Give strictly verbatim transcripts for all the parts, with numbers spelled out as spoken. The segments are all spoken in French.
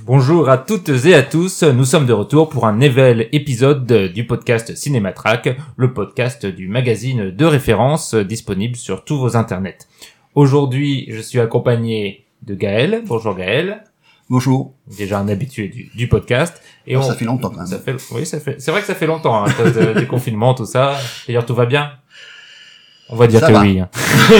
Bonjour à toutes et à tous, nous sommes de retour pour un nouvel épisode du podcast Cinématrack, le podcast du magazine de référence disponible sur tous vos internets. Aujourd'hui, je suis accompagné de Gaël. Bonjour Gaël. Bonjour. Déjà un habitué du, du podcast. Et oh, on, ça fait longtemps quand même. Ça fait, oui, ça fait, c'est vrai que ça fait longtemps, hein, à cause de, des confinements, tout ça. D'ailleurs, tout va bien? On va dire ça que va. oui. Hein.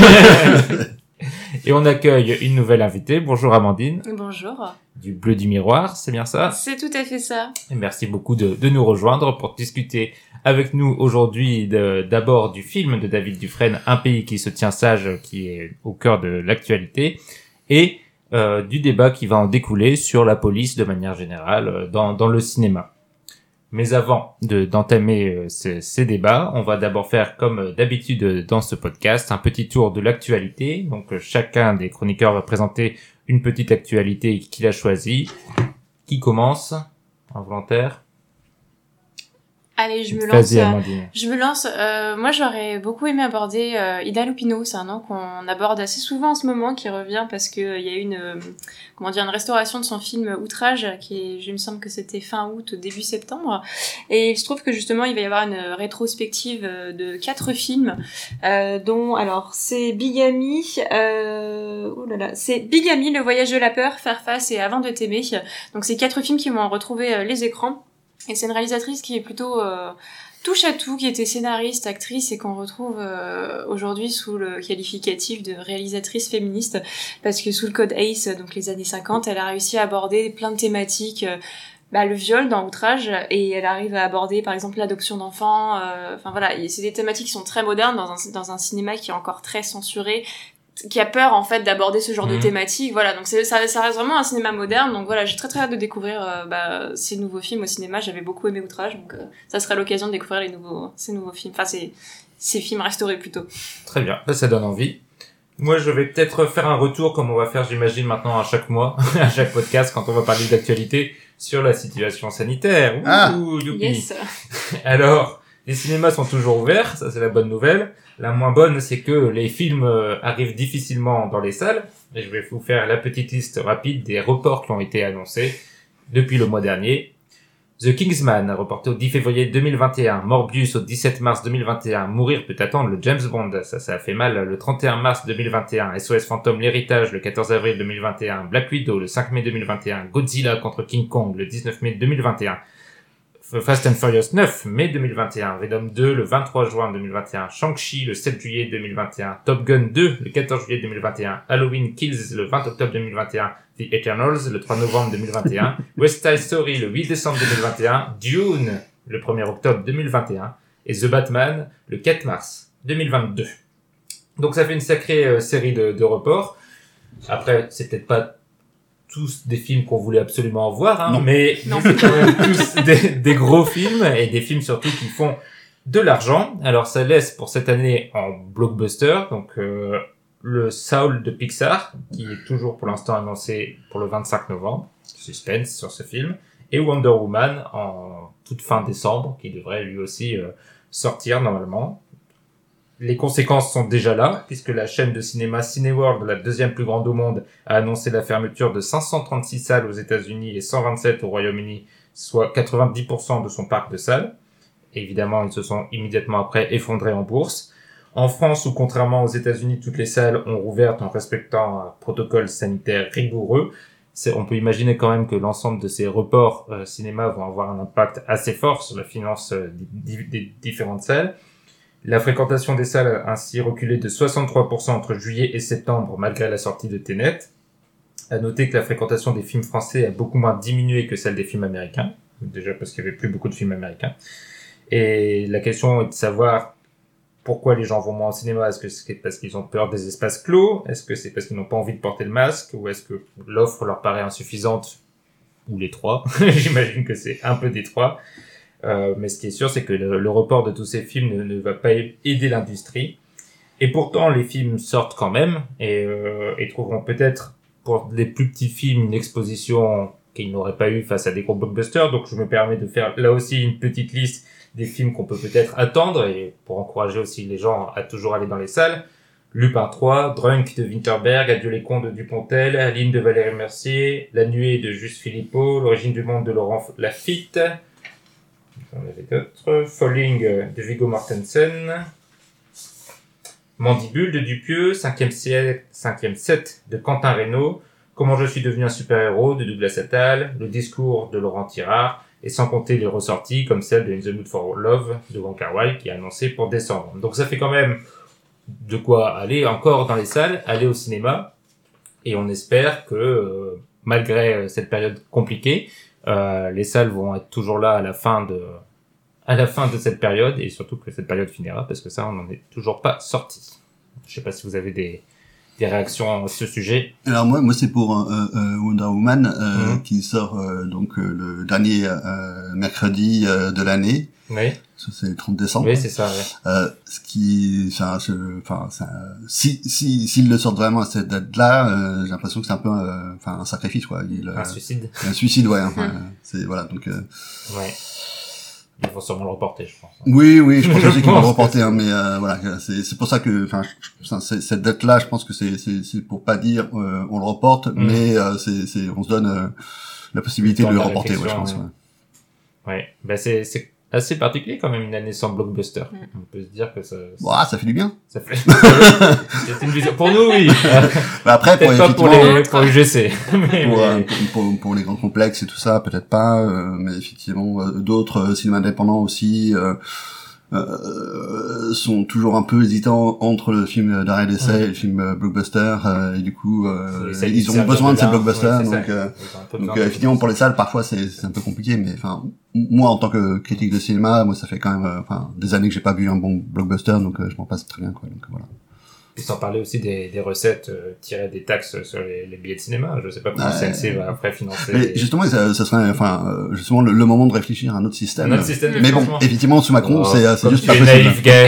Et on accueille une nouvelle invitée. Bonjour Amandine. Bonjour. Du Bleu du Miroir, c'est bien ça? C'est tout à fait ça. Et merci beaucoup de, de nous rejoindre pour discuter avec nous aujourd'hui de, d'abord du film de David Dufresne, Un pays qui se tient sage, qui est au cœur de l'actualité, et euh, du débat qui va en découler sur la police de manière générale euh, dans, dans le cinéma. Mais avant de, d'entamer euh, ces, ces débats, on va d'abord faire comme d'habitude dans ce podcast un petit tour de l'actualité. Donc euh, chacun des chroniqueurs va présenter une petite actualité qu'il a choisie. Qui commence? Un volontaire? Allez, je me lance. Vas-y, Amandine. Je me lance. Euh, moi, j'aurais beaucoup aimé aborder euh, Ida Lupino. C'est un nom qu'on aborde assez souvent en ce moment, qui revient parce que il y a eu une, euh, comment dire, une restauration de son film Outrage, qui est, je me semble que c'était fin août, début septembre. Et il se trouve que justement, il va y avoir une rétrospective de quatre films, euh, dont, alors, c'est Bigamy, euh, oh là là, c'est Bigamy, Le Voyage de la peur, Faire face et Avant de t'aimer. Donc, c'est quatre films qui vont retrouver euh, les écrans. Et c'est une réalisatrice qui est plutôt euh, touche à tout, qui était scénariste, actrice et qu'on retrouve euh, aujourd'hui sous le qualificatif de réalisatrice féministe, parce que sous le code A C E, donc les années cinquante, elle a réussi à aborder plein de thématiques, euh, bah, le viol dans Outrage, et elle arrive à aborder par exemple l'adoption d'enfants, euh, enfin voilà, c'est des thématiques qui sont très modernes dans un, dans un cinéma qui est encore très censuré, qui a peur en fait d'aborder ce genre mmh. de thématique, voilà, donc c'est, ça, ça reste vraiment un cinéma moderne, donc voilà, j'ai très très hâte de découvrir euh, bah, ces nouveaux films au cinéma. J'avais beaucoup aimé Outrage, donc euh, ça sera l'occasion de découvrir les nouveaux, ces nouveaux films, enfin ces, ces films restaurés plutôt. Très bien, ça donne envie. Moi je vais peut-être faire un retour comme on va faire j'imagine maintenant à chaque mois, à chaque podcast quand on va parler d'actualité sur la situation sanitaire. Ouh, ah. youpi. Yes. Alors, les cinémas sont toujours ouverts, ça c'est la bonne nouvelle. La moins bonne, c'est que les films euh, arrivent difficilement dans les salles. Et je vais vous faire la petite liste rapide des reports qui ont été annoncés depuis le mois dernier. The Kingsman, reporté au dix février deux mille vingt et un. Morbius au dix-sept mars deux mille vingt et un. Mourir peut attendre, le James Bond, ça, ça a fait mal, le trente et un mars deux mille vingt et un. S O S Fantôme, l'héritage, le quatorze avril deux mille vingt et un. Black Widow, le cinq mai deux mille vingt et un. Godzilla contre King Kong, le dix-neuf mai deux mille vingt et un. Fast and Furious neuf, mai deux mille vingt et un, Venom deux, le vingt-trois juin deux mille vingt et un, Shang-Chi, le sept juillet deux mille vingt et un, Top Gun deux, le quatorze juillet deux mille vingt et un, Halloween Kills, le vingt octobre deux mille vingt et un, The Eternals, le trois novembre deux mille vingt et un, West Side Story, le huit décembre deux mille vingt et un, Dune, le premier octobre deux mille vingt et un, et The Batman, le quatre mars deux mille vingt-deux. Donc ça fait une sacrée euh, série de, de reports. Après, c'est peut-être pas tous des films qu'on voulait absolument voir, hein, non. mais non. c'est quand même tous des, des gros films et des films surtout qui font de l'argent. Alors ça laisse pour cette année en blockbuster, donc euh, le Soul de Pixar, qui est toujours pour l'instant annoncé pour le vingt-cinq novembre, suspense sur ce film, et Wonder Woman en toute fin décembre, qui devrait lui aussi euh, sortir normalement. Les conséquences sont déjà là, puisque la chaîne de cinéma Cineworld, la deuxième plus grande au monde, a annoncé la fermeture de cinq cent trente-six salles aux États-Unis et cent vingt-sept au Royaume-Uni, soit quatre-vingt-dix pour cent de son parc de salles. Et évidemment, ils se sont immédiatement après effondrés en bourse. En France, où contrairement aux États-Unis, toutes les salles ont rouvert en respectant un protocole sanitaire rigoureux, c'est, on peut imaginer quand même que l'ensemble de ces reports euh, cinéma vont avoir un impact assez fort sur la finance euh, des, des différentes salles. La fréquentation des salles a ainsi reculé de soixante-trois pour cent entre juillet et septembre, malgré la sortie de Tenet. À noter que la fréquentation des films français a beaucoup moins diminué que celle des films américains. Déjà parce qu'il n'y avait plus beaucoup de films américains. Et la question est de savoir pourquoi les gens vont moins au cinéma. Est-ce que c'est parce qu'ils ont peur des espaces clos? Est-ce que c'est parce qu'ils n'ont pas envie de porter le masque? Ou est-ce que l'offre leur paraît insuffisante? Ou les trois. J'imagine que c'est un peu des trois. Euh, mais ce qui est sûr, c'est que le, le report de tous ces films ne, ne va pas aider l'industrie. Et pourtant, les films sortent quand même et, euh, et trouveront peut-être pour les plus petits films une exposition qu'ils n'auraient pas eu face à des gros blockbusters. Donc, je me permets de faire là aussi une petite liste des films qu'on peut peut-être attendre et pour encourager aussi les gens à toujours aller dans les salles. Lupin trois, Drunk de Winterberg, Adieu les contes de Dupontel, Aline de Valérie Mercier, La nuée de Juste Philippot, L'origine du monde de Laurent Lafitte, j'en avais d'autres, Falling de Viggo Mortensen, Mandibule de Dupieux, Cinquième siècle, Cinquième set de Quentin Reynaud, Comment je suis devenu un super-héros de Douglas Attal, Le discours de Laurent Tirard, et sans compter les ressorties comme celle de In the Mood for Love de Wong Kar-wai qui est annoncée pour décembre. Donc ça fait quand même de quoi aller encore dans les salles, aller au cinéma, et on espère que euh, malgré cette période compliquée, euh, les salles vont être toujours là à la fin de à la fin de cette période, et surtout que cette période finira, parce que ça on n'en est toujours pas sorti. Je sais pas si vous avez des des réactions à ce sujet. Alors moi, moi c'est pour euh, euh, Wonder Woman euh, mmh. qui sort euh, donc euh, le dernier euh, mercredi euh, de l'année. Oui. Ça, c'est le trente décembre. Oui, c'est ça. Ouais. Euh, ce qui, enfin, enfin, si si s'il le sort vraiment à cette date-là, euh, j'ai l'impression que c'est un peu, enfin, euh, un sacrifice quoi. Il, un euh, suicide. Un suicide, ouais. Enfin, c'est voilà donc. Euh, ouais. Ils vont sûrement le reporter, je pense. Oui, oui, je pense aussi qu'ils vont le reporter, hein, mais euh, voilà, c'est c'est pour ça que, enfin, cette date-là, je pense que c'est c'est c'est pour pas dire euh, on le reporte, mm. mais euh, c'est c'est on se donne euh, la possibilité de le reporter, ouais, je pense. Ouais, ouais. Ben c'est c'est assez particulier quand même une année sans blockbuster. Mm. On peut se dire que ça. Ouah, ça fait du bien. Ça fait. C'est une vision pour nous, oui. Bah après, pour pas pour les pour U G C. mais, pour, mais... Pour, pour pour les grands complexes et tout ça, peut-être pas, euh, mais effectivement, euh, d'autres euh, cinémas indépendants aussi. Euh, Euh, sont toujours un peu hésitants entre le film d'arrêt d'essai ouais. et le film euh, blockbuster euh, et du coup euh, ils ont besoin de ces blockbusters ouais, donc, euh, donc euh, effectivement pour les salles parfois c'est c'est un peu compliqué mais enfin moi en tant que critique de cinéma moi ça fait quand même enfin euh, des années que j'ai pas vu un bon blockbuster donc euh, je m'en passe très bien quoi donc voilà. Et sans parler aussi des, des recettes euh, tirées des taxes sur les, les billets de cinéma. Je sais pas comment le C N C va après financer. Mais les... justement, ça, ça serait, enfin, euh, justement le, le moment de réfléchir à un autre système. Un autre système de mais bon, effectivement, sous Macron, oh, c'est, c'est juste pas possible. Naïf, Gaël.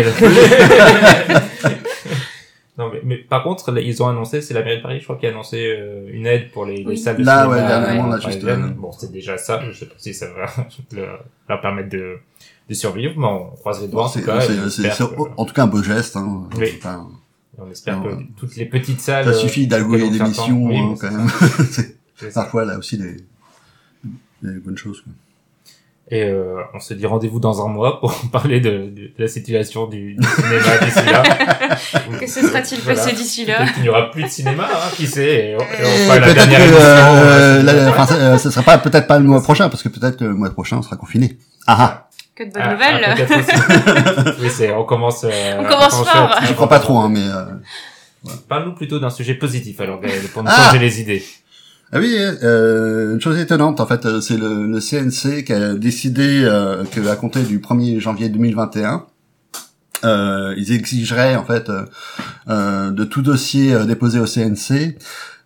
Non, mais, mais par contre, là, ils ont annoncé, c'est la mairie de Paris, je crois, qui a annoncé euh, une aide pour les, oui. les salles de là, cinéma. Ouais, dernièrement, là, juste. Euh... Bon, c'est déjà ça. Je sais pas si ça va leur, leur permettre de, de survivre, mais on croise les doigts en tout cas. C'est, c'est, c'est, que... en tout cas un beau geste. Hein. Oui. Pas... On espère que toutes les petites salles... Ça suffit d'allouer des missions, oui, hein, quand même. c'est, c'est parfois, là aussi, des, des bonnes choses. Quoi. Et euh, on se dit rendez-vous dans un mois pour parler de, de, de la situation du, du cinéma d'ici là. Que se sera-t-il voilà. passé d'ici là? Peut-être qu'il n'y aura plus de cinéma, hein, qui sait. Et on, et on fera la dernière que, émission. Euh, la, enfin, ça, ça sera pas, peut-être pas le mois prochain, parce que peut-être que le mois prochain, on sera confiné. Ah ah. Que de bonnes ah, nouvelles. Ah, peut-être aussi. Oui, c'est, on commence, euh, on commence fort. Je crois pas trop, hein, mais, euh, ouais. Parle-nous plutôt d'un sujet positif, alors, Gaël, pour nous ah changer les idées. Ah oui, euh, une chose étonnante, en fait, c'est le, le C N C qui a décidé euh, que à compter du premier janvier deux mille vingt et un, euh, ils exigeraient, en fait, euh, de tout dossier euh, déposé au C N C,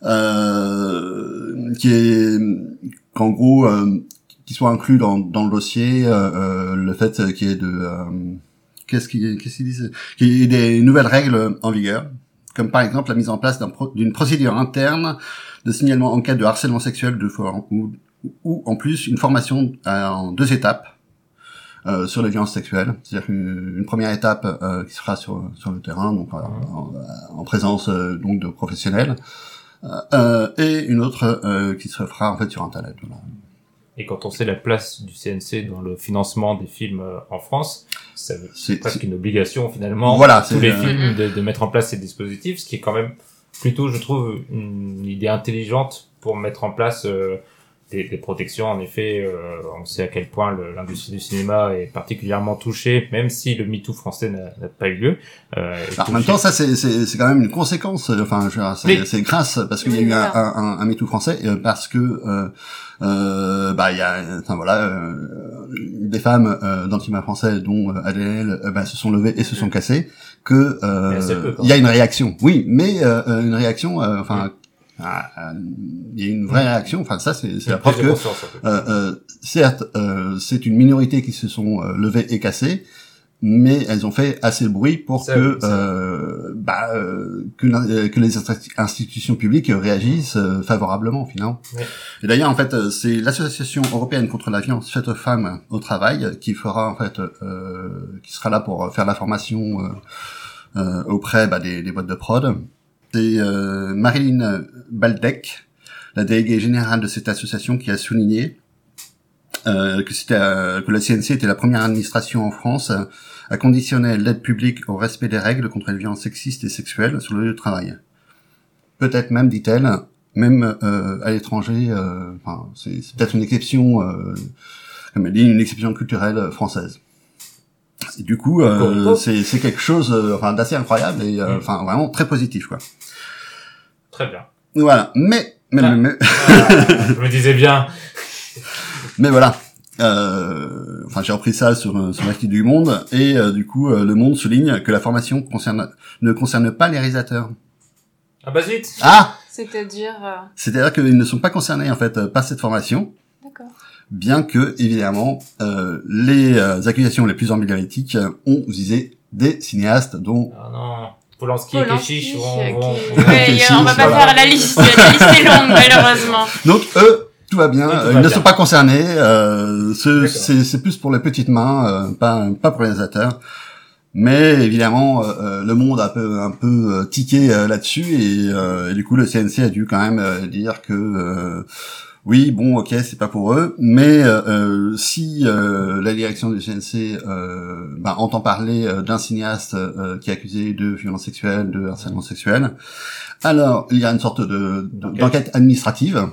euh, qui est, qu'en gros, euh, qui soit inclus dans, dans le dossier, euh, le fait qu'il y ait de, euh, qu'est-ce qu'ils, qu'est-ce qu'ils disent, qu'il y ait des nouvelles règles en vigueur, comme par exemple la mise en place d'un pro, d'une procédure interne de signalement en cas de harcèlement sexuel de fois, ou, ou en plus une formation en deux étapes euh, sur les violences sexuelles, c'est-à-dire une, une première étape euh, qui sera sur sur le terrain, donc en, en, en présence euh, donc de professionnels, euh, et une autre euh, qui se fera en fait sur internet. Voilà. Et quand on sait la place du C N C dans le financement des films en France, c'est, c'est presque c'est... une obligation finalement voilà, pour tous les euh... films de, de mettre en place ces dispositifs, ce qui est quand même plutôt, je trouve, une idée intelligente pour mettre en place euh, des, des protections. En effet, euh, on sait à quel point le, l'industrie du cinéma est particulièrement touchée, même si le MeToo français n'a, n'a pas eu lieu. Euh, Alors, en même temps, ça c'est, c'est, c'est quand même une conséquence. Enfin, je veux dire, c'est, oui. c'est grâce parce qu'il y a eu un, un, un, un MeToo français, parce que euh, euh, bah il y a, enfin voilà, euh, des femmes euh, dans le cinéma français, dont euh, Adèle, euh, bah, se sont levées et se sont cassées. Que euh, il y a une réaction, oui, mais euh, une réaction, euh, enfin, il oui. y a une vraie réaction. Enfin, ça, c'est, c'est la preuve que, euh, euh, certes, euh, c'est une minorité qui se sont euh, levées et cassées, mais elles ont fait assez de bruit pour ça, que, euh, bah, euh, que, que les institutions publiques réagissent euh, favorablement, finalement. Oui. Et d'ailleurs, en fait, c'est l'Association européenne contre la violence faite aux femmes au travail qui fera, en fait, euh, qui sera là pour faire la formation. Euh, euh, auprès bah, des, des boîtes de prod. C'est euh, Marilyn Baldec, la déléguée générale de cette association, qui a souligné euh, que, c'était, euh, que la C N C était la première administration en France à conditionner l'aide publique au respect des règles contre les violences sexistes et sexuelles sur le lieu de travail. Peut-être même, dit-elle, même euh, à l'étranger, euh, enfin, c'est, c'est peut-être une exception, euh, comme elle dit, une exception culturelle française. Et du coup, euh, c'est, c'est quelque chose euh, enfin, d'assez incroyable et euh, enfin vraiment très positif, quoi. Très bien. Voilà, mais... mais, ah. mais, mais... Ah, je me disais bien. Mais voilà. Euh, enfin, j'ai repris ça sur, sur l'actu du Monde, et euh, du coup, euh, le Monde souligne que la formation concerne, ne concerne pas les réalisateurs. Ah bah zut. Ah. C'est-à-dire. Euh... C'est-à-dire qu'ils ne sont pas concernés en fait par cette formation. D'accord. Bien que, évidemment, euh, les euh, accusations les plus emblématiques ont visé des cinéastes dont... Ah non, Polanski et Kechiche vont... vont... Ouais, on va pas voilà. faire la liste, la liste est longue, malheureusement. Donc, eux, tout va bien, oui, tout euh, va ils ne bien. sont pas concernés, euh, ce, c'est, c'est plus pour les petites mains, euh, pas, pas pour les réalisateurs. Mais évidemment, euh, le monde a un peu, un peu euh, tiqué euh, là-dessus, et, euh, et du coup, le C N C a dû quand même euh, dire que... Euh, oui, bon, ok, c'est pas pour eux, mais euh, si euh, la direction du C N C euh, bah, entend parler euh, d'un cinéaste euh, qui est accusé de violence sexuelle, de harcèlement sexuel, alors il y a une sorte de, de okay. d'enquête administrative,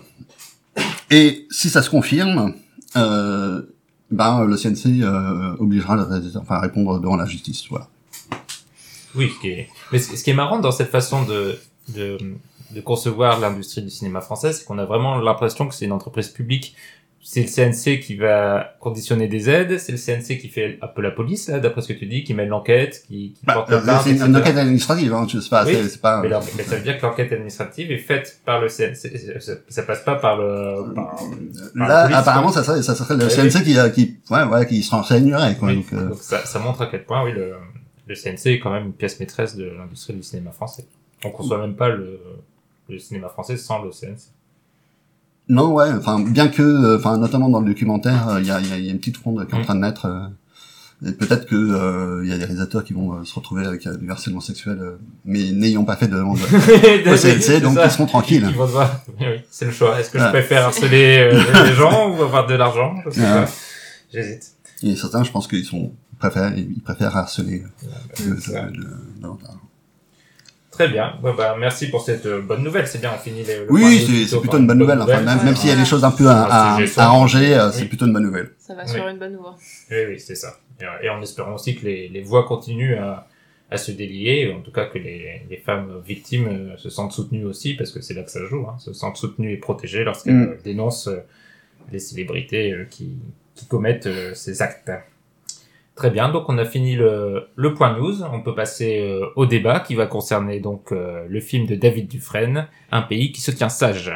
et si ça se confirme, euh, ben le C N C euh, obligera le réalisateur, enfin, à répondre devant la justice, voilà. Oui, ce qui est... mais ce qui est marrant dans cette façon de de de concevoir l'industrie du cinéma français, c'est qu'on a vraiment l'impression que c'est une entreprise publique. C'est le C N C qui va conditionner des aides, c'est le C N C qui fait un peu la police, là, d'après ce que tu dis, qui mène l'enquête, qui, qui bah, porte la plainte, c'est une, une enquête administrative, hein, je sais pas, oui, c'est, c'est pas... Mais, alors, mais ça veut dire que l'enquête administrative est faite par le C N C, ça, ça passe pas par le... Par, par là, la police, apparemment, quoi. ça serait, ça serait le oui, C N C oui. qui, qui, ouais, ouais, qui se renseignerait, quoi. Oui. Donc, euh... donc ça, ça montre à quel point, oui, le, le C N C est quand même une pièce maîtresse de l'industrie du cinéma français. On conçoit même pas le... le cinéma français sans le C N C. Non, ouais, enfin, bien que, enfin, notamment dans le documentaire, il euh, y, a, y, a, y a une petite fronde qui est en train de naître, euh, et peut-être que il euh, y a des réalisateurs qui vont euh, se retrouver avec euh, du harcèlement sexuel, euh, mais n'ayant pas fait de demande au C N C, donc ça. Ils seront tranquilles. Ils vont voir. Oui, oui, c'est le choix. Est-ce que ah. je préfère harceler euh, les gens ou avoir de l'argent? Je sais ah. pas. J'hésite. Et certains, je pense qu'ils sont préfèrent, ils préfèrent harceler ah, de, de, de, de, Très bien. Bon, bah, merci pour cette euh, bonne nouvelle. C'est bien, on finit le. le oui, c'est, c'est plutôt une bonne nouvelle. Enfin, même, même s'il y a des choses un peu à, à, à arranger, euh, c'est oui. plutôt une bonne nouvelle. Ça va sur oui. une bonne voie. Oui, oui, c'est ça. Et, et en espérant aussi que les, les voix continuent à, à se délier, en tout cas que les, les femmes victimes euh, se sentent soutenues aussi, parce que c'est là que ça joue, hein, se sentent soutenues et protégées lorsqu'elles mm. euh, dénoncent euh, les célébrités euh, qui, qui commettent euh, ces actes. Très bien, donc on a fini le, le point news. On peut passer euh, au débat qui va concerner donc euh, le film de David Dufresne, Un pays qui se tient sage.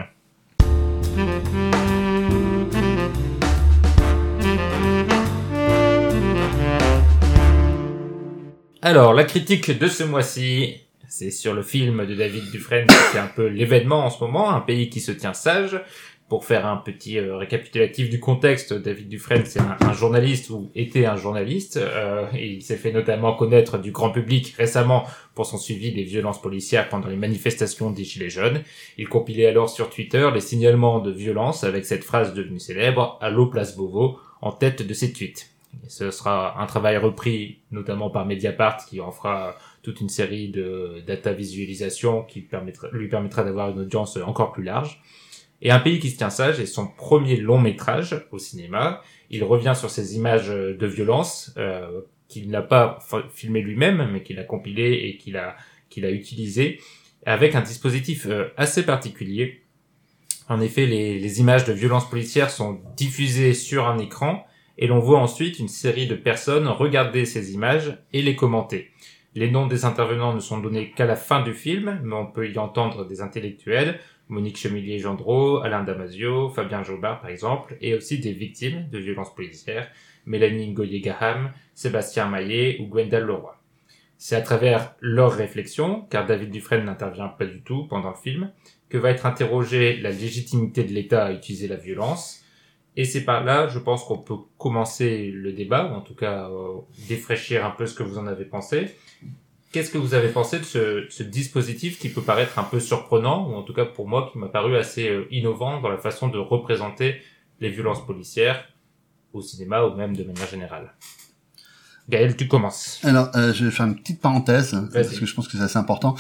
Alors, la critique de ce mois-ci, c'est sur le film de David Dufresne qui fait un peu l'événement en ce moment, Un pays qui se tient sage. Pour faire un petit euh, récapitulatif du contexte, David Dufresne, c'est un, un journaliste ou était un journaliste. Euh, et il s'est fait notamment connaître du grand public récemment pour son suivi des violences policières pendant les manifestations des Gilets jaunes. Il compilait alors sur Twitter les signalements de violence avec cette phrase devenue célèbre « Allô, place Beauvau » en tête de ses tweets. Et ce sera un travail repris notamment par Mediapart qui en fera toute une série de data visualisation qui permettra, lui permettra d'avoir une audience encore plus large. Et Un pays qui se tient sage est son premier long métrage au cinéma. Il revient sur ces images de violence euh, qu'il n'a pas filmé lui-même, mais qu'il a compilé et qu'il a qu'il a utilisé avec un dispositif euh, assez particulier. En effet, les, les images de violence policière sont diffusées sur un écran et l'on voit ensuite une série de personnes regarder ces images et les commenter. Les noms des intervenants ne sont donnés qu'à la fin du film, mais on peut y entendre des intellectuels, Monique Chemillier-Gendreau, Alain Damasio, Fabien Jobard par exemple, et aussi des victimes de violences policières, Mélanie Ngoye-Gaham, Sébastien Maillet ou Gwendal Leroy. C'est à travers leurs réflexions, car David Dufresne n'intervient pas du tout pendant le film, que va être interrogée la légitimité de l'État à utiliser la violence. Et c'est par là, je pense qu'on peut commencer le débat, ou en tout cas euh, défraîchir un peu ce que vous en avez pensé. qu'est-ce que vous avez pensé de ce, ce dispositif qui peut paraître un peu surprenant, ou en tout cas pour moi qui m'a paru assez euh, innovant dans la façon de représenter les violences policières au cinéma ou même de manière générale. Gaël, tu commences. Alors, euh, je vais faire une petite parenthèse, Vas-y. parce que je pense que c'est assez important.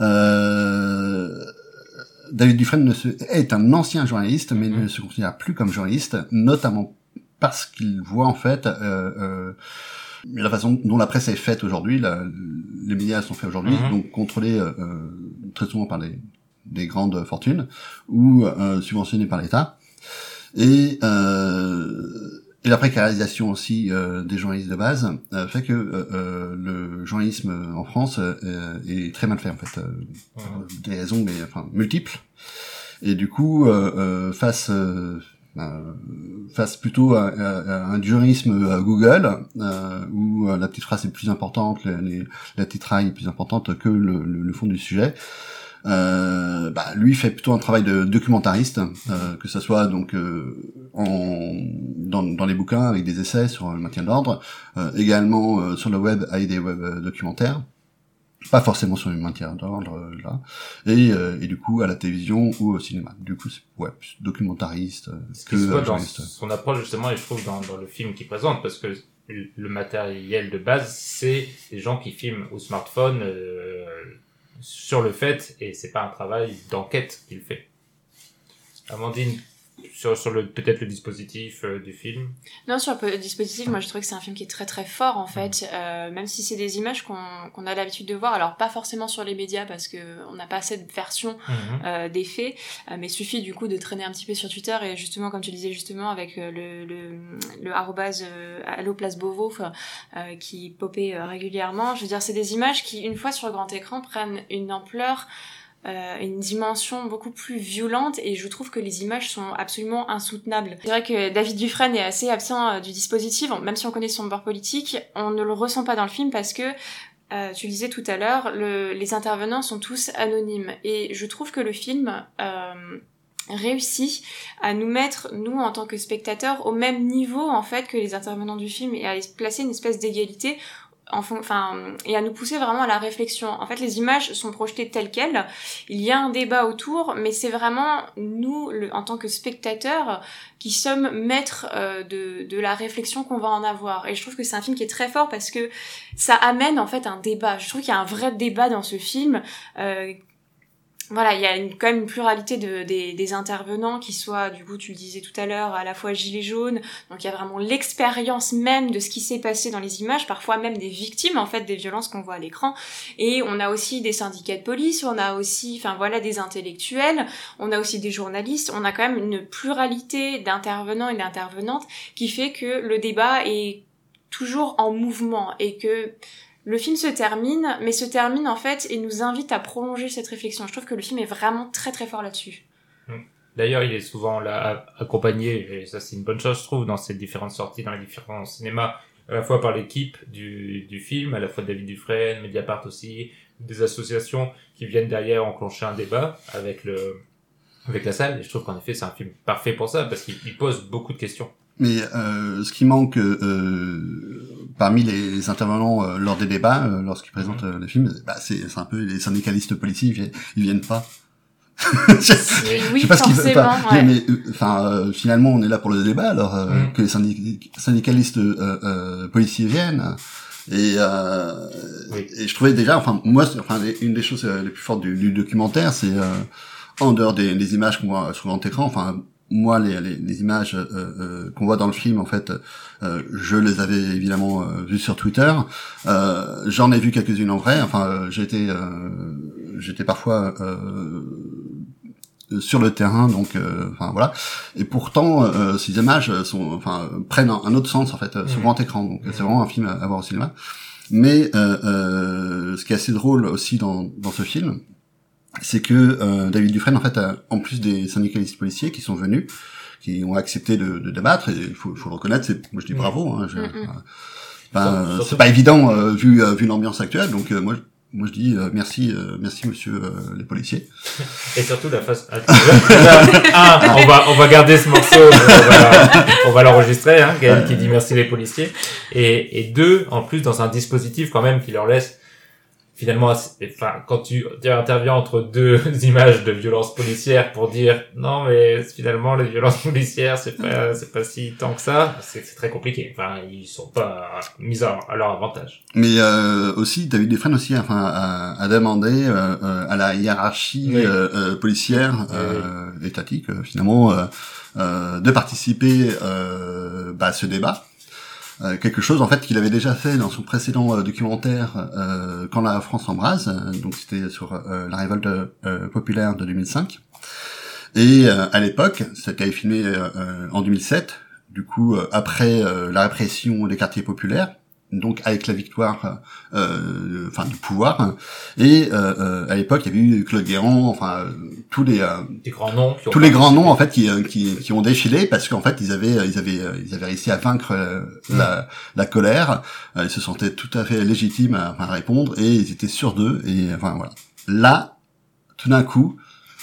Euh, David Dufresne ne se, est un ancien journaliste, mais mmh. ne se considère plus comme journaliste, notamment parce qu'il voit en fait euh, euh, la façon dont la presse est faite aujourd'hui, la, les médias sont faits aujourd'hui, mmh. donc contrôlés euh, très souvent par des, des grandes fortunes, ou euh, subventionnés par l'État. Et... Euh, Et la précarisation aussi euh, des journalistes de base euh, fait que euh, le journalisme en France euh, est très mal fait en fait, euh, pour des raisons mais enfin multiples. Et du coup, euh, euh, face euh, euh, face plutôt à, à, à un journalisme à Google euh, où la petite phrase est plus importante, les, les, la titraille est plus importante que le, le, le fond du sujet. Euh, bah, lui fait plutôt un travail de documentariste, euh, que ça soit donc euh, en, dans, dans les bouquins avec des essais sur le maintien de l'ordre, euh, également euh, sur le web avec des web documentaires, pas forcément sur le maintien d'ordre euh, là, et, euh, et du coup à la télévision ou au cinéma. Du coup, c'est ouais, plus documentariste euh, Ce que qui se voit dans journaliste. son approche justement, et je trouve dans, dans le film qu'il présente, parce que le matériel de base, c'est des gens qui filment au smartphone. Euh, sur le fait, et c'est pas un travail d'enquête qu'il fait. Amandine, sur, sur le, peut-être le dispositif euh, du film. Non, sur le dispositif, moi je trouve que c'est un film qui est très très fort en fait, euh, même si c'est des images qu'on, qu'on a l'habitude de voir, alors pas forcément sur les médias parce que on n'a pas assez de versions mm-hmm. euh, des faits, euh, mais suffit du coup de traîner un petit peu sur Twitter et justement comme tu disais justement avec euh, le, le, le arrobase euh, allo place Beauvau euh, qui popait euh, régulièrement, je veux dire c'est des images qui une fois sur le grand écran prennent une ampleur Euh, une dimension beaucoup plus violente et je trouve que les images sont absolument insoutenables. C'est vrai que David Dufresne est assez absent euh, du dispositif, même si on connaît son bord politique, on ne le ressent pas dans le film parce que euh, tu le disais tout à l'heure, le, les intervenants sont tous anonymes et je trouve que le film euh, réussit à nous mettre, nous en tant que spectateurs, au même niveau en fait que les intervenants du film et à placer une espèce d'égalité enfin, et à nous pousser vraiment à la réflexion. En fait, les images sont projetées telles quelles. Il y a un débat autour, mais c'est vraiment nous, le, en tant que spectateurs, qui sommes maîtres euh, de, de la réflexion qu'on va en avoir. Et je trouve que c'est un film qui est très fort parce que ça amène en fait un débat. Je trouve qu'il y a un vrai débat dans ce film. Euh, Voilà, il y a une, quand même une pluralité de, des, des intervenants qui soient, du coup, tu le disais tout à l'heure, à la fois gilets jaunes, donc il y a vraiment l'expérience même de ce qui s'est passé dans les images, parfois même des victimes, en fait, des violences qu'on voit à l'écran, et on a aussi des syndicats de police, on a aussi, enfin voilà, des intellectuels, on a aussi des journalistes, on a quand même une pluralité d'intervenants et d'intervenantes qui fait que le débat est toujours en mouvement, et que le film se termine, mais se termine en fait et nous invite à prolonger cette réflexion. Je trouve que le film est vraiment très très fort là-dessus. D'ailleurs, il est souvent là accompagné, et ça c'est une bonne chose je trouve, dans ces différentes sorties, dans les différents cinémas, à la fois par l'équipe du, du film, à la fois David Dufresne, Mediapart aussi, des associations qui viennent derrière enclencher un débat avec le avec la salle. Et je trouve qu'en effet c'est un film parfait pour ça, parce qu'il il pose beaucoup de questions. Mais euh, ce qui manque euh, parmi les intervenants euh, lors des débats, euh, lorsqu'ils présentent euh, les films, bah, c'est, c'est un peu les syndicalistes policiers, ils, viennent, ils viennent pas. je, oui, je sais pas ce qu'ils veulent pas. Ouais. Mais enfin, euh, finalement, on est là pour le débat, alors euh, mm. que les syndic- syndicalistes euh, euh, policiers viennent. Et, euh, oui. et je trouvais déjà, enfin moi, enfin une des choses les plus fortes du, du documentaire, c'est euh, en dehors des, des images qu'on voit sur grand écran, enfin. Moi, les, les, les images euh, euh, qu'on voit dans le film, en fait, euh, je les avais évidemment euh, vues sur Twitter. Euh, j'en ai vu quelques-unes en vrai. Enfin, euh, j'étais, euh, j'étais parfois euh, sur le terrain, donc, euh, enfin voilà. Et pourtant, euh, ces images sont, enfin, prennent un, un autre sens en fait, mmh. sur grand écran. Donc, mmh. c'est vraiment un film à, à voir au cinéma. Mais euh, euh, ce qui est assez drôle aussi dans, dans ce film, c'est que euh, David Dufresne, en fait, a, en plus des syndicalistes policiers qui sont venus, qui ont accepté de, de débattre, et il faut, faut le reconnaître, c'est, moi je dis bravo, hein, je, mm-hmm. euh, ben, c'est, c'est pas évident euh, vu, euh, vu l'ambiance actuelle, donc euh, moi, moi je dis euh, merci, euh, merci monsieur euh, les policiers. Et surtout la face. Ah, on va, on va garder ce morceau, on va, on va l'enregistrer, hein, Gaël euh... qui dit merci les policiers. Et, et deux, en plus dans un dispositif quand même qui leur laisse finalement, enfin, quand tu, tu interviens entre deux images de violence policière pour dire non, mais finalement, les violences policières, c'est pas, c'est pas si tant que ça, c'est, c'est très compliqué. Enfin, ils sont pas mis à, à leur avantage. Mais euh, aussi, David Dufresne aussi, enfin, a, a demandé euh, euh, à la hiérarchie oui. euh, euh, policière, euh, oui. étatique, euh, finalement, euh, euh, de participer euh, bah, à ce débat. Euh, quelque chose en fait qu'il avait déjà fait dans son précédent euh, documentaire euh, Quand la France embrase, euh, donc c'était sur euh, la révolte euh, populaire de deux mille cinq, et euh, à l'époque c'était filmé euh, en deux mille sept, du coup euh, après euh, la répression des quartiers populaires, donc avec la victoire euh, enfin du pouvoir, et euh, euh, à l'époque il y avait eu Claude Guéant, enfin euh, tous les euh, des grands noms qui ont tous les grands noms en fait qui qui qui ont défilé parce qu'en fait ils avaient ils avaient ils avaient réussi à vaincre euh, mmh. la la colère, euh, ils se sentaient tout à fait légitimes à, à répondre et ils étaient sûrs d'eux, et enfin voilà. Là tout d'un coup,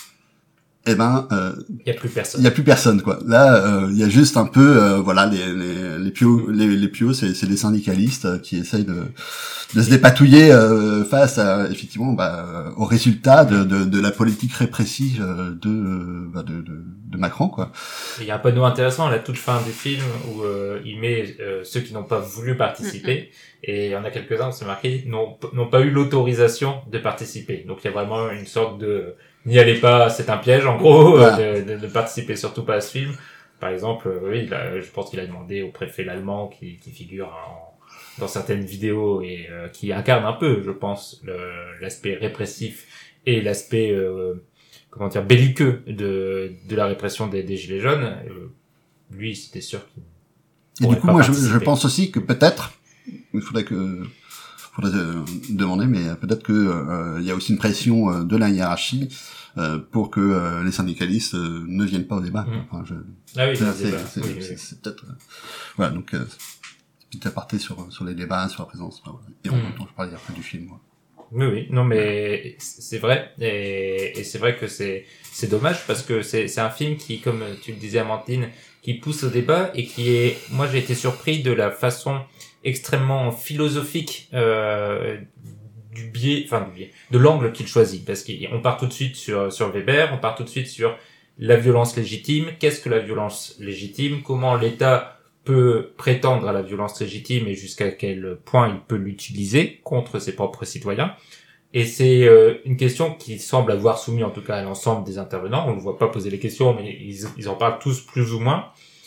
eh ben euh, il y a plus personne. Il y a plus personne quoi. Là euh, il y a juste un peu euh, voilà les les les pios les les pios c'est c'est des syndicalistes euh, qui essayent de de se dépatouiller euh, face à effectivement bah au résultat de de de la politique répressive de bah, de, de de Macron quoi. Il y a un panneau intéressant à la toute fin du film où euh, il met euh, ceux qui n'ont pas voulu participer, mm-hmm. et il y en a quelques-uns où c'est marqué n'ont n'ont pas eu l'autorisation de participer. Donc il y a vraiment une sorte de n'y allez pas, c'est un piège en gros, voilà. de, de, de participer surtout pas à ce film. Par exemple, euh, oui, il a, je pense qu'il a demandé au préfet l'allemand qui, qui figure en, dans certaines vidéos et euh, qui incarne un peu, je pense, le, l'aspect répressif et l'aspect euh, comment dire belliqueux de de la répression des, des gilets jaunes. Euh, lui, c'était sûr qu'il. Et du coup, moi, je, je pense aussi que peut-être il faudrait que faudrait euh, demander, mais peut-être que euh, il y a aussi une pression euh, de la hiérarchie euh, pour que euh, les syndicalistes euh, ne viennent pas au débat. Mmh. Enfin, je, ah oui, c'est, c'est, c'est, c'est, oui, c'est, oui. c'est peut-être euh, voilà donc euh, petit aparté sur sur les débats, sur la présence. Enfin, voilà. Et en mmh. même temps, je parlais après du film. Moi. Oui, oui, non, mais c'est vrai, et, et c'est vrai que c'est c'est dommage parce que c'est c'est un film qui, comme tu le disais, Amandine, qui pousse au débat et qui est, moi j'ai été surpris de la façon extrêmement philosophique euh, du biais, enfin du biais, de l'angle qu'il choisit, parce qu'on part tout de suite sur sur Weber, on part tout de suite sur la violence légitime. Qu'est-ce que la violence légitime? Comment l'État peut prétendre à la violence légitime et jusqu'à quel point il peut l'utiliser contre ses propres citoyens. Et c'est euh, une question qui semble avoir soumis en tout cas à l'ensemble des intervenants. On ne voit pas poser les questions, mais ils, ils en parlent tous plus ou moins.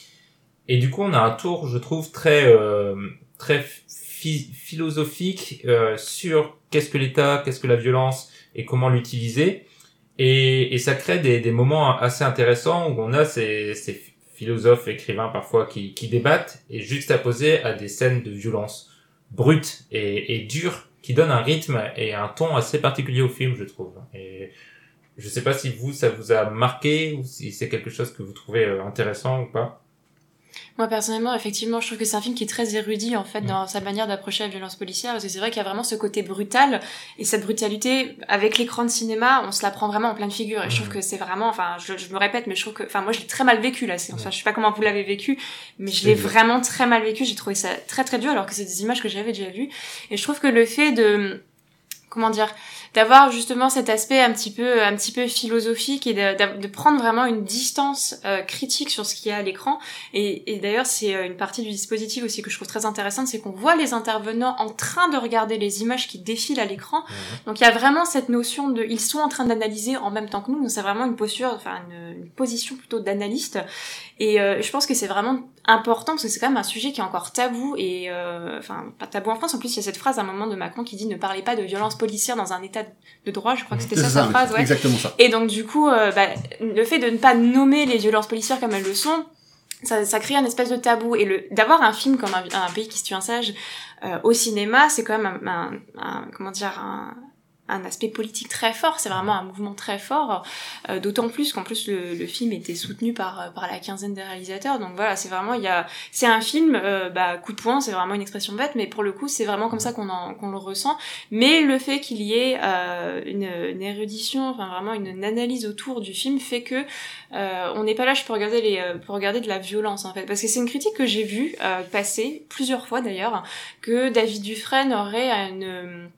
Et du coup, on a un tour, je trouve, très euh, très fi- philosophique euh, sur qu'est-ce que l'État, qu'est-ce que la violence et comment l'utiliser. Et, et ça crée des, des moments assez intéressants où on a ces, ces philosophes, écrivains parfois qui, qui débattent et juxtaposés à des scènes de violence brutes et, et dures qui donnent un rythme et un ton assez particulier au film, je trouve. Et je sais pas si vous, ça vous a marqué ou si c'est quelque chose que vous trouvez intéressant ou pas. Moi, personnellement, effectivement, je trouve que c'est un film qui est très érudit, en fait, mmh. dans sa manière d'approcher la violence policière, parce que c'est vrai qu'il y a vraiment ce côté brutal, et cette brutalité, avec l'écran de cinéma, on se la prend vraiment en pleine figure, et mmh. je trouve que c'est vraiment, enfin, je, je me répète, mais je trouve que, enfin, moi, je l'ai très mal vécu, là, c'est, enfin, je sais pas comment vous l'avez vécu, mais je l'ai vraiment très mal vécu, j'ai trouvé ça très très dur, alors que c'est des images que j'avais déjà vues, et je trouve que le fait de, comment dire, d'avoir justement cet aspect un petit peu un petit peu philosophique et de, de, de prendre vraiment une distance euh, critique sur ce qu'il y a à l'écran, et, et d'ailleurs c'est une partie du dispositif aussi que je trouve très intéressante, c'est qu'on voit les intervenants en train de regarder les images qui défilent à l'écran, mmh. donc il y a vraiment cette notion de ils sont en train d'analyser en même temps que nous, donc c'est vraiment une posture, enfin une, une position plutôt d'analyste, et euh, je pense que c'est vraiment important parce que c'est quand même un sujet qui est encore tabou, et euh, enfin pas tabou en France. En plus il y a cette phrase à un moment de Macron qui dit ne parlez pas de violence policière dans un état de droit, je crois que c'était ça, ça sa phrase, ouais. Exactement ça. Et donc du coup, euh, bah, le fait de ne pas nommer les violences policières comme elles le sont, ça, ça crée un espèce de tabou. Et le d'avoir un film comme un, un pays qui se tue un sage euh, au cinéma, c'est quand même un, un, un comment dire un un aspect politique très fort, c'est vraiment un mouvement très fort, euh, d'autant plus qu'en plus le, le film était soutenu par par la quinzaine des réalisateurs, donc voilà, c'est vraiment, il y a, c'est un film, euh, bah coup de poing, c'est vraiment une expression bête, mais pour le coup c'est vraiment comme ça qu'on en, qu'on le ressent, mais le fait qu'il y ait euh, une, une érudition, enfin vraiment une, une analyse autour du film fait que euh, on n'est pas là pour regarder les, pour regarder de la violence en fait, parce que c'est une critique que j'ai vue euh, passer plusieurs fois d'ailleurs, que David Dufresne aurait une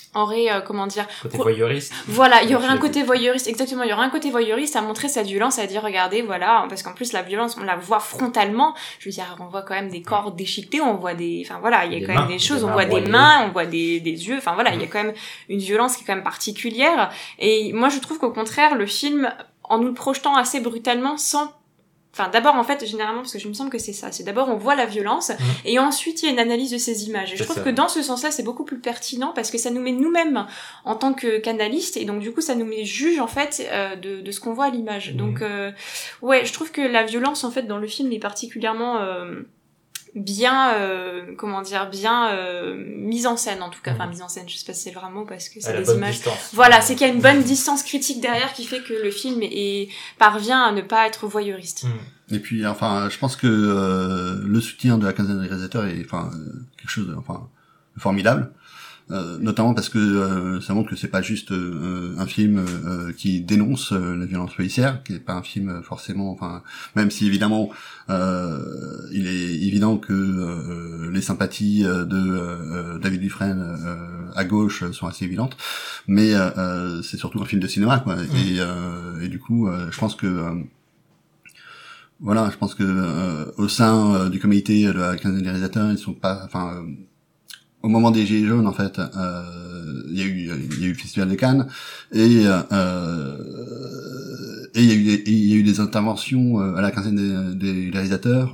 aurait euh, comment dire côté voyeuriste. Voilà, il y aurait un côté voyeuriste, exactement, il y aurait un côté voyeuriste à montrer cette violence, à dire regardez, voilà, parce qu'en plus la violence on la voit frontalement, je veux dire on voit quand même des corps déchiquetés, on voit des enfin voilà, il y a des quand mains, même des choses, des on voit broyées. Des mains, on voit des des yeux, enfin voilà, il y a quand même une violence qui est quand même particulière et moi je trouve qu'au contraire le film en nous le projetant assez brutalement sans Enfin, d'abord, en fait, généralement, parce que je me semble que c'est ça, c'est d'abord on voit la violence, mmh. et ensuite il y a une analyse de ces images. Et je trouve ça. que dans ce sens-là, c'est beaucoup plus pertinent parce que ça nous met nous-mêmes en tant que canalistes, et donc du coup, ça nous met juge en fait euh, de, de ce qu'on voit à l'image. Mmh. Donc, euh, ouais, je trouve que la violence, en fait, dans le film est particulièrement euh, bien, euh, comment dire, bien euh, mise en scène en tout cas. Mmh. Enfin, mise en scène, je sais pas si c'est le vrai mot parce que c'est des images. Distance. Voilà, c'est qu'il y a une bonne distance critique derrière qui fait que le film est, parvient à ne pas être voyeuriste. Mmh. Et puis, enfin, je pense que euh, le soutien de la quinzaine des réalisateurs est, enfin, euh, quelque chose, de, enfin, formidable. Euh, notamment parce que euh, ça montre que c'est pas juste euh, un film euh, qui dénonce euh, la violence policière, qui est pas un film forcément, enfin, même si évidemment euh, il est évident que euh, les sympathies de euh, David Dufresne euh, à gauche sont assez évidentes, mais euh, c'est surtout un film de cinéma, quoi. Mmh. Et, euh, et du coup, euh, je pense que euh, voilà, je pense que euh, au sein euh, du comité de la quinzaine des réalisateurs, ils sont pas, enfin. Euh, au moment des Gilets jaunes, en fait, euh, il y a eu, il y a eu le Festival de Cannes et euh, et il y a eu, des, il y a eu des interventions à la quinzaine des, des réalisateurs,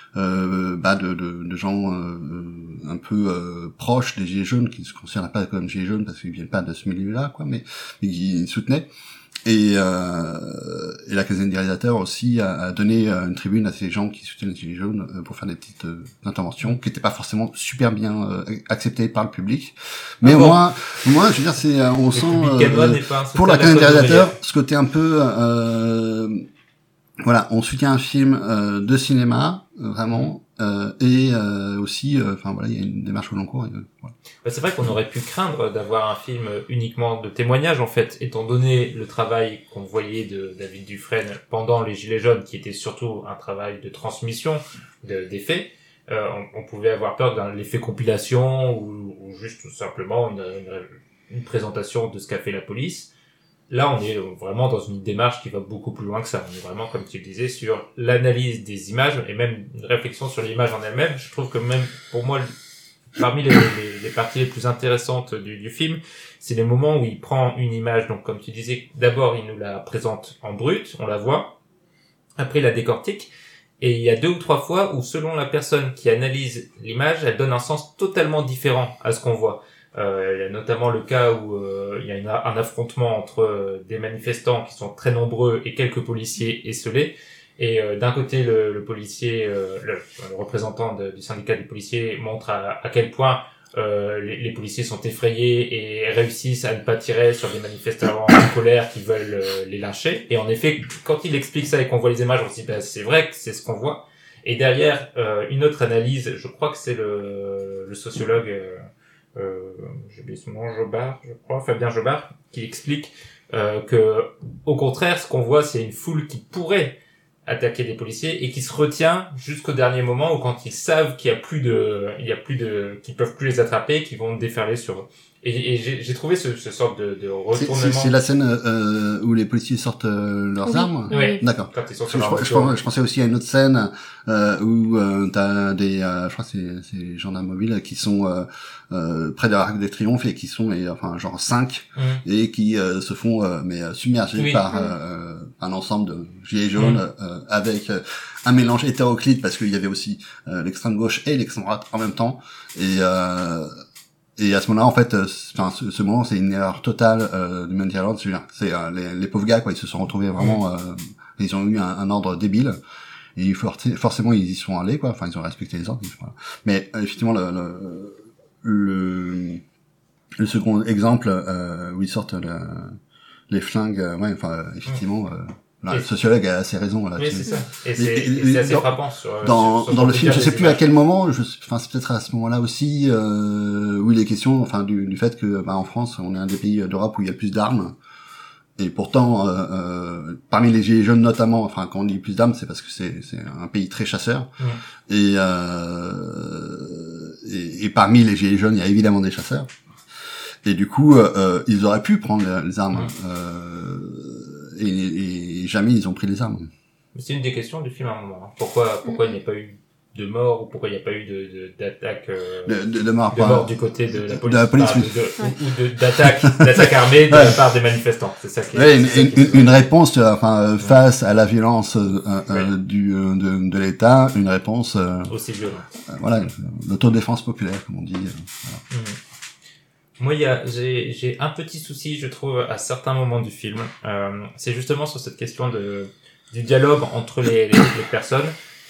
euh, bah de, de, de gens euh, un peu euh, proches des Gilets jaunes qui ne se considèrent pas comme Gilets jaunes parce qu'ils viennent pas de ce milieu-là, quoi, mais, mais qui soutenaient. Et, euh, et la quinzaine des réalisateurs aussi a, a donné une tribune à ces gens qui soutiennent les Gilets jaunes euh, pour faire des petites euh, interventions qui n'étaient pas forcément super bien euh, acceptées par le public. Mais ah bon. moi, moi, je veux dire, c'est euh, on le sent euh, pour la quinzaine des réalisateurs ce côté un peu, euh, voilà, on soutient un film euh, de cinéma euh, vraiment. Euh, et euh, aussi, enfin euh, voilà, il y a une démarche au long cours. Et, euh, voilà. Bah, c'est vrai qu'on aurait pu craindre d'avoir un film uniquement de témoignage en fait, étant donné le travail qu'on voyait de David Dufresne pendant les Gilets jaunes, qui était surtout un travail de transmission de, des faits. Euh, on, on pouvait avoir peur d'un l'effet compilation ou, ou juste tout simplement une, une, une présentation de ce qu'a fait la police. Là, on est vraiment dans une démarche qui va beaucoup plus loin que ça. On est vraiment, comme tu le disais, sur l'analyse des images et même une réflexion sur l'image en elle-même. Je trouve que même, pour moi, parmi les, les, les parties les plus intéressantes du, du film, c'est les moments où il prend une image. Donc, comme tu disais, d'abord, il nous la présente en brut, on la voit. Après, il la décortique. Et il y a deux ou trois fois où, selon la personne qui analyse l'image, elle donne un sens totalement différent à ce qu'on voit. Euh, il y a notamment le cas où euh, il y a une, un affrontement entre euh, des manifestants qui sont très nombreux et quelques policiers esselés. Et euh, d'un côté, le, le policier, euh, le, le représentant de, du syndicat des policiers montre à, à quel point euh, les, les policiers sont effrayés et réussissent à ne pas tirer sur des manifestants en colère qui veulent euh, les lyncher. Et en effet, quand il explique ça et qu'on voit les images, on se dit ben, c'est vrai que c'est ce qu'on voit. Et derrière, euh, une autre analyse, je crois que c'est le, le sociologue... Euh, Euh, j'ai oublié son nom, Jobard, je crois, Fabien Jobard, qui explique euh, que, au contraire, ce qu'on voit, c'est une foule qui pourrait attaquer des policiers et qui se retient jusqu'au dernier moment où, quand ils savent qu'il y a plus de, il y a plus de, qu'ils peuvent plus les attraper, qu'ils vont déferler sur eux. Et, et j'ai, j'ai trouvé ce, ce sorte de, de retournement. C'est, c'est, c'est la scène euh, où les policiers sortent euh, leurs oui. armes. Oui. D'accord. Quand ils sont sur je, je, je, je pensais aussi à une autre scène euh, où euh, t'as des, euh, je crois que c'est, c'est les gendarmes mobiles qui sont euh, euh, près de l'Arc de Triomphe et qui sont, et, enfin, genre cinq mmh. et qui euh, se font euh, mais submerger oui. par euh, un ensemble de gilets jaunes mmh. euh, avec euh, un mélange hétéroclite parce qu'il y avait aussi euh, l'extrême gauche et l'extrême droite en même temps et euh, Et à ce moment-là, en fait, enfin, ce, ce moment, c'est une erreur totale euh, du Manchester. C'est, c'est euh, les, les pauvres gars, quoi. Ils se sont retrouvés vraiment, euh, ils ont eu un, un ordre débile. Et forcément, ils y sont allés, quoi. Enfin, ils ont respecté les ordres. Voilà. Mais euh, effectivement, le, le, le, le second exemple euh, où ils sortent le, les flingues, euh, ouais, enfin, effectivement. Euh, Là, le sociologue a assez raison là. Oui, c'est ça. Et c'est, et, et, et c'est assez dans, frappant sur, dans, sur, sur dans le film. Je sais plus images. À quel moment. Je, enfin, c'est peut-être à ce moment-là aussi euh, où il est question, enfin, du, du fait que, bah, en France, on est un des pays d'Europe où il y a le plus d'armes. Et pourtant, euh, euh, parmi les gilets jaunes notamment, enfin, quand on dit plus d'armes, c'est parce que c'est, c'est un pays très chasseur. Mmh. Et, euh, et, et parmi les gilets jaunes, il y a évidemment des chasseurs. et du coup, euh, ils auraient pu prendre les, les armes, mmh. euh, et, et jamais ils ont pris les armes. Mais c'est une des questions du film à un moment. Hein. Pourquoi, pourquoi mmh. il n'y a pas eu de mort, ou pourquoi il n'y a pas eu de, de d'attaque euh, de, de, de mort, de mort du côté de la police, de la police enfin, de, de, ou, ou de, d'attaque, d'attaque armée de ouais. la part des manifestants. C'est ça qui est, ouais, c'est une, ça qui est une, une réponse, enfin, ouais. face à la violence euh, ouais. euh, du euh, de, de l'État, une réponse euh, aussi violente. Euh, voilà, l'autodéfense populaire, comme on dit. Euh, voilà. Mmh. Moi, il y a, j'ai, j'ai un petit souci, je trouve, à certains moments du film. Euh, c'est justement sur cette question de du dialogue entre les, les, les personnes.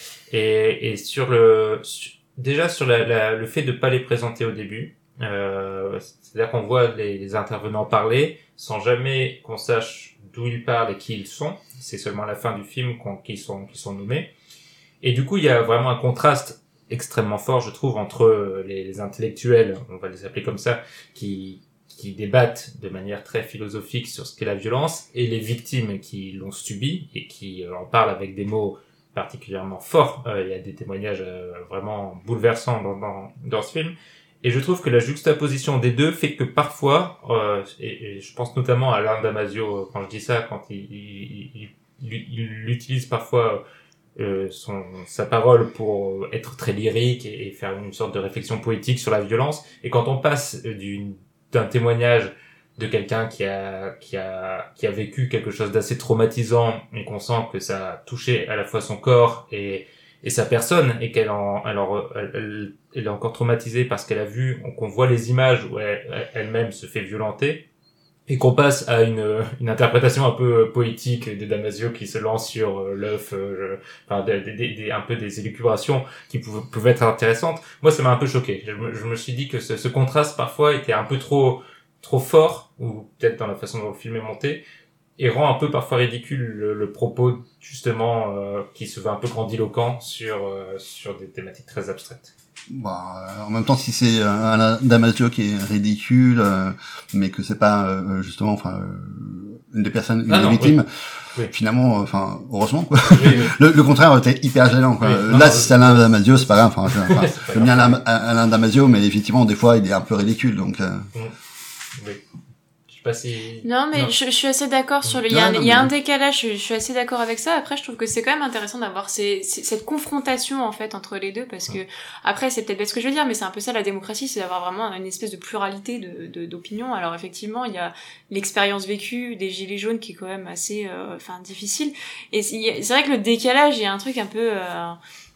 Et, et sur le, sur, déjà sur la, la, le fait de pas les présenter au début, euh, c'est-à-dire qu'on voit les, les intervenants parler sans jamais qu'on sache d'où ils parlent et qui ils sont. C'est seulement à la fin du film qu'on, qu'ils sont, qu'ils sont nommés. Et du coup, il y a vraiment un contraste extrêmement fort, je trouve, entre les, les intellectuels, on va les appeler comme ça, qui, qui débattent de manière très philosophique sur ce qu'est la violence, et les victimes qui l'ont subi et qui en parlent avec des mots particulièrement fort. Euh, il y a des témoignages euh, vraiment bouleversants dans, dans, dans ce film. Et je trouve que la juxtaposition des deux fait que parfois, euh, et, et je pense notamment à Alain Damasio quand je dis ça, quand il, il, il, il utilise parfois euh, son, sa parole pour être très lyrique et, et faire une sorte de réflexion poétique sur la violence. Et quand on passe d'une, d'un témoignage de quelqu'un qui a qui a qui a vécu quelque chose d'assez traumatisant et qu'on sent que ça a touché à la fois son corps et et sa personne, et qu'elle en alors elle, elle, elle est encore traumatisée parce qu'elle a vu, qu'on voit les images où elle, elle-même se fait violenter, et qu'on passe à une une interprétation un peu poétique de Damasio qui se lance sur l'œuf, euh, enfin des, des, des, un peu des élucubrations qui pouvaient, pouvaient être intéressantes. Moi, ça m'a un peu choqué. Je me, je me suis dit que ce, ce contraste parfois était un peu trop trop fort, ou peut-être dans la façon dont le film est monté, et rend un peu parfois ridicule le, le propos, justement, euh, qui se veut un peu grandiloquent sur euh, sur des thématiques très abstraites. Bah, en même temps, si c'est un Damasio qui est ridicule, euh, mais que c'est pas euh, justement, enfin, euh, une des personnes, une ah des non, victimes, oui. Oui. Finalement, enfin, heureusement quoi. Oui, oui. Le, le contraire était hyper gênant. Quoi. Oui, non, Là, non, si c'est Alain Damasio, c'est pas grave. Enfin, j'aime bien Alain, Alain Damasio, mais effectivement, des fois, il est un peu ridicule, donc. Euh... Mmh. Oui. Je sais pas si... Non, mais non. Je, je suis assez d'accord sur le... Il y a, un, non, il y a un décalage, je, je suis assez d'accord avec ça. Après, je trouve que c'est quand même intéressant d'avoir ces, ces, cette confrontation, en fait, entre les deux, parce que, après, c'est peut-être bête ce que je veux dire, mais c'est un peu ça, la démocratie, c'est d'avoir vraiment une espèce de pluralité de, de, d'opinions. Alors, effectivement, il y a l'expérience vécue des Gilets jaunes qui est quand même assez, enfin, euh, difficile. Et c'est, c'est vrai que le décalage, il y a un truc un peu... Euh,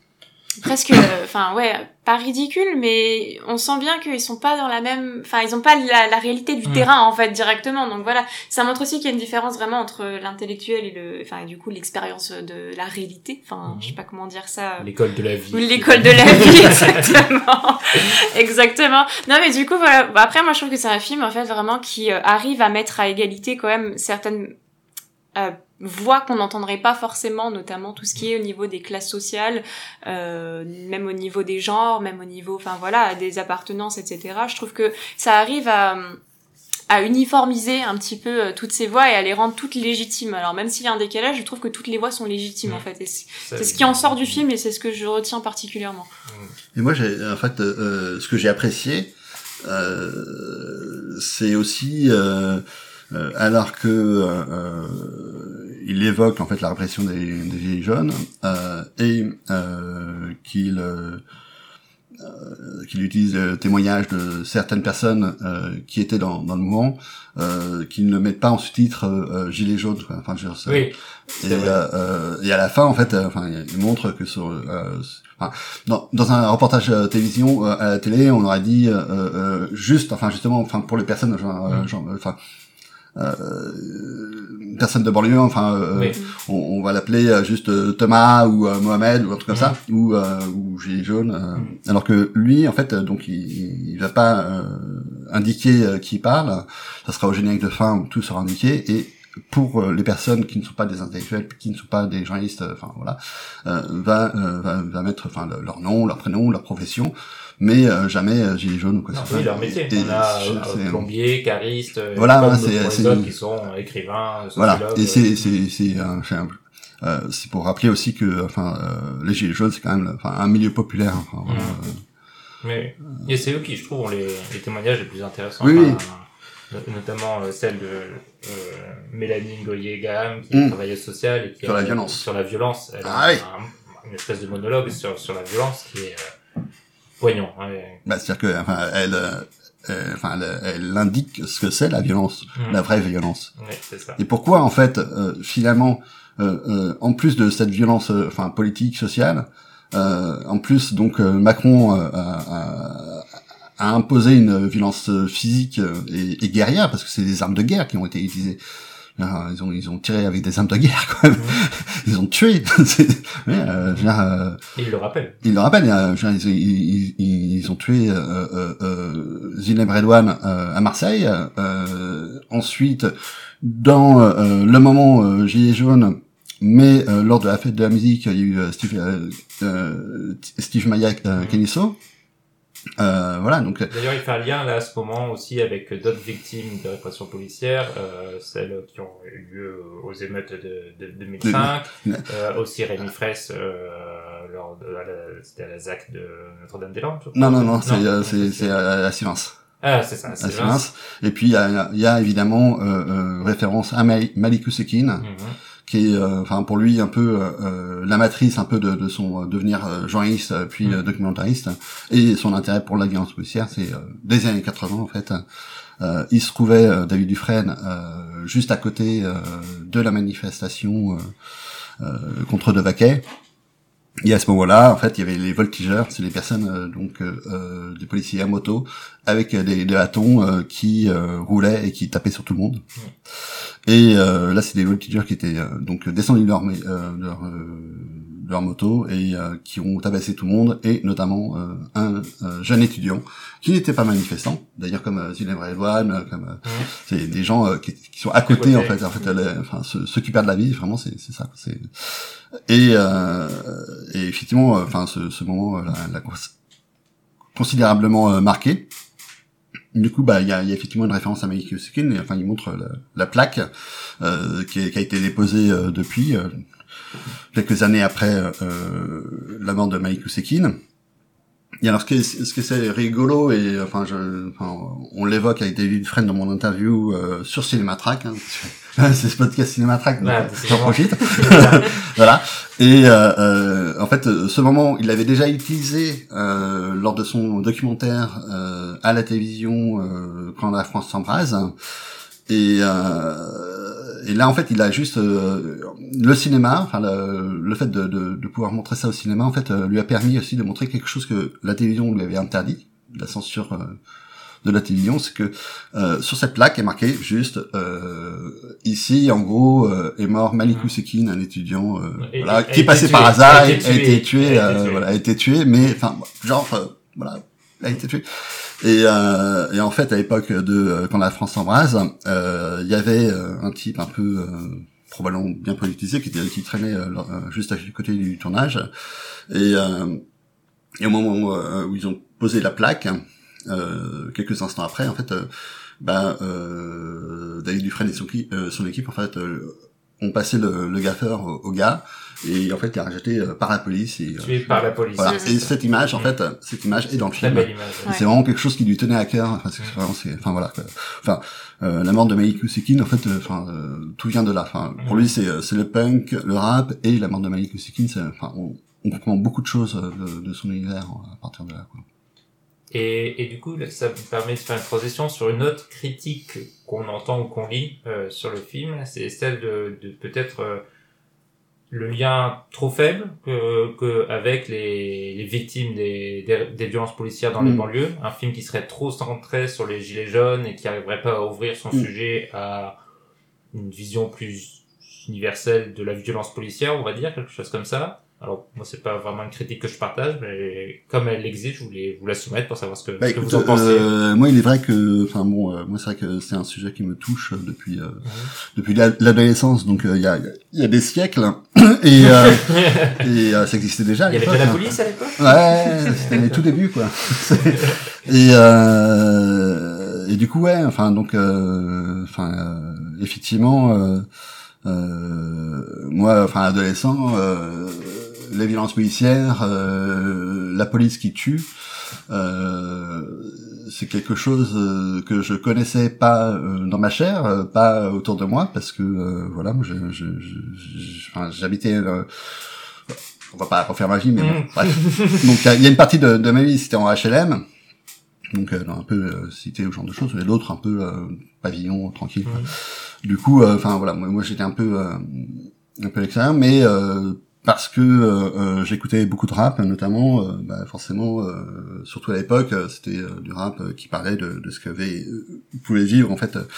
presque enfin euh, ouais pas ridicule, mais on sent bien qu'ils sont pas dans la même, enfin ils ont pas la, la réalité du mmh. terrain en fait directement, donc voilà, ça montre aussi qu'il y a une différence vraiment entre l'intellectuel et le, enfin du coup l'expérience de la réalité, enfin mmh. je sais pas comment dire ça, l'école de la vie, l'école de la vie exactement exactement non mais du coup voilà, bah, après moi je trouve que c'est un film en fait vraiment qui euh, arrive à mettre à égalité quand même certaines euh, voix qu'on n'entendrait pas forcément, notamment tout ce qui est au niveau des classes sociales, euh, même au niveau des genres, même au niveau, enfin voilà, des appartenances, et cetera. Je trouve que ça arrive à, à uniformiser un petit peu euh, toutes ces voix et à les rendre toutes légitimes. Alors même s'il y a un décalage, je trouve que toutes les voix sont légitimes mmh. en fait. Et c'est, c'est ce qui en sort du film et c'est ce que je retiens particulièrement. Et moi, j'ai, en fait, euh, ce que j'ai apprécié, euh, c'est aussi euh, euh, alors que euh, il évoque en fait la répression des, des gilets jaunes euh, et euh, qu'il euh, qu'il utilise le témoignage de certaines personnes euh, qui étaient dans, dans le mouvement, euh, qu'ils ne mettent pas en sous-titre euh, gilets jaunes. Quoi. Enfin, je veux dire, oui, et, euh, et à la fin, en fait, euh, enfin, il montre que sur, euh, enfin, dans, dans un reportage euh, télévision euh, à la télé, on aurait dit euh, euh, juste, enfin, justement, enfin, pour les personnes, genre, euh, genre enfin. Euh, personne de banlieue, enfin, euh, oui. on, on va l'appeler euh, juste euh, Thomas ou euh, Mohamed ou un truc comme mmh. ça, ou euh, ou Gilet jaune. Euh, mmh. Alors que lui, en fait, euh, donc il, il va pas euh, indiquer euh, qui parle. Ça sera au générique de fin où tout sera indiqué. Et pour euh, les personnes qui ne sont pas des intellectuels, qui ne sont pas des journalistes, enfin euh, voilà, euh, va, euh, va va mettre, enfin le, leur nom, leur prénom, leur profession. Mais euh, jamais euh, gilet jaune ou quoi non, que ce oui, soit. leur métier. Et, on a euh, plombier, cariste, voilà, comme c'est, les c'est autres qui sont écrivains, voilà. Et c'est c'est c'est un, c'est, un, euh, c'est pour rappeler aussi que enfin euh, les gilets jaunes c'est quand même enfin un milieu populaire. Enfin, mmh. euh, Mais et c'est eux qui je trouve ont les, les témoignages les plus intéressants. Oui. Enfin, notamment euh, celle de euh, Mélanie Ngoye-Graham, qui est mmh. travailleuse sociale et qui sur a, la violence. Sur la violence. Elle ah a oui. un, une espèce de monologue sur sur la violence qui est euh, poignant. Ouais. Bah, c'est-à-dire que, enfin, elle, euh, enfin, elle, elle indique ce que c'est la violence, mmh. la vraie violence. Oui, c'est ça. Et pourquoi, en fait, euh, finalement, euh, euh, en plus de cette violence, euh, enfin, politique, sociale, euh, en plus, donc, euh, Macron euh, a, a imposé une violence physique et, et guerrière, parce que c'est des armes de guerre qui ont été utilisées. Ils ont ils ont tiré avec des armes de guerre quand même. Mmh. Ils ont tué. ouais, euh, je veux dire, euh, ils le rappellent. Ils le rappellent. Euh, je veux dire, ils, ils, ils ont tué euh, euh, euh, Zineb Redouane euh, à Marseille. Euh, ensuite, dans euh, le moment euh, Gilets jaunes, mais euh, lors de la fête de la musique, il y a eu euh, Steve euh, euh, Steve Maia euh, Keniso. Euh, voilà, donc. D'ailleurs, il fait un lien là à ce moment aussi avec d'autres victimes de répression policière, euh, celles qui ont eu lieu aux émeutes de, de deux mille cinq, de... euh, aussi Rémi Fraisse, euh, lors de, à la, c'était à la Z A C de Notre-Dame-des-Landes. Non, non, non, c'est, euh, c'est, c'est à, à Silence. Ah, c'est ça, c'est ça. Et puis il y a, y a évidemment euh, euh, référence à Malik Oussekine. Mm-hmm. Qui est, euh, enfin pour lui un peu euh, la matrice un peu de, de son devenir euh, journaliste puis mmh. euh, documentariste, et son intérêt pour la violence policière, c'est euh, des années quatre-vingts en fait. Euh, il se trouvait euh, David Dufresne euh, juste à côté euh, de la manifestation euh, euh, contre De Vaquet. Et à ce moment-là, en fait, il y avait les voltigeurs, c'est les personnes euh, donc euh, des policiers à moto avec des, des bâtons euh, qui euh, roulaient et qui tapaient sur tout le monde. Mmh. Et euh, là, c'est des voltigeurs qui étaient euh, donc descendus de leur, euh, de leur, euh, de leur moto et euh, qui ont tabassé tout le monde, et notamment euh, un euh, jeune étudiant qui n'était pas manifestant, d'ailleurs comme euh, Zineb Redouane, comme euh, mmh. c'est des gens euh, qui, qui sont à côté, en fait, en fait, les, enfin ceux, ceux qui perdent la vie, vraiment, c'est, c'est ça. C'est et, euh, et effectivement, enfin ce, ce moment euh, l'a considérablement euh, marqué. Du coup, bah, il y a, y a effectivement une référence à Malik Oussekine, et enfin, il montre la, la plaque euh, qui, est, qui a été déposée euh, depuis euh, quelques années après euh, la mort de Malik Oussekine. Et alors, ce qui est, ce que c'est rigolo, et enfin, je, enfin, on l'évoque avec David Dufresne dans mon interview euh, sur Cinématrack, hein, c'est ce podcast Cinématrack, donc ouais, j'en profite. Voilà. Et euh, euh, en fait, ce moment, il l'avait déjà utilisé euh, lors de son documentaire euh, à la télévision euh, quand la France s'embrase. Et, euh, et là, en fait, il a juste euh, le cinéma, enfin le, le fait de, de, de pouvoir montrer ça au cinéma, en fait, euh, lui a permis aussi de montrer quelque chose que la télévision lui avait interdit, la censure euh, de la télévision, c'est que euh, sur cette plaque est marqué juste euh, ici, en gros, euh, est mort Malik Oussekine, un étudiant, euh, et, voilà, et, qui est passé tué, par hasard, a été tué, a été tué, a été tué, euh, voilà, a été tué, mais enfin, genre, euh, voilà, a été tué. Et, euh, et en fait, à l'époque de euh, quand la France s'embrase, il euh, y avait euh, un type un peu euh, probablement bien politisé qui, était, qui traînait euh, juste à côté du tournage. Et, euh, et au moment euh, où ils ont posé la plaque, euh, quelques instants après, en fait, euh, bah, euh, David Dufresne et son, euh, son équipe, en fait, euh, ont passé le, le gaffeur au, au gars. Et en fait, il est rejeté euh, par la police. Et, Tué euh, par la police. Voilà. Et cette image, en fait, cette image est dans le film. Très belle image. Ouais. C'est vraiment quelque chose qui lui tenait à cœur. Enfin, c'est vraiment, c'est, enfin voilà. Quoi. Enfin, euh, la mort de Malik Oussekine, en fait, enfin, euh, tout vient de là. Enfin, pour lui, c'est, c'est le punk, le rap, et la mort de Malik Oussekine, c'est, enfin, on, on comprend beaucoup de choses de, de son univers à partir de là, quoi. Et, et du coup, ça me permet de faire une transition sur une autre critique qu'on entend ou qu'on lit euh, sur le film. C'est celle de, de peut-être euh, le lien trop faible que, que avec les, les victimes des, des, des violences policières dans mmh. les banlieues. Un film qui serait trop centré sur les gilets jaunes et qui n'arriverait pas à ouvrir son mmh. sujet à une vision plus universelle de la violence policière, on va dire, quelque chose comme ça. Alors, moi, c'est pas vraiment une critique que je partage, mais comme elle existe, je voulais vous la soumettre pour savoir ce que, bah, ce que écoute, vous en pensez. Euh, moi, il est vrai que, enfin bon, euh, moi, c'est vrai que c'est un sujet qui me touche depuis, euh, mmh. depuis l'adolescence, donc il euh, y a, il y a des siècles, et, euh, et euh, ça existait déjà à l'époque. Il y avait de la police à l'époque? Ouais, c'était les tout débuts, quoi. et, euh, et du coup, ouais, enfin, donc, euh, enfin, euh, effectivement, euh, euh, moi, enfin, adolescent, euh, les violences policières, euh, la police qui tue, euh, c'est quelque chose euh, que je connaissais pas euh, dans ma chair, euh, pas autour de moi, parce que euh, voilà, moi, je, je, je, je enfin, j'habitais. Euh, on va pas refaire ma vie, mais bon, bref. Donc il y, y a une partie de, de ma vie, c'était en H L M, donc euh, un peu euh, cité ou genre de choses, et l'autre un peu euh, pavillon tranquille. Quoi. Mmh. Du coup, enfin euh, voilà, moi, moi j'étais un peu euh, un peu à l'extérieur, mais euh, parce que euh, euh, j'écoutais beaucoup de rap, notamment, euh, bah, forcément, euh, surtout à l'époque, euh, c'était euh, du rap euh, qui parlait de, de ce qu'avait euh, pouvait vivre en fait. Euh,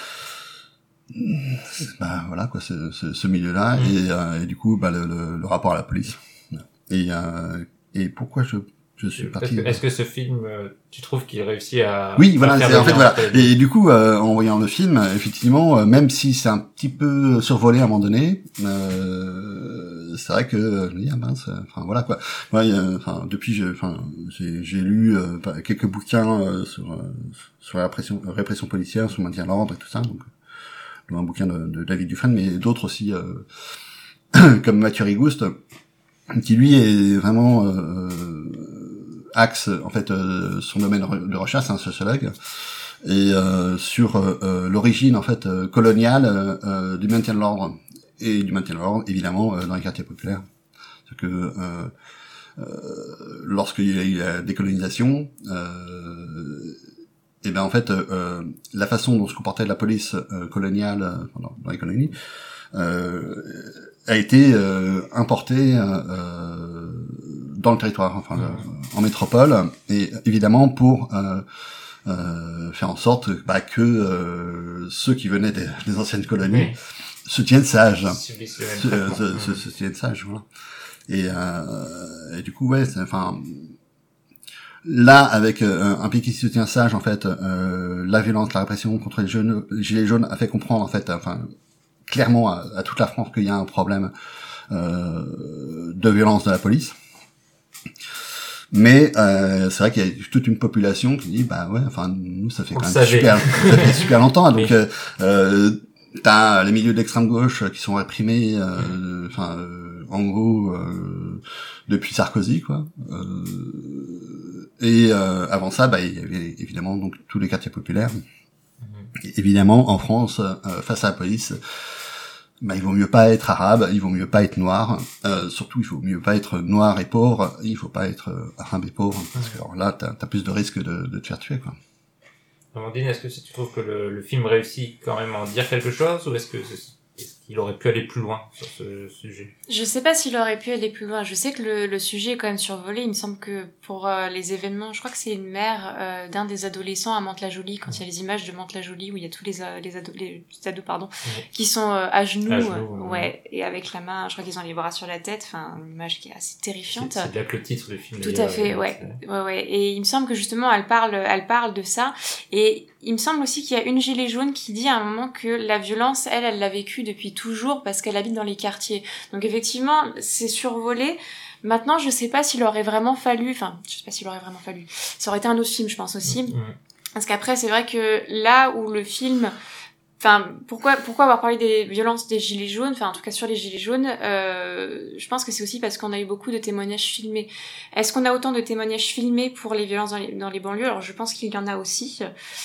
bah voilà quoi, ce, ce, ce milieu-là, mmh. et, euh, et du coup, bah le, le, le rapport à la police. Et euh, et pourquoi je je suis parti. Que, est-ce que ce film, tu trouves qu'il réussit à... Oui, voilà, c'est, en fait, voilà. Et, et du coup, euh, en voyant le film, effectivement, euh, même si c'est un petit peu survolé à un moment donné, euh, c'est vrai que je me dis, ah mince, enfin voilà quoi. Ouais, enfin euh, depuis, j'ai, enfin, j'ai, j'ai lu euh, quelques bouquins euh, sur euh, sur la répression, répression policière, sur le maintien de l'ordre et tout ça. Donc, un bouquin de, de David Dufresne, mais d'autres aussi, euh, comme Mathieu Rigouste, qui lui est vraiment euh, axe en fait euh, son domaine de recherche, c'est un sociologue, et euh, sur euh, l'origine en fait euh, coloniale euh, du maintien de l'ordre et du maintien de l'ordre évidemment euh, dans les quartiers populaires. C'est que euh, euh, lorsqu'il y a eu la décolonisation, euh, et ben en fait euh, la façon dont se comportait la police euh, coloniale euh, dans, dans les colonies euh, a été euh, importée euh, dans le territoire, enfin euh, en métropole, et évidemment pour euh, euh, faire en sorte bah, que euh, ceux qui venaient des, des anciennes colonies oui. se tiennent sages, se, se, se, se tiennent sages, voilà. Et, euh, et du coup, ouais, c'est, enfin, là, avec euh, un pays qui se tient sage, en fait, euh, la violence, la répression contre les jeunes, les gilets jaunes a fait comprendre, en fait, enfin, clairement à, à toute la France qu'il y a un problème euh, de violence de la police. Mais euh, c'est vrai qu'il y a toute une population qui dit bah ouais, enfin nous ça fait quand même super, ça fait super longtemps. Donc oui. euh, t'as les milieux d'extrême gauche qui sont réprimés, enfin euh, euh, en gros euh, depuis Sarkozy quoi. Euh, et euh, avant ça, bah il y avait évidemment donc tous les quartiers populaires. Mm-hmm. Et évidemment en France, euh, face à la police. Bah, il vaut mieux pas être arabe, il vaut mieux pas être noir, euh, surtout il faut mieux pas être noir et pauvre, il faut pas être euh, arabe et pauvre, parce que alors là t'as, t'as plus de risques de, de te faire tuer quoi. Amandine, est-ce que tu trouves que le, le film réussit quand même à en dire quelque chose, ou est-ce que c'est, est-ce qu'il aurait pu aller plus loin sur ce sujet? Je sais pas s'il aurait pu aller plus loin. Je sais que le, le sujet est quand même survolé. Il me semble que pour euh, les événements, je crois que c'est une mère euh, d'un des adolescents à Mantes-la-Jolie, quand il y a les images de Mantes-la-Jolie où il y a tous les les ados, les ados pardon, mmh. qui sont euh, à genoux, à genoux euh, ouais, et avec la main, je crois qu'ils ont les bras sur la tête. Enfin, une image qui est assez terrifiante. C'est, c'est là que le titre du film. Tout à fait, euh, ouais, ouais, ouais. Et il me semble que justement, elle parle, elle parle de ça. Et il me semble aussi qu'il y a une gilet jaune qui dit à un moment que la violence, elle, elle l'a vécue depuis toujours parce qu'elle habite dans les quartiers. Donc effectivement, c'est survolé. Maintenant, je sais pas s'il aurait vraiment fallu, enfin, je sais pas s'il aurait vraiment fallu. Ça aurait été un autre film, je pense aussi. Mmh. Parce qu'après, c'est vrai que là où le film, enfin, pourquoi, pourquoi avoir parlé des violences des gilets jaunes, enfin, en tout cas sur les gilets jaunes, euh, je pense que c'est aussi parce qu'on a eu beaucoup de témoignages filmés. Est-ce qu'on a autant de témoignages filmés pour les violences dans les, dans les banlieues? Alors, je pense qu'il y en a aussi.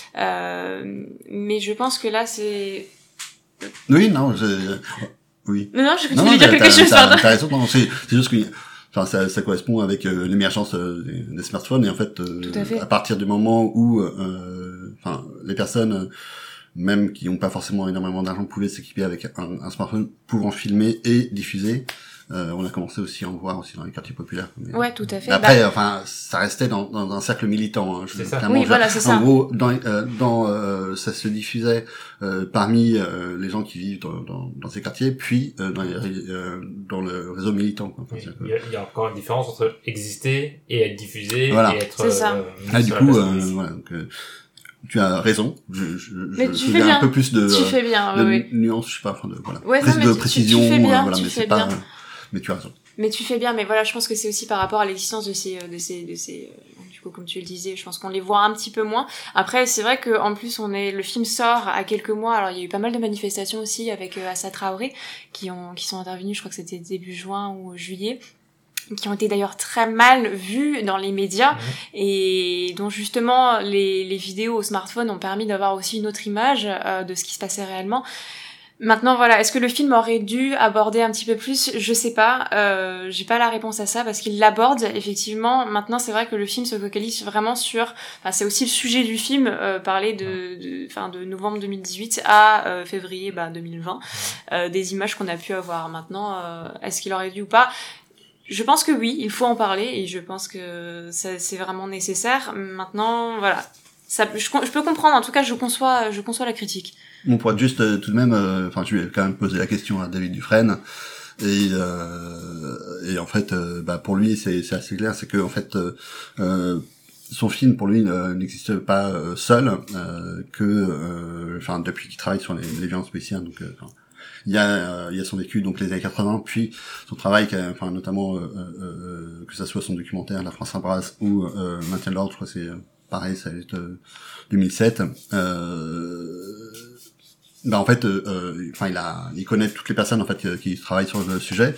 Euh, mais je pense que là, c'est... Oui, non, je... Oui. Non, non, je voulais non, dire quelque chose, pardon. T'as raison, non, c'est, c'est juste que, enfin, ça, ça correspond avec euh, l'émergence euh, des, des smartphones, et en fait, euh, à, fait. à partir du moment où, euh, enfin, les personnes, même qui n'ont pas forcément énormément d'argent, pouvaient s'équiper avec un, un smartphone pouvant filmer et diffuser. Euh, on a commencé aussi à en voir aussi dans les quartiers populaires. Mais, ouais, tout à fait. Après, bah... enfin, ça restait dans, dans un cercle militant. Hein. C'est ça. Oui, voilà, c'est en ça. En gros, dans, euh, dans euh, ça se diffusait euh, parmi euh, les gens qui vivent dans, dans, dans ces quartiers, puis euh, dans, les, euh, dans le réseau militant. Quoi. Enfin, il, y a, il y a encore une différence entre exister et être diffusé voilà. et être. C'est ça. Euh, ah, du coup, euh, voilà. Donc, euh, tu as raison. Je, je, mais je tu fais bien. un peu plus de, tu fais bien, de oui, nuances, je sais pas, enfin de voilà, ouais, plus non, de tu, précision. Tu, tu fais bien, euh, voilà, tu mais fais c'est bien. pas. Mais tu as raison. Mais tu fais bien, mais voilà, je pense que c'est aussi par rapport à l'existence de ces, de ces, de ces, du coup, comme tu le disais, je pense qu'on les voit un petit peu moins. Après, c'est vrai que en plus, on est, le film sort à quelques mois. Alors, il y a eu pas mal de manifestations aussi avec euh, Assa Traoré qui ont, qui sont intervenues. Je crois que c'était début juin ou juillet. qui ont été d'ailleurs très mal vues dans les médias, mmh. et dont justement les, les vidéos au smartphone ont permis d'avoir aussi une autre image euh, de ce qui se passait réellement. Maintenant, voilà, est-ce que le film aurait dû aborder un petit peu plus ? Je sais pas, euh, j'ai pas la réponse à ça, parce qu'il l'aborde, effectivement. Maintenant, c'est vrai que le film se focalise vraiment sur... Enfin, c'est aussi le sujet du film, euh, parler de, enfin, de, de novembre deux mille dix-huit à euh, février bah, deux mille vingt, euh, des images qu'on a pu avoir. Maintenant, euh, est-ce qu'il aurait dû ou pas ? Je pense que oui, il faut en parler, et je pense que ça, c'est vraiment nécessaire. Maintenant, voilà, ça, je, je peux comprendre, en tout cas, je conçois, je conçois la critique. Bon, pour être juste, euh, tout de même, enfin, euh, tu lui as quand même posé la question à David Dufresne, et euh, et en fait, euh, bah, pour lui, c'est, c'est assez clair, c'est que en fait, euh, euh, son film pour lui euh, n'existe pas euh, seul, euh, que, enfin, euh, depuis qu'il travaille sur les, les violences policières, donc. Euh, Il y a, euh, il y a son vécu, donc les années quatre-vingts, puis son travail, enfin notamment euh, euh, que ça soit son documentaire La France s'embrasse ou euh, Maintien de l'ordre, je crois que c'est euh, pareil, ça va être euh, deux mille sept. Euh, bah en fait, euh, enfin il a, il connaît toutes les personnes en fait qui, qui travaillent sur le sujet.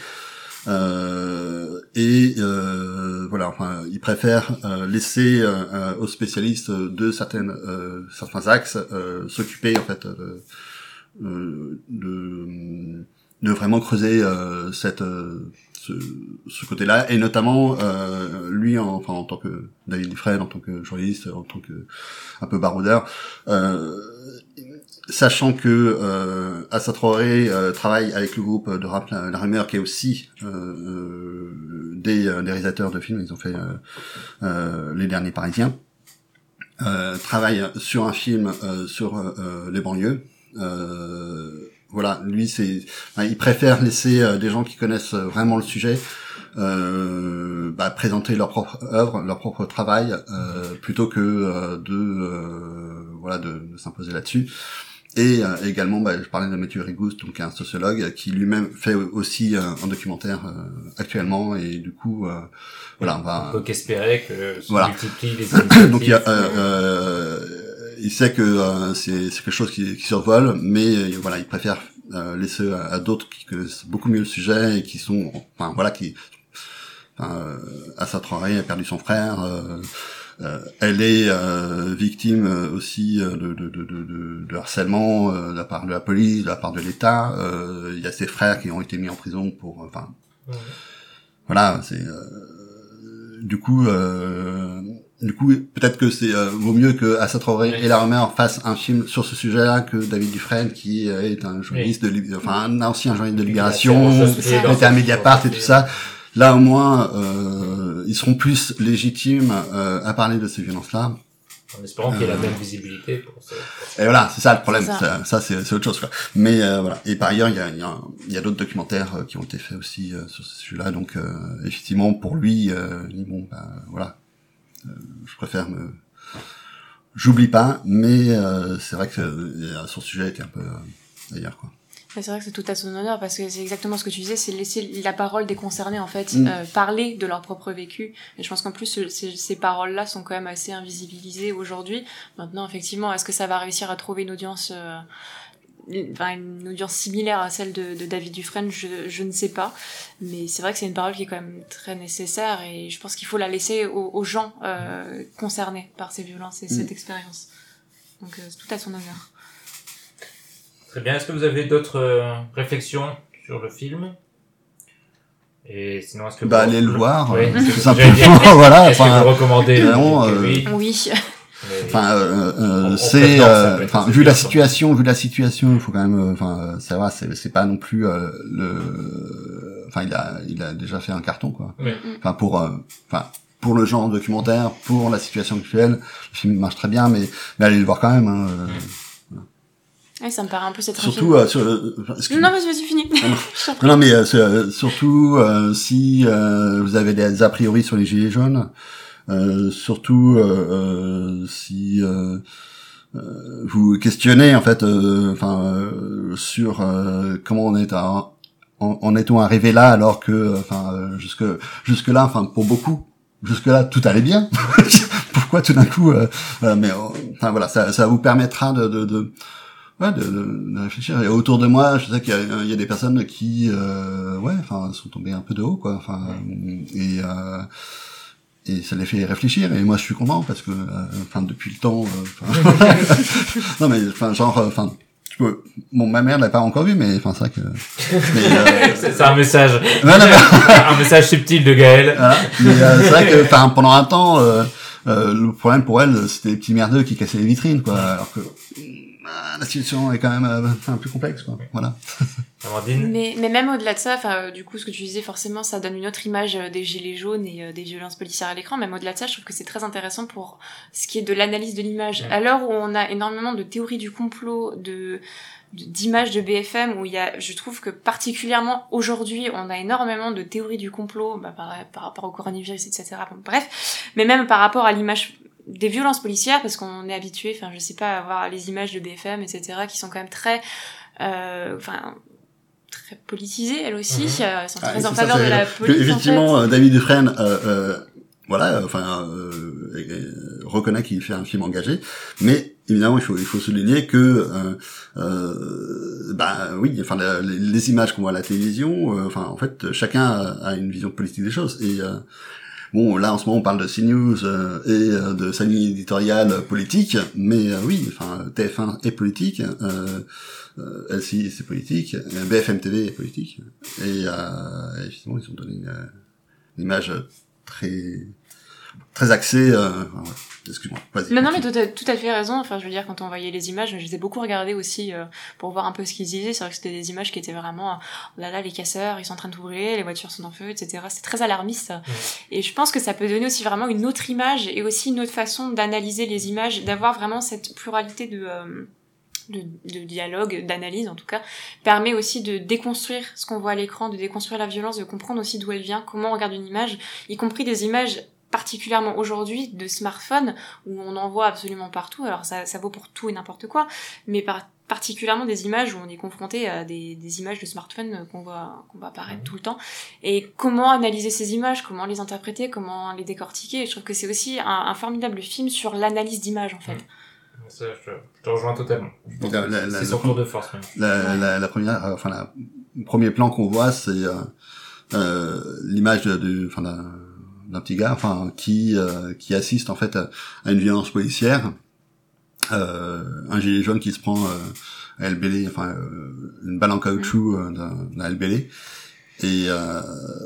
Euh, et euh, voilà, enfin, il préfère euh, laisser euh, aux spécialistes de certaines euh, certains axes euh, s'occuper en fait. Euh, Euh, de de vraiment creuser euh, cette euh, ce, ce côté-là, et notamment euh, lui en, enfin en tant que David Dufresne, en tant que journaliste, en tant que un peu baroudeur, euh, sachant que euh, Assa Traoré euh, travaille avec le groupe de rap La, La Rumeur, qui est aussi euh, euh, des, des réalisateurs de films, ils ont fait euh, euh, Les Derniers Parisiens, euh, travaille sur un film euh, sur euh, les banlieues. Euh, voilà, lui c'est, enfin, il préfère laisser euh, des gens qui connaissent vraiment le sujet euh, bah, présenter leur propre œuvre, leur propre travail, euh, plutôt que euh, de euh, voilà de, de s'imposer là-dessus. Et euh, également, bah, je parlais de Mathieu Rigouste, donc un sociologue qui lui-même fait aussi euh, un documentaire euh, actuellement, et du coup, euh, voilà, on va. On peut qu'espérer que se voilà. multiplient les initiatives. Donc il y a. Euh, euh, Il sait que euh, c'est, c'est quelque chose qui, qui survole, mais euh, voilà, il préfère euh, laisser à, à d'autres qui connaissent beaucoup mieux le sujet et qui sont, enfin voilà, qui, euh, Assa Traoré a perdu son frère, euh, euh, elle est euh, victime aussi de, de, de, de, de harcèlement euh, de la part de la police, de la part de l'État. Euh, il y a ses frères qui ont été mis en prison pour, enfin, ouais. Voilà, c'est euh, du coup. Euh, Du coup, peut-être que c'est euh, vaut mieux que Assa Traoré oui. et La Rumeur fassent un film sur ce sujet-là que David Dufresne, qui euh, est un journaliste oui. de, enfin un ancien journaliste de Libération, qui était à Mediapart et tout ça. Là, au moins, euh, ils seront plus légitimes euh, à parler de ces violences-là. En espérant qu'il y ait la même visibilité pour ça. Et voilà, c'est ça le problème. Ça, ça, ça c'est, c'est autre chose, quoi. Mais euh, voilà. Et par ailleurs, il y a, il y a, il y a d'autres documentaires euh, qui ont été faits aussi euh, sur ce sujet-là. Donc, euh, effectivement, pour lui, euh, bon, bah, voilà. Euh, je préfère me... J'oublie pas, mais euh, c'est vrai que euh, son sujet était un peu euh, ailleurs, quoi. C'est vrai que c'est tout à son honneur, parce que c'est exactement ce que tu disais, c'est laisser la parole des concernés, en fait, mmh. euh, parler de leur propre vécu. Et je pense qu'en plus, ce, ces, ces paroles-là sont quand même assez invisibilisées aujourd'hui. Maintenant, effectivement, est-ce que ça va réussir à trouver une audience... Euh, enfin une audience similaire à celle de, de David Dufresne, je, je ne sais pas, mais c'est vrai que c'est une parole qui est quand même très nécessaire, et je pense qu'il faut la laisser aux, aux gens euh, concernés par ces violences et mmh. cette expérience. Donc euh, c'est tout à son honneur. Très bien. Est-ce que vous avez d'autres euh, réflexions sur le film ? Et sinon, est-ce que bah vous... allez le voir, oui, euh, tout simplement. Voilà. Est-ce enfin, que vous recommandez le euh, oui. oui. Enfin, euh, euh, c'est, enfin, euh, vu la situation, vu la situation, il faut quand même, enfin, ça va, c'est, c'est pas non plus euh, le, enfin, il a, il a déjà fait un carton, quoi. Enfin, oui. pour, enfin, euh, pour le genre documentaire, pour la situation actuelle, le film marche très bien, mais, mais allez le voir quand même. Hein, euh, voilà. Ouais, ça me paraît un peu cette. Surtout euh, sur. Euh, non, vas-y, vas-y, fini. non, non, mais euh, surtout euh, si euh, vous avez des a priori sur les gilets jaunes. Euh, surtout euh, euh, si euh, euh, vous questionnez en fait, enfin euh, euh, sur euh, comment on est à, en, en est-on arrivé là, alors que enfin euh, jusque jusque là, enfin pour beaucoup jusque là tout allait bien. Pourquoi tout d'un coup euh, voilà, mais enfin voilà, ça ça vous permettra de de, de Ouais, de, de, de réfléchir. Et autour de moi, je sais qu'il y a, il y a des personnes qui, euh, ouais, enfin, sont tombées un peu de haut, quoi. Enfin, et euh, et ça les fait réfléchir. Et moi, je suis content parce que, enfin, euh, depuis le temps, euh, non mais, enfin, genre, enfin. Euh, bon, ma mère l'a pas encore vu, mais enfin c'est vrai que. Mais, euh... c'est, c'est un message. Ouais, non, mais... un message subtil de Gaël. Voilà. Mais euh, c'est vrai que, enfin, pendant un temps, euh, euh, le problème pour elle, c'était les petits merdeux qui cassaient les vitrines, quoi. Alors que euh, la situation est quand même euh, un peu complexe, quoi. Voilà. Mais, mais même au-delà de ça, enfin, du coup, ce que tu disais, forcément, ça donne une autre image des gilets jaunes et euh, des violences policières à l'écran. Même au-delà de ça, je trouve que c'est très intéressant pour ce qui est de l'analyse de l'image. Ouais. À l'heure où on a énormément de théories du complot, de, de d'images de B F M, où il y a, je trouve que particulièrement aujourd'hui, on a énormément de théories du complot, bah, par, par rapport au coronavirus, et cetera. Bon, bref, mais même par rapport à l'image des violences policières, parce qu'on est habitué, enfin, je sais pas, à voir les images de B F M, et cetera, qui sont quand même très, euh, enfin, très politisées, elles aussi, mmh. euh, sont très ah, en faveur ça, de la police. Effectivement, en fait. David Dufresne, euh, euh, voilà, enfin, euh, euh, reconnaît qu'il fait un film engagé, mais évidemment, il faut, il faut souligner que, euh, euh, bah oui, enfin, les, les images qu'on voit à la télévision, euh, enfin, en fait, chacun a, a une vision politique des choses, et euh, bon, là, en ce moment, on parle de CNews euh, et euh, de sa ligne éditoriale politique, mais euh, oui, enfin, T F un est politique, euh, euh, L C I c'est politique, B F M T V est politique, et euh, effectivement, ils ont donné une, une image très très axée. Euh, enfin, ouais. Excuse-moi. Vas-y. Non, non, mais tu as tout à fait raison. Enfin, je veux dire, quand on voyait les images, je les ai beaucoup regardées aussi euh, pour voir un peu ce qu'ils disaient. C'est vrai que c'était des images qui étaient vraiment, oh là là, les casseurs, ils sont en train de tout brûler, les voitures sont en feu, et cetera. C'est très alarmiste. Ouais. Et je pense que ça peut donner aussi vraiment une autre image et aussi une autre façon d'analyser les images, d'avoir vraiment cette pluralité de... Euh, De, de dialogue, d'analyse en tout cas, permet aussi de déconstruire ce qu'on voit à l'écran, de déconstruire la violence, de comprendre aussi d'où elle vient, comment on regarde une image, y compris des images particulièrement aujourd'hui de smartphones où on en voit absolument partout. Alors ça, ça vaut pour tout et n'importe quoi, mais par, particulièrement des images où on est confronté à des, des images de smartphones qu'on voit, qu'on voit apparaître mmh. tout le temps. Et comment analyser ces images, comment les interpréter, comment les décortiquer. Et je trouve que c'est aussi un, un formidable film sur l'analyse d'images en fait. Mmh. Ça, je, te, je te rejoins totalement. La, la, c'est son tour de force. Même. La, ouais. la, la première, euh, enfin, la, le premier plan qu'on voit, c'est euh, euh, l'image de, de, enfin, d'un, d'un petit gars, enfin, qui, euh, qui assiste en fait à, à une violence policière, euh, un gilet jaune qui se prend euh, à L B L, enfin, euh, une balle en caoutchouc euh, d'un, d'un L B L, et euh,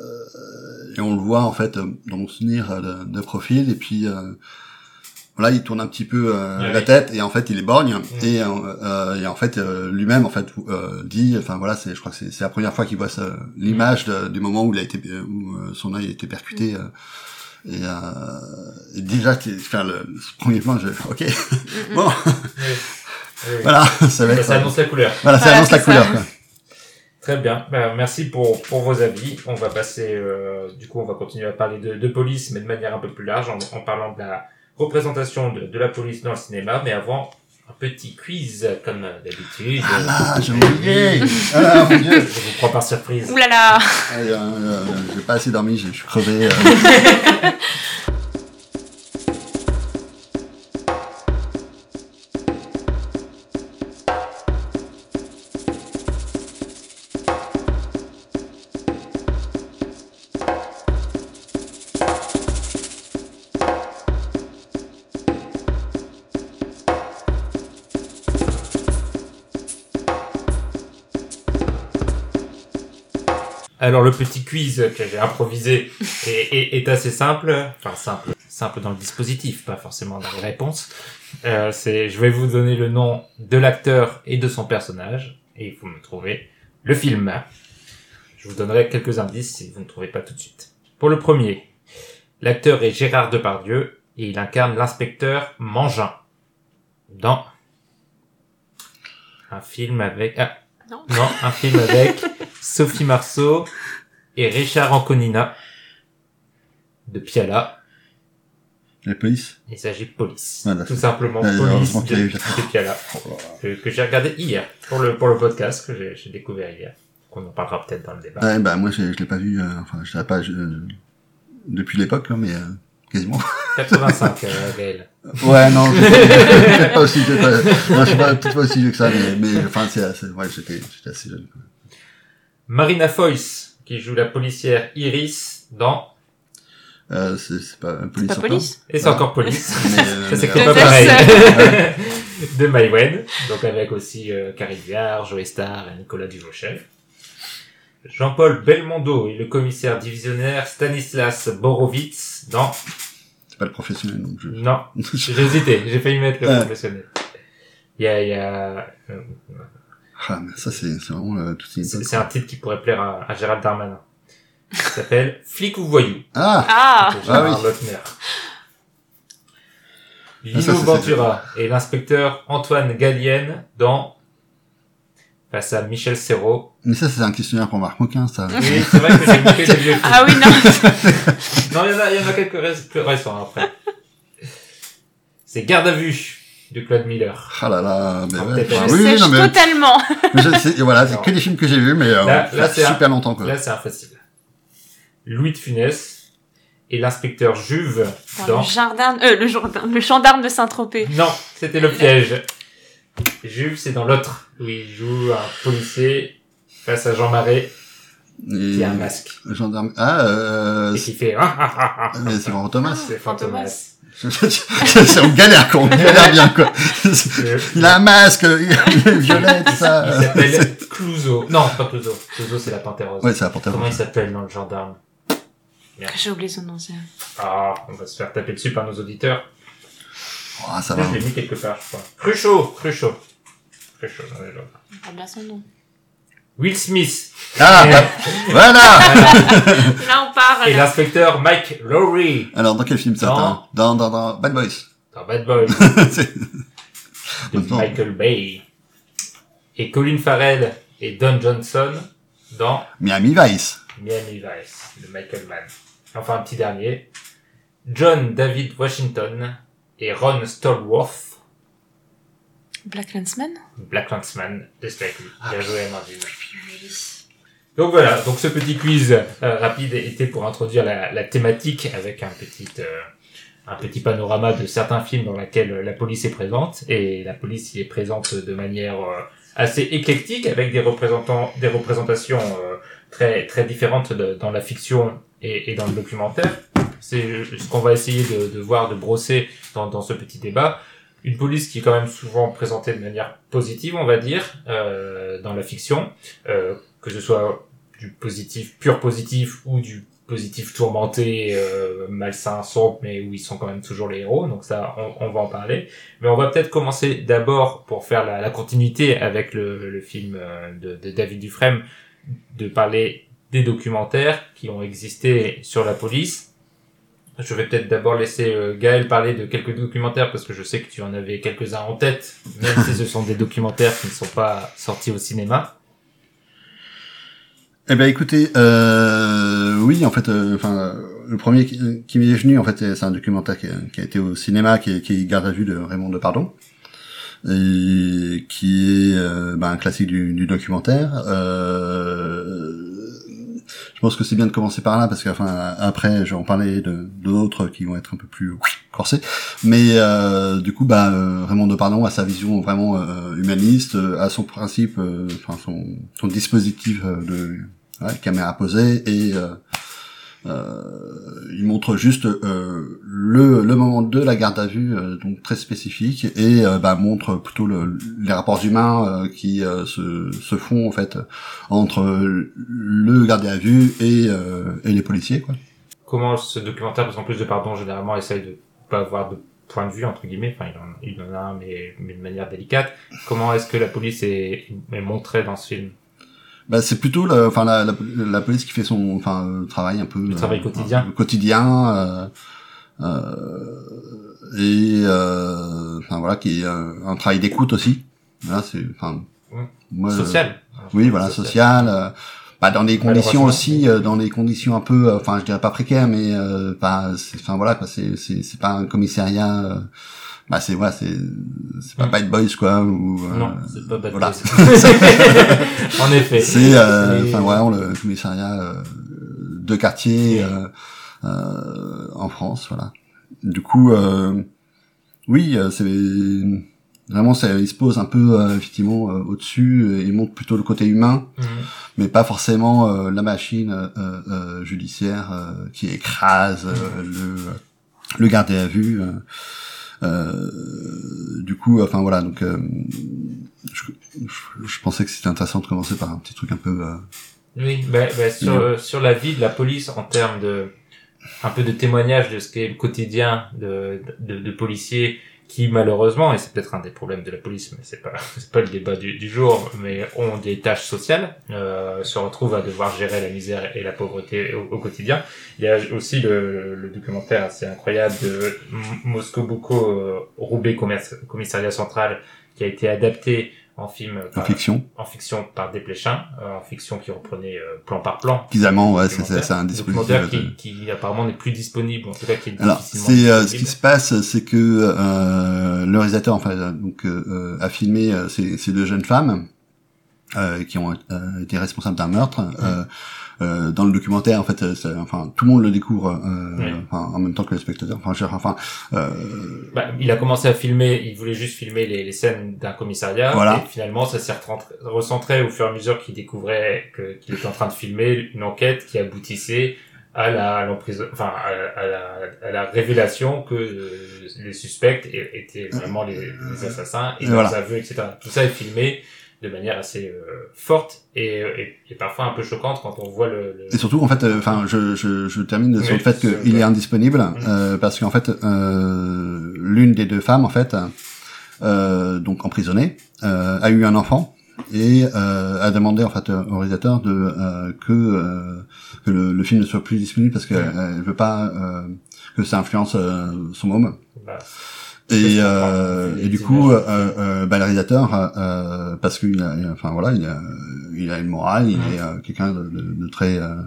et on le voit en fait dans mon souvenir de, de profil, et puis euh, là, il tourne un petit peu euh, ouais, la oui. tête et en fait, il est borgne mmh. et, euh, et en fait, euh, lui-même en fait euh, dit, enfin voilà, c'est, je crois que c'est, c'est la première fois qu'il voit ça, l'image de, du moment où il a été, où euh, son œil a été percuté mmh. euh, et, euh, et déjà, enfin le, le premier plan, je, ok, mmh. bon, oui. Oui. voilà, ça va ça, être. Ça annonce la couleur. Voilà, ça voilà, annonce la ça. couleur. Quoi. Très bien, ben, merci pour pour vos avis. On va passer, euh, du coup, on va continuer à parler de, de police, mais de manière un peu plus large, en, en parlant de la représentation de, de la police dans le cinéma, mais avant, un petit quiz, comme d'habitude. Ah là, j'ai oublié. Ah mon Dieu. Je vous prends par surprise. Ouh là là. Euh, euh, j'ai pas assez dormi, je suis crevé. Euh. Alors le petit quiz que j'ai improvisé est, est, est assez simple, enfin simple, simple dans le dispositif, pas forcément dans les réponses. Euh, c'est, je vais vous donner le nom de l'acteur et de son personnage, et il faut me trouver le film. Je vous donnerai quelques indices si vous ne trouvez pas tout de suite. Pour le premier, l'acteur est Gérard Depardieu et il incarne l'inspecteur Mangin dans un film avec... Ah, non. non, un film avec Sophie Marceau et Richard Anconina de Piala. La police. Il s'agit de Police. Voilà, tout simplement ouais, Police de, de, de Piala. que, que j'ai regardé hier pour le pour le podcast que j'ai, j'ai découvert hier. Qu'on en parlera peut-être dans le débat. Ouais, bah moi je, je l'ai pas vu. Euh, enfin, je l'ai pas je, depuis l'époque, là, mais euh, quasiment. quatre-vingt-cinq, euh, Gaël. Ouais, non, peut-être pas aussi, peut-être pas, non, je suis pas, peut-être pas aussi vieux que ça, mais, mais, enfin, c'est assez, ouais, j'étais, j'étais assez jeune. Marina Foïs, qui joue la policière Iris dans... Euh, c'est, c'est pas police. Pas encore. police. Et c'est Ouais. encore police. Mais, euh, Ça mais, s'écrit euh, pas Peut-être pareil. ça. De Maïwen. Donc avec aussi euh, Carrie Viard, Joe Star et Nicolas Duvauchel. Jean-Paul Belmondo et le commissaire divisionnaire Stanislas Borowitz dans... c'est pas le professionnel, donc je... Non, j'ai hésité. J'ai failli mettre le Ouais. professionnel. Il y a... Il y a euh, Ah, mais ça, c'est, c'est vraiment, euh, toute une c'est, époque, c'est un quoi. titre qui pourrait plaire à, à Gérald Darmanin. Ça s'appelle Flic ou voyou. Ah! Ah de Gérard Ah oui. Lautner. Ah, ça, Lino c'est- Ventura et l'inspecteur Antoine Gallienne dans face à Michel Serrault. Mais ça, c'est un questionnaire pour Marc Moquin, ça. Oui, c'est vrai que j'ai bouqué des vieux films. Ah oui, non. Non, il y en a, il y en a quelques ré- plus récents après. C'est Garde à vue de Claude Miller. Ah là là, mais Ah, ouais. peut-être Enfin, Je oui, oui, sèche non, mais, totalement. mais je sais, voilà, c'est Non. que des films que j'ai vus, mais, euh, Là- ça là, fait c'est un- super longtemps, quoi. Là, c'est un facile. Louis de Funès et l'inspecteur Juve Dans dans... le jardin, euh, le jardin, le gendarme de Saint-Tropez. Non, c'était le piège. Juve, c'est dans l'autre, où il joue un policier face à Jean Marais, qui Et, a un masque. gendarme, ah, euh, Et qui fait... Ah, ah, ah, ah, ah. mais c'est vraiment Thomas. C'est Fantomas. C'est on galère, quoi. On galère bien, quoi. Euh, Il a un masque, il est violet, tout Il ça. s'appelle Clouseau. Non, pas Clouseau. Clouseau, c'est la panthère rose. Ouais, c'est la panthère Comment il rose. s'appelle dans le gendarme? J'ai oublié son nom, c'est... Ah, on va se faire taper dessus par nos auditeurs. Ah, ça Là, va. je l'ai mis quelque part, je crois. Cruchot, Cruchot. Cruchot, dans les genres. On parle bien son nom. Will Smith. Ah, Et- bah, voilà! Là, on parle. Et l'inspecteur Mike Lowry Alors, dans quel film ça? Dans- Dans, dans, dans Bad Boys. dans Bad Boys C'est- de Maintenant. Michael Bay. Et Colin Farrell et Don Johnson dans Miami Vice. Miami Vice de Michael Mann. Enfin, un petit dernier. John David Washington et Ron Stallworth. Black Landsman. Black Landsman de Spike Lee. Bien joué, Amandine. Donc voilà, donc ce petit quiz euh, rapide était pour introduire la, la thématique avec un petit euh, un petit panorama de certains films dans lesquels la police est présente, et la police y est présente de manière euh, assez éclectique avec des représentants des représentations euh, très très différentes de, dans la fiction et, et dans le documentaire. C'est ce qu'on va essayer de, de voir, de brosser dans, dans ce petit débat. Une police qui est quand même souvent présentée de manière positive, on va dire, euh, dans la fiction, euh, que ce soit du positif, pur positif, ou du positif tourmenté, euh, malsain, sombre, mais où ils sont quand même toujours les héros, donc ça, on, on va en parler. Mais on va peut-être commencer d'abord, pour faire la, la continuité avec le, le film de, de David Dufresne, de parler des documentaires qui ont existé sur la police. Je vais peut-être d'abord laisser euh, Gaël parler de quelques documentaires, parce que je sais que tu en avais quelques-uns en tête, même si ce sont des documentaires qui ne sont pas sortis au cinéma. Eh ben, écoutez, euh, oui, en fait, euh, enfin, le premier qui, qui m'est venu, en fait, c'est un documentaire qui a, qui a été au cinéma, qui est, qui est Garde à vue de Raymond Depardon, et qui est euh, ben, un classique du, du documentaire. Euh, je pense que c'est bien de commencer par là, parce qu'enfin, après, je vais en parler de d'autres qui vont être un peu plus corsés. Mais euh, du coup, bah, euh, Raymond Depardon a sa vision vraiment euh, humaniste, euh, a son principe, euh, enfin son, son dispositif euh, de ouais, caméra posée, et euh, euh, il montre juste euh, le, le moment de la garde à vue, euh, donc très spécifique, et euh, bah, montre plutôt le, les rapports humains euh, qui euh, se, se font en fait entre le gardé à vue et, euh, et les policiers, quoi. Comment ce documentaire, parce qu'en plus de pardon, généralement, essaye de pas avoir de point de vue, entre guillemets, enfin, il en, il en a un, mais, mais de manière délicate. Comment est-ce que la police est, est montrée dans ce film? Bah, c'est plutôt la, enfin la, la, la police qui fait son, enfin euh, travail un peu, Le travail euh, quotidien. euh, quotidien, euh, euh, et euh, enfin voilà, qui est euh, un travail d'écoute aussi. Voilà, c'est, enfin, Mmh. moi, Social. euh, oui, voilà, social. euh, bah, dans des conditions Malheureusement. aussi, euh, dans des conditions un peu, euh, enfin, je dirais pas précaires, mais euh, pas, c'est- enfin voilà, quoi, c'est, c'est, c'est pas un commissariat. Euh, bah, c'est voilà, c'est, c'est pas Mmh. Bad Boys quoi, ou euh, Non, c'est pas Bad voilà. Boys. En effet. C'est, euh, Mais- enfin vraiment le commissariat euh, de quartier euh, euh, en France, voilà. du coup, euh, oui, c'est vraiment, ça, il se pose un peu euh, effectivement euh, au-dessus, et il montre plutôt le côté humain, mmh. mais pas forcément euh, la machine euh, euh, judiciaire euh, qui écrase euh, mmh. le le gardé à vue. Euh, euh, du coup, enfin voilà, donc euh, je, je, je pensais que c'était intéressant de commencer par un petit truc un peu. Euh, oui, bah, bah, sur euh, sur la vie de la police en termes de un peu de témoignage de ce qu'est le quotidien de de, de policiers qui malheureusement, et c'est peut-être un des problèmes de la police, mais c'est pas c'est pas le débat du, du jour, mais ont des tâches sociales, euh, se retrouvent à devoir gérer la misère et la pauvreté au, au quotidien. Il y a aussi le, le documentaire assez incroyable de Moscou Boko, euh, Roubaix Commissariat Central, qui a été adapté en film, en par, fiction, en fiction par Desplechin, euh, en fiction qui reprenait euh, plan par plan. Évidemment, ouais, c'est, c'est, c'est un documentaire qui, de... qui apparemment n'est plus disponible, en tout cas qui est Alors, difficilement c'est disponible. Euh, ce qui se passe, c'est que euh, le réalisateur, enfin, donc, euh, a filmé euh, ces, ces deux jeunes femmes euh, qui ont euh, été responsables d'un meurtre. Mmh. Euh, Euh, dans le documentaire, en fait, ça, enfin, tout le monde le découvre, euh, oui. enfin, en même temps que le spectateur. Enfin, je, enfin, euh... bah, il a commencé à filmer. Il voulait juste filmer les, les scènes d'un commissariat. Voilà. Et finalement, ça s'est recentré au fur et à mesure qu'il découvrait que, qu'il était en train de filmer une enquête qui aboutissait à la, à l'emprise, enfin, à, à, la, à la révélation que euh, les suspects étaient vraiment les, les assassins et, et leurs voilà. aveux, et cetera. Tout ça est filmé de manière assez euh, forte et, et, et parfois un peu choquante quand on voit le... le... Et surtout, en fait, enfin, euh, je, je, je termine oui, sur le fait qu'il est, est indisponible, mmh. euh, parce qu'en fait, euh, l'une des deux femmes, en fait, euh, donc emprisonnée, euh, a eu un enfant et euh, a demandé en fait au réalisateur de euh, que, euh, que le, le film ne soit plus disponible parce qu'elle mmh. veut pas euh, que ça influence euh, son môme. Bah. Et, euh, et du coup, euh, euh, bah, le réalisateur, euh, parce qu'il a, enfin voilà, il a, il a une morale, il mmh. est euh, quelqu'un de, de, de très euh,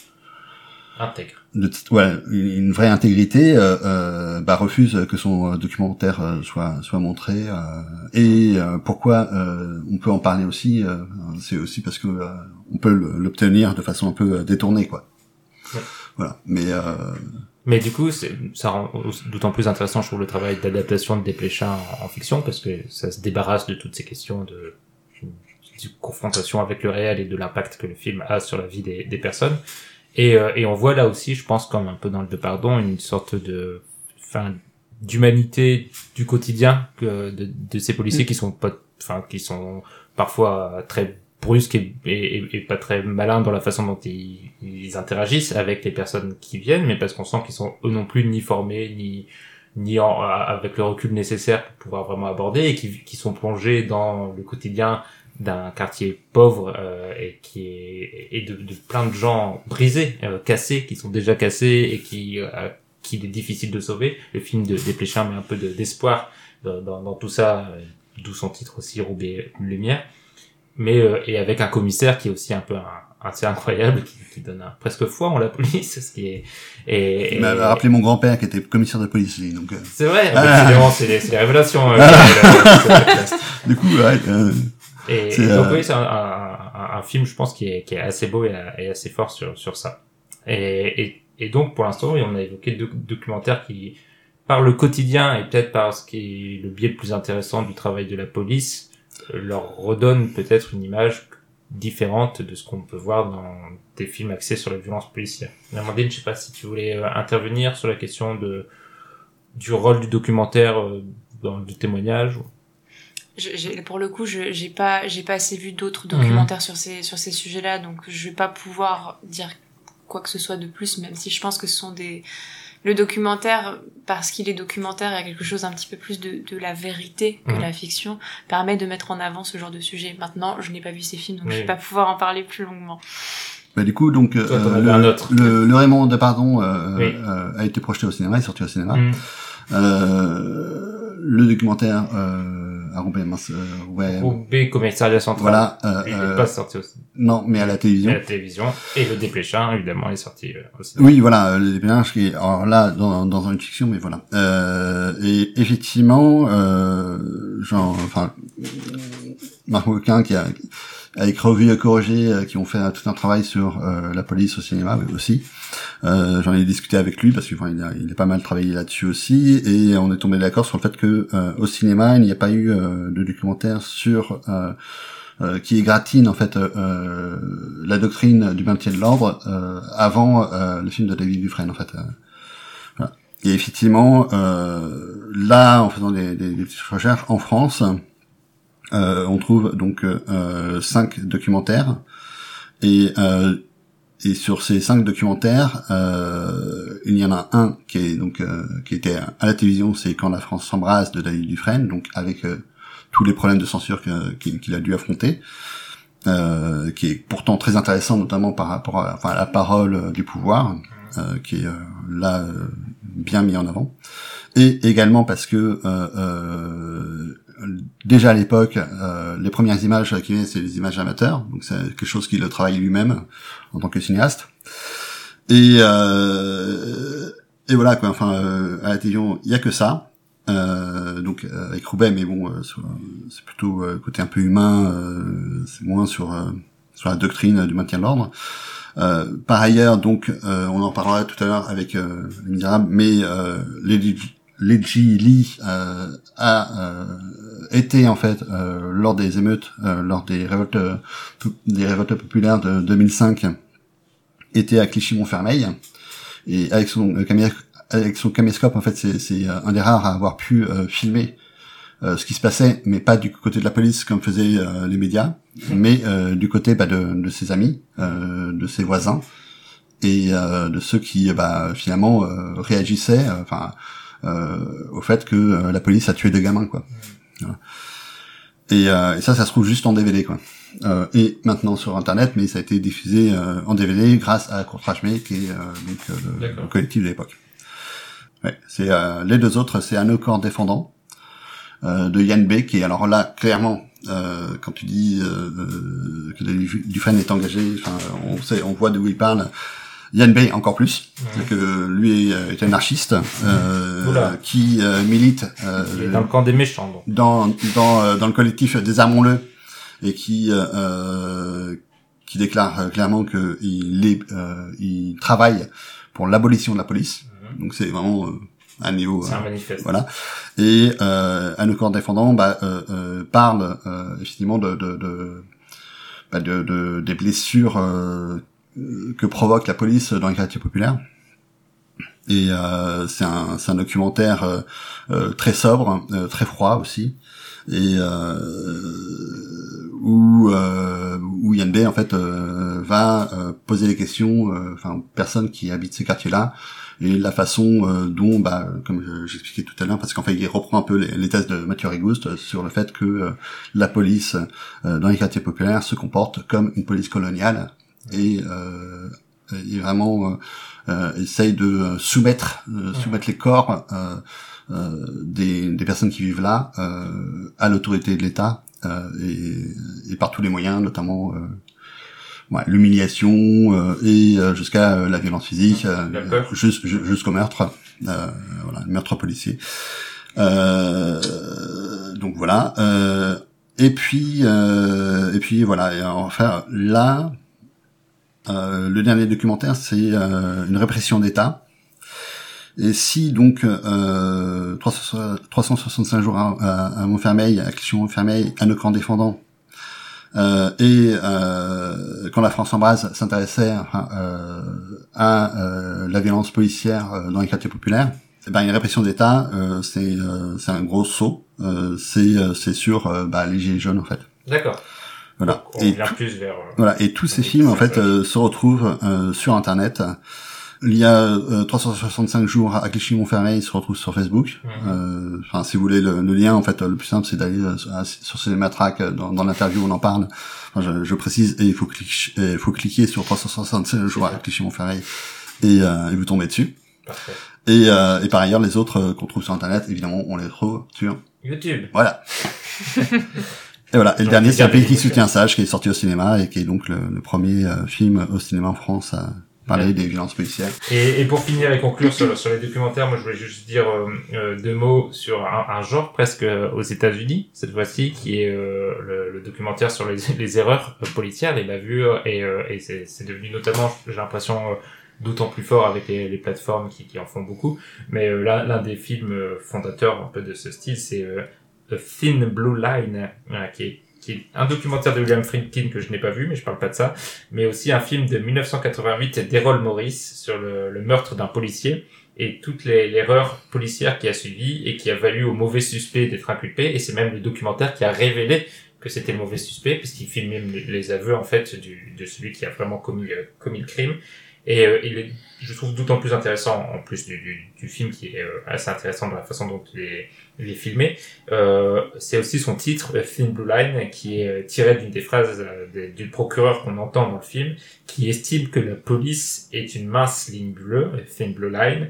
intègre, de, ouais, une vraie intégrité, euh, euh, bah, refuse que son documentaire euh, soit soit montré. Euh, et euh, pourquoi euh, on peut en parler aussi, euh, c'est aussi parce que euh, on peut l'obtenir de façon un peu détournée, quoi. Ouais. Voilà, mais euh, Mais du coup, c'est, ça rend d'autant plus intéressant, je trouve, le travail d'adaptation de Desplechin en, en fiction, parce que ça se débarrasse de toutes ces questions de, de confrontation avec le réel et de l'impact que le film a sur la vie des, des personnes. Et, euh, et on voit là aussi, je pense, comme un peu dans le Depardon, une sorte de, enfin, d'humanité du quotidien que de, de ces policiers mmh. qui sont pas, enfin, qui sont parfois très brusques et, et, et pas très malins dans la façon dont ils, ils interagissent avec les personnes qui viennent, mais parce qu'on sent qu'ils sont eux non plus ni formés, ni ni en, avec le recul nécessaire pour pouvoir vraiment aborder, et qui, qui sont plongés dans le quotidien d'un quartier pauvre euh, et qui est et de, de plein de gens brisés, euh, cassés, qui sont déjà cassés et qui euh, qu'il est difficile de sauver. Le film de Desplechin met un peu de, d'espoir dans, dans, dans tout ça, euh, d'où son titre aussi, Roubaix Lumière. Mais euh, et avec un commissaire qui est aussi un peu un, assez incroyable, qui, qui donne un, presque foi en la police, ce qui est. Et, et m'a rappelé mon grand-père qui était commissaire de police, lui, donc. Euh... C'est vrai. Ah. C'est les, c'est les révélations. Euh, du coup, ouais. Euh, et, et donc euh... oui, c'est un, un, un, un film, je pense, qui est, qui est assez beau et, et assez fort sur sur ça. Et, et, et donc pour l'instant, oui, on a évoqué deux documentaires qui, par le quotidien et peut-être par ce qui est le biais le plus intéressant du travail de la police, leur redonne peut-être une image différente de ce qu'on peut voir dans des films axés sur la violence policière. Amandine, je sais pas si tu voulais euh, intervenir sur la question de du rôle du documentaire euh, dans le témoignage. J'ai, pour le coup, je, j'ai pas, j'ai pas assez vu d'autres documentaires mmh. sur ces sur ces sujets-là, donc je vais pas pouvoir dire quoi que ce soit de plus, même si je pense que ce sont des le documentaire, parce qu'il est documentaire, il y a quelque chose un petit peu plus de, de la vérité que mmh. la fiction, permet de mettre en avant ce genre de sujet. Maintenant, je n'ai pas vu ces films, donc oui. je vais pas pouvoir en parler plus longuement. Bah, du coup, donc, Toi, euh, le, un autre. le, le Raymond Depardon euh, oui. euh, a été projeté au cinéma, est sorti au cinéma. Mmh. Euh, le documentaire euh, à Roubaix, mince, euh, ouais, Roubaix Commissariat Central. Voilà. Euh, il euh, n'est pas sorti aussi. Non, mais à la télévision. À la télévision. Et le Desplechin, évidemment, est sorti euh, aussi. Oui, voilà, le Desplechin, qui est, alors là, dans, dans une fiction, mais voilà. Euh, et effectivement, euh, genre, enfin, Marc Moquin qui a, avec Revue et Corrigé, euh, qui ont fait euh, tout un travail sur euh, la police au cinéma aussi. Euh, j'en ai discuté avec lui parce qu'il enfin, il a, il a pas mal travaillé là-dessus aussi, et on est tombé d'accord sur le fait que euh, au cinéma, il n'y a pas eu euh, de documentaire sur euh, euh, qui égratine en fait euh, la doctrine du maintien de l'ordre euh, avant euh, le film de David Dufresne en fait. Euh, voilà. Et effectivement, euh, là, en faisant des, des, des petites recherches en France, euh, on trouve donc euh, cinq documentaires, et euh, et sur ces cinq documentaires, euh, il y en a un qui est donc euh, qui était à la télévision, c'est Quand la France s'embrase de David Dufresne, donc avec euh, tous les problèmes de censure que, qu'il, qu'il a dû affronter, euh, qui est pourtant très intéressant, notamment par rapport à, enfin, à la parole du pouvoir, euh, qui est euh, là euh, bien mis en avant, et également parce que euh, euh, déjà à l'époque, euh, les premières images qu'il y avait, c'est les images amateurs, donc c'est quelque chose qu'il travaille lui-même en tant que cinéaste. Et euh, et voilà quoi. Enfin, euh, à la télévision, il y a que ça. Euh, donc euh, avec Roubaix, mais bon, euh, sur, c'est plutôt euh, côté un peu humain, euh, c'est moins sur euh, sur la doctrine du maintien de l'ordre. Euh, par ailleurs, donc, euh, on en parlera tout à l'heure avec euh, Les Misérables, mais euh, Ledji Lee euh, a euh, été en fait euh, lors des émeutes, euh, lors des révoltes, euh, des révoltes populaires de deux mille cinq, était à Clichy-Montfermeil, et avec son euh, camé- avec son caméscope en fait, c'est, c'est euh, un des rares à avoir pu euh, filmer euh, ce qui se passait, mais pas du côté de la police comme faisaient euh, les médias, mais euh, du côté bah, de, de ses amis, euh, de ses voisins, et euh, de ceux qui bah, finalement euh, réagissaient, enfin. Euh, Euh, au fait que euh, la police a tué des gamins, quoi. Voilà. Et, euh, et ça, ça se trouve juste en D V D, quoi. Euh, et maintenant sur Internet, mais ça a été diffusé euh, en D V D grâce à Courtrage-May, qui est euh, donc euh, le, le collectif de l'époque. Ouais, c'est euh, les deux autres, c'est À nos corps défendants euh, de Yann B, qui est alors là clairement. Euh, quand tu dis euh, que Dufresne est engagé, enfin, on sait, on voit d'où il parle. Yann Bay encore plus, mmh. c'est que lui est, est anarchiste euh, qui euh, milite euh, il est dans le camp des méchants, donc. dans dans euh, dans le collectif Désarmons-le, et qui euh, qui déclare euh, clairement que il est euh, il travaille pour l'abolition de la police. Mmh. Donc c'est vraiment euh, à un niveau. C'est euh, un manifeste. Voilà. Et euh, À nos corps défendants, bah, euh, euh, parle euh, effectivement de de de, bah, de, de des blessures. Euh, que provoque la police dans les quartiers populaires. Et euh, c'est un c'est un documentaire euh, euh, très sobre, euh, très froid aussi, et euh, où euh, où Yann B en fait euh, va euh, poser des questions euh, enfin aux personnes qui habitent ces quartiers-là, et la façon euh, dont bah comme j'expliquais tout à l'heure, parce qu'en fait il reprend un peu les, les thèses de Mathieu Rigouste sur le fait que euh, la police euh, dans les quartiers populaires se comporte comme une police coloniale, et, euh, et vraiment euh, euh, essaye de soumettre euh, soumettre les corps euh, euh, des, des personnes qui vivent là euh, à l'autorité de l'État, euh, et, et par tous les moyens, notamment euh, ouais, l'humiliation euh, et euh, jusqu'à euh, la violence physique, euh, jus- jusqu'au meurtre, euh, voilà, meurtre policier. Euh, donc voilà. Euh, et puis euh, et puis voilà. Et enfin là. Euh, le dernier documentaire, c'est euh, une répression d'État. Et si donc euh, trois cent soixante-cinq jours à, à, à Montfermeil, à Clichy-Montfermeil, À nos camps défendants, euh, et euh, Quand la France s'embrase s'intéressait enfin, euh, à euh, la violence policière euh, dans les quartiers populaires, eh ben une répression d'État, euh, c'est euh, c'est un gros saut. Euh, c'est euh, c'est sur euh, bah, les gilets jaunes en fait. D'accord. Voilà. Donc, on et vient tout, plus vers, euh, voilà. Et tous ces films, en fait, euh, se retrouvent euh, sur Internet. Il y a euh, trois cent soixante-cinq jours à Clichy-Montfermeil, se retrouve sur Facebook. Enfin, mmh. euh, si vous voulez le, le lien, en fait, le plus simple, c'est d'aller euh, sur Cinématrack, dans, dans l'interview, on en parle. Enfin, je, je précise, et il faut, cliquer, il faut cliquer sur trois cent soixante-cinq jours à Clichy-Montfermeil, et, euh, et vous tombez dessus. Parfait. Et, euh, et par ailleurs, les autres euh, qu'on trouve sur Internet, évidemment, on les trouve sur YouTube. Voilà. Et voilà. Et le dernier, c'est Un pays qui soutient Sage, qui est sorti au cinéma et qui est donc le, le premier euh, film au cinéma en France à, parler des violences policières. Et, et pour finir et conclure sur, sur les documentaires, moi je voulais juste dire euh, euh, deux mots sur un, un genre presque aux États-Unis cette fois-ci, qui est euh, le, le documentaire sur les, les erreurs policières, les bavures, et, euh, et c'est, c'est devenu notamment, j'ai l'impression, euh, d'autant plus fort avec les, les plateformes qui, qui en font beaucoup. Mais euh, là, l'un des films fondateurs un peu de ce style, c'est euh, A Thin Blue Line, euh, qui est qui est un documentaire de William Friedkin que je n'ai pas vu, mais je parle pas de ça, mais aussi un film de dix-neuf cent quatre-vingt-huit d'Errol Morris sur le, le meurtre d'un policier et toute les, l'erreur policière qui a suivi et qui a valu au mauvais suspect d'être inculpé, et c'est même le documentaire qui a révélé que c'était le mauvais suspect, puisqu'il filme même les, les aveux en fait du, de celui qui a vraiment commis, euh, commis le crime. Et euh, il est, je trouve d'autant plus intéressant, en plus du, du, du film qui est euh, assez intéressant dans la façon dont il est, il est filmé, euh, c'est aussi son titre, A Thin Blue Line, qui est euh, tiré d'une des phrases euh, de, du procureur qu'on entend dans le film, qui estime que la police est une mince ligne bleue, A Thin Blue Line,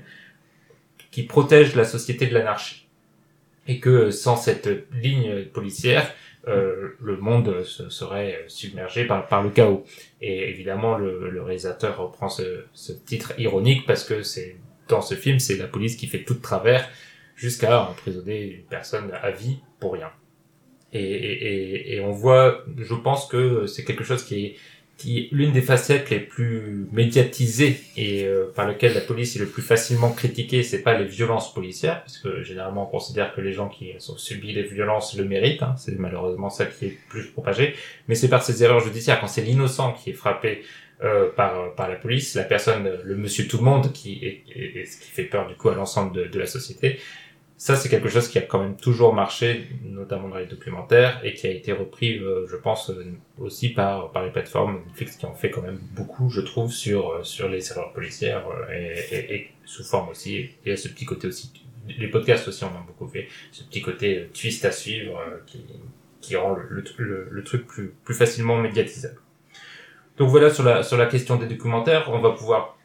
qui protège la société de l'anarchie. Et que sans cette ligne policière, Euh, le monde se serait submergé par, par le chaos. Et évidemment, le, le réalisateur reprend ce, ce titre ironique parce que c'est dans ce film, c'est la police qui fait tout de travers jusqu'à emprisonner une personne à vie pour rien. Et, et, et, et on voit, je pense que c'est quelque chose qui est, qui est l'une des facettes les plus médiatisées et euh, par lequel la police est le plus facilement critiquée. C'est pas les violences policières, parce que généralement on considère que les gens qui ont subi les violences le méritent, hein, c'est malheureusement ça qui est plus propagé, mais c'est par ces erreurs judiciaires, quand c'est l'innocent qui est frappé euh, par par la police, la personne, le monsieur tout le monde, qui est, est, est ce qui fait peur du coup à l'ensemble de, de la société. Ça, c'est quelque chose qui a quand même toujours marché, notamment dans les documentaires, et qui a été repris, euh, je pense, euh, aussi par par les plateformes Netflix, qui ont fait quand même beaucoup, je trouve, sur sur les erreurs policières, euh, et, et, et sous forme aussi. Il y a ce petit côté aussi, les podcasts aussi, on en a beaucoup fait, ce petit côté euh, twist à suivre, euh, qui qui rend le, le, le, le truc plus plus facilement médiatisable. Donc voilà sur la sur la question des documentaires, on va pouvoir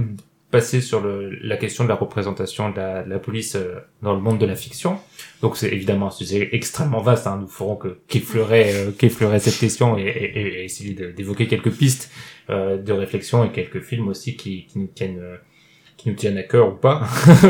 passer sur le, la question de la représentation de la, de la police euh, dans le monde de la fiction. Donc c'est évidemment un sujet extrêmement vaste, hein. Nous ferons que qu'effleurer euh, qu'effleurer cette question et, et, et essayer de, d'évoquer quelques pistes euh, de réflexion et quelques films aussi qui, qui nous tiennent euh, qui nous tiennent à cœur ou pas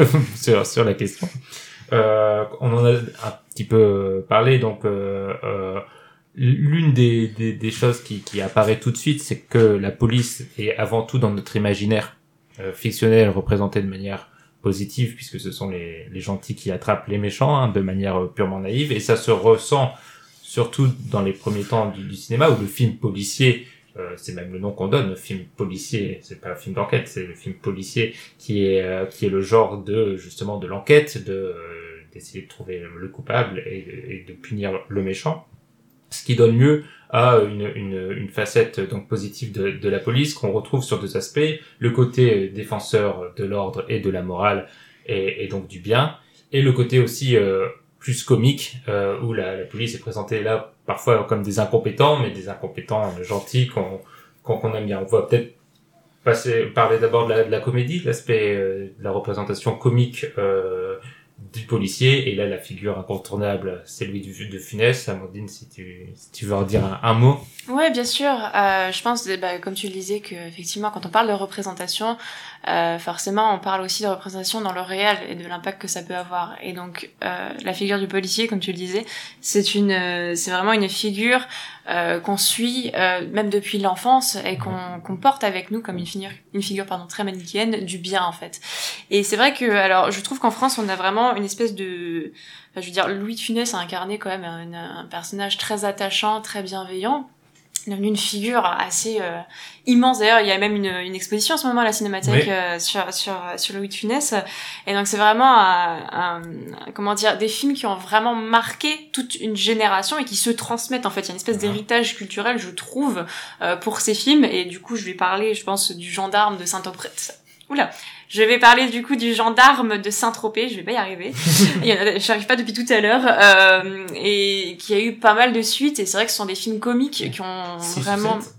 sur sur la question. Euh, on en a un petit peu parlé, donc euh, euh, l'une des, des des choses qui qui apparaît tout de suite, c'est que la police est avant tout dans notre imaginaire Euh, fictionnel, représenté de manière positive, puisque ce sont les, les gentils qui attrapent les méchants, hein, de manière euh, purement naïve, et ça se ressent surtout dans les premiers temps du, du cinéma, où le film policier, euh, c'est même le nom qu'on donne, le film policier, c'est pas un film d'enquête, c'est le film policier qui est euh, qui est le genre de justement de l'enquête, de euh, d'essayer de trouver le coupable et, et de punir le méchant, ce qui donne lieu à une, une, une facette donc positive de, de la police qu'on retrouve sur deux aspects, le côté défenseur de l'ordre et de la morale et, et donc du bien, et le côté aussi euh, plus comique euh, où la, la police est présentée là parfois comme des incompétents, mais des incompétents gentils qu'on, qu'on, qu'on aime bien. On va peut-être passer parler d'abord de la, de la comédie, de l'aspect euh, de la représentation comique euh, du policier, et là la figure incontournable c'est lui de, de Funès. Amandine, si tu si tu veux en dire un, un mot. Ouais, bien sûr. Euh, je pense, bah, comme tu le disais, que effectivement, quand on parle de représentation, euh, forcément, on parle aussi de représentation dans le réel et de l'impact que ça peut avoir. Et donc, euh, la figure du policier, comme tu le disais, c'est une, c'est vraiment une figure euh, qu'on suit euh, même depuis l'enfance et qu'on, qu'on porte avec nous comme une figure, une figure pardon très manichéenne du bien en fait. Et c'est vrai que, alors, je trouve qu'en France, on a vraiment une espèce de, enfin, je veux dire, Louis de Funès a incarné quand même un, un personnage très attachant, très bienveillant. Devenu une figure assez euh, immense. D'ailleurs, il y a même une, une exposition en ce moment à la Cinémathèque oui. euh, sur sur sur Louis de Funès. Et donc c'est vraiment un, un, un, comment dire, des films qui ont vraiment marqué toute une génération et qui se transmettent. En fait, il y a une espèce d'héritage culturel, je trouve, euh, pour ces films. Et du coup, je vais parler, je pense, du Gendarme de Saint-Tropez. Oula. Je vais parler du coup du Gendarme de Saint-Tropez, je vais pas y arriver. Il y en a, j'arrive pas depuis tout à l'heure, euh, et qui a eu pas mal de suites, et c'est vrai que ce sont des films comiques qui ont six vraiment...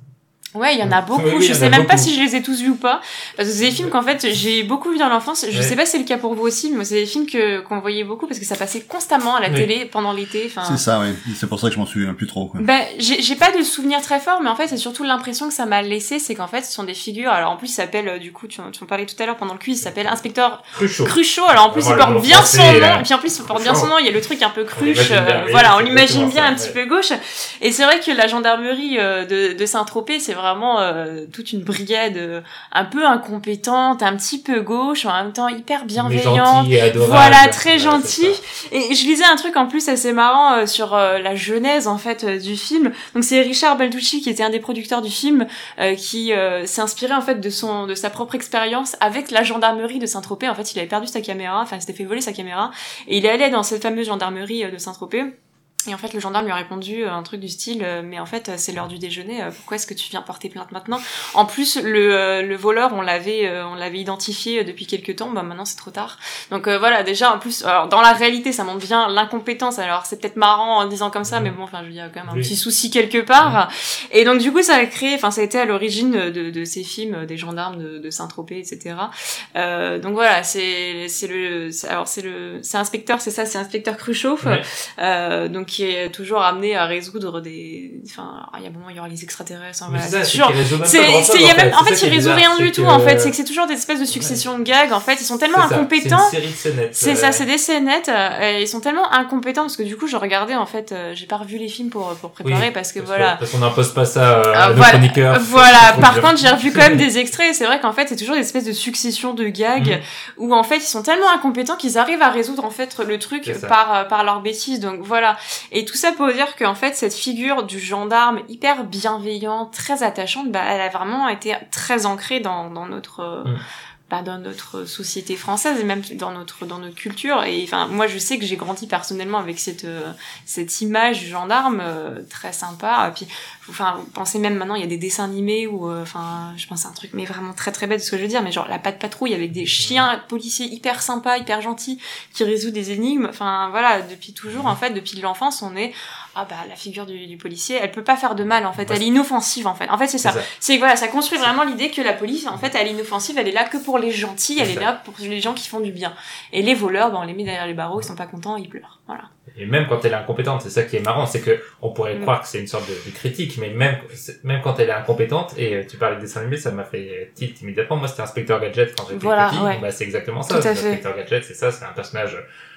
Ouais, il y en a beaucoup. Oui, oui, je sais beaucoup. même pas si je les ai tous vus ou pas. Parce que c'est des films qu'en fait, j'ai beaucoup vu dans l'enfance. Je ouais. sais pas si c'est le cas pour vous aussi, mais c'est des films que, qu'on voyait beaucoup parce que ça passait constamment à la oui. télé pendant l'été. Enfin. C'est ça, oui. C'est pour ça que je m'en souviens plus trop, quoi. Ben, j'ai, j'ai pas de souvenirs très forts, mais en fait, c'est surtout l'impression que ça m'a laissé, c'est qu'en fait, ce sont des figures. Alors, en plus, il s'appelle, du coup, tu, tu en parlais tout à l'heure pendant le quiz, il s'appelle Inspecteur Cruchot. Cruchot. Alors, en plus, voilà, il porte bien français, son nom. là. Et puis, en plus, il porte bien son nom. Il y a le truc un peu cruche. On euh, voilà, on l'imagine bien ça, un petit ouais. peu gauche. Et c'est vrai que la gendarmerie euh, de, de Saint-Tropez, c'est vraiment, euh, toute une brigade euh, un peu incompétente, un petit peu gauche, en même temps hyper bienveillante, voilà, très ouais, gentille. Et je lisais un truc en plus assez marrant euh, sur euh, la genèse en fait euh, du film. Donc c'est Richard Balducci qui était un des producteurs du film euh, qui euh, s'est inspiré en fait de son de sa propre expérience avec la gendarmerie de Saint-Tropez. En fait, il avait perdu sa caméra, enfin il s'était fait voler sa caméra et il est allé dans cette fameuse gendarmerie euh, de Saint-Tropez. Et en fait, le gendarme lui a répondu un truc du style euh, mais en fait, c'est l'heure du déjeuner, euh, pourquoi est-ce que tu viens porter plainte maintenant ? En plus, le euh, le voleur, on l'avait euh, on l'avait identifié depuis quelques temps, bah maintenant c'est trop tard. Donc euh, voilà, déjà en plus alors dans la réalité, ça montre bien l'incompétence. Alors c'est peut-être marrant en disant comme ça, mais bon enfin, je veux dire il y a quand même un oui. petit souci quelque part. Oui. Et donc du coup, ça a créé enfin ça a été à l'origine de de ces films des gendarmes de, de Saint-Tropez et cetera. Euh donc voilà, c'est c'est le c'est, alors c'est le c'est inspecteur, c'est ça, c'est inspecteur Cruchot. Oui. Euh donc qui est toujours amené à résoudre des enfin il y a un moment il y aura les extraterrestres hein, voilà, c'est, c'est toujours c'est c'est il y a même en fait il résout rien du tout en fait c'est que c'est toujours des espèces de successions de gags en fait ils sont tellement incompétents c'est une série de scénettes c'est ça c'est des scénettes et ils sont tellement incompétents parce que du coup je regardais en fait j'ai pas revu les films pour pour préparer oui, parce que parce voilà que, parce qu'on n'impose pas ça à euh, nos voilà, chroniqueurs voilà par bien. Contre j'ai revu quand même des extraits et c'est vrai qu'en fait c'est toujours des espèces de successions de gags mmh. où en fait ils sont tellement incompétents qu'ils arrivent à résoudre en fait le truc par par leur bêtise donc voilà et tout ça pour dire qu'en fait cette figure du gendarme hyper bienveillant, très attachante, bah elle a vraiment été très ancrée dans dans notre mmh. bah, dans notre société française et même dans notre dans notre culture et enfin moi je sais que j'ai grandi personnellement avec cette euh, cette image du gendarme euh, très sympa et puis enfin vous pensez même maintenant il y a des dessins animés où enfin euh, je pense à un truc mais vraiment très très bête de ce que je veux dire mais genre la patte patrouille avec des chiens policiers hyper sympas hyper gentils qui résout des énigmes enfin voilà depuis toujours en fait depuis l'enfance on est ah bah la figure du, du policier elle peut pas faire de mal en fait elle est inoffensive en fait en fait c'est ça c'est, ça. c'est voilà ça construit vraiment l'idée que la police en fait elle est inoffensive elle est là que pour les gentils elle c'est est ça. Là pour les gens qui font du bien et les voleurs bah on les met derrière les barreaux ils sont pas contents ils pleurent voilà et même quand elle est incompétente c'est ça qui est marrant c'est que on pourrait mmh. croire que c'est une sorte de, de critique mais même même quand elle est incompétente et tu parlais des dessins animés ça m'a fait tilt immédiatement moi c'était Inspecteur Gadget quand j'étais voilà, petit ouais. bah c'est exactement ça c'est Inspecteur Gadget c'est ça c'est un personnage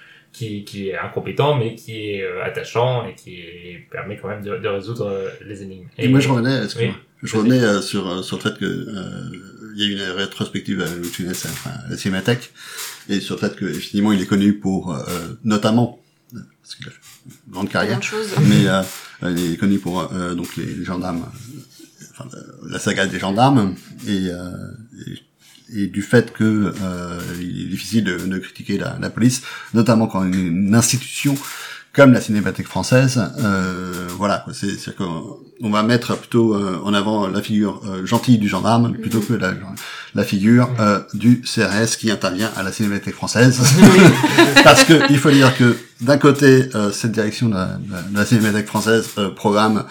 qui qui est incompétent mais qui est euh, attachant et qui est, permet quand même de, de résoudre euh, les énigmes. Et, et moi je revenais, oui, je revenais euh, sur euh, sur le fait que euh, il y a eu une rétrospective à Louis de Funès, enfin à la Cinémathèque, et sur le fait que finalement il est connu pour euh, notamment parce qu'il a fait une grande carrière, mais euh, il est connu pour euh, donc les, les gendarmes, euh, enfin la saga des gendarmes et, euh, et et du fait que euh, il est difficile de, de critiquer la, la police, notamment quand une, une institution comme la Cinémathèque française, euh, voilà, quoi, c'est, c'est qu'on on va mettre plutôt euh, en avant la figure euh, gentille du gendarme plutôt que la, la figure euh, du C R S qui intervient à la Cinémathèque française, parce que il faut dire que d'un côté, euh, cette direction de la, de la Cinémathèque française euh, programme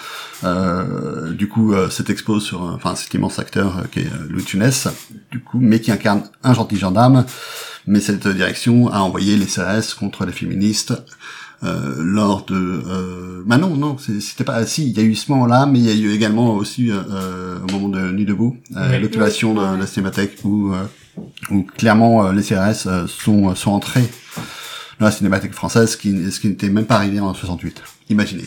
euh, du coup euh, cette expo sur, euh, enfin cet immense acteur euh, qui est euh, Louis de Funès, du coup, mais qui incarne un gentil gendarme. Mais cette direction a envoyé les C R S contre les féministes. Euh, lors de euh, bah non non c'était pas si il y a eu ce moment-là mais il y a eu également aussi euh, au moment de Nuit debout euh, oui, l'occupation oui. de la Cinémathèque où euh, où clairement euh, les C R S euh, sont sont entrés dans la Cinémathèque française ce qui ce qui n'était même pas arrivé en soixante-huit imaginez.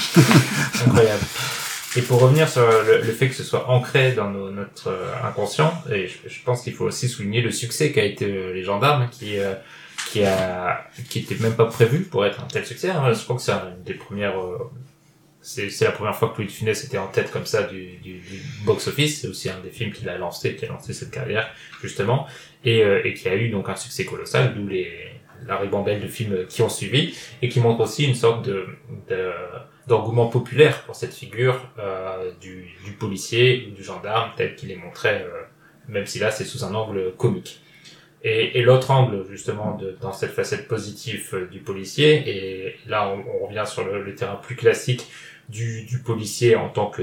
Incroyable. Et pour revenir sur le, le fait que ce soit ancré dans nos, notre inconscient et je, je pense qu'il faut aussi souligner le succès qu'a été euh, les gendarmes qui euh, qui a qui était même pas prévu pour être un tel succès hein. Je crois que c'est une des premières euh, c'est c'est la première fois que Louis de Funès était en tête comme ça du du, du box office c'est aussi un des films qui l'a lancé qui a lancé cette carrière justement et euh, et qui a eu donc un succès colossal d'où les la ribambelle de films qui ont suivi et qui montre aussi une sorte de, de d'engouement populaire pour cette figure euh, du du policier ou du gendarme tel qu'il est montré euh, même si là c'est sous un angle comique. Et, et l'autre angle, justement, de, dans cette facette positive euh, du policier, et là, on, on revient sur le, le terrain plus classique du, du policier en tant que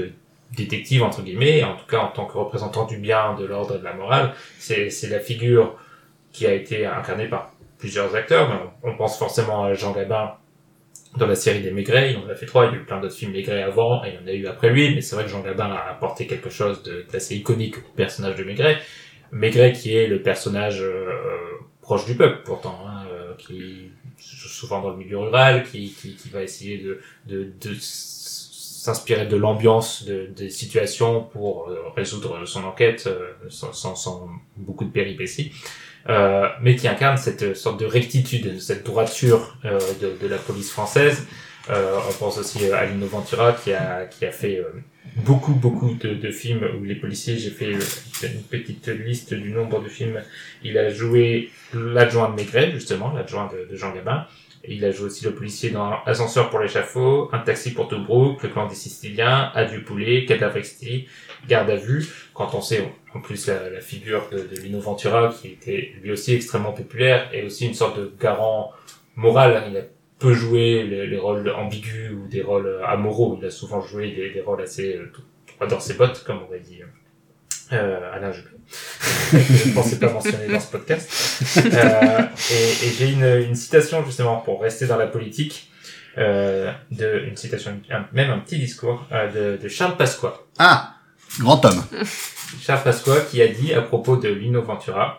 détective entre guillemets, en tout cas en tant que représentant du bien, de l'ordre et de la morale. C'est, c'est la figure qui a été incarnée par plusieurs acteurs, mais on, on pense forcément à Jean Gabin dans la série des Maigret. Il en a fait trois, il y a eu plein d'autres films Maigret avant, et il y en a eu après lui, mais c'est vrai que Jean Gabin a apporté quelque chose de, d'assez iconique au personnage de Maigret. Maigret qui est le personnage euh, proche du peuple pourtant, hein, euh, qui souvent dans le milieu rural, qui, qui, qui va essayer de, de, de s'inspirer de l'ambiance de, des situations pour euh, résoudre son enquête euh, sans, sans, sans beaucoup de péripéties, euh, mais qui incarne cette sorte de rectitude, cette droiture euh, de, de la police française. Euh, on pense aussi à Lino Ventura qui a qui a fait euh, beaucoup beaucoup de, de films où les policiers. J'ai fait euh, une petite liste du nombre de films. Il a joué l'adjoint de Maigret, justement, l'adjoint de, de Jean Gabin. Il a joué aussi le policier dans Ascenseur pour l'échafaud, Un taxi pour Tobruk, Le clan des Siciliens, Adieu poulet, Cadavre exquis, Garde à vue. Quand on sait en plus la, la figure de, de Lino Ventura qui était lui aussi extrêmement populaire et aussi une sorte de garant moral. Il a peu joué les, les rôles ambigus ou des rôles amoraux. Il a souvent joué des, des rôles assez euh, droit dans ses bottes, comme aurait dit euh, Alain Juppé. Je ne pensais pas mentionner dans ce podcast. Euh, et, et j'ai une, une citation justement pour rester dans la politique, euh, de une citation, un, même un petit discours euh, de, de Charles Pasqua. Ah, grand homme. Charles Pasqua qui a dit à propos de Lino Ventura: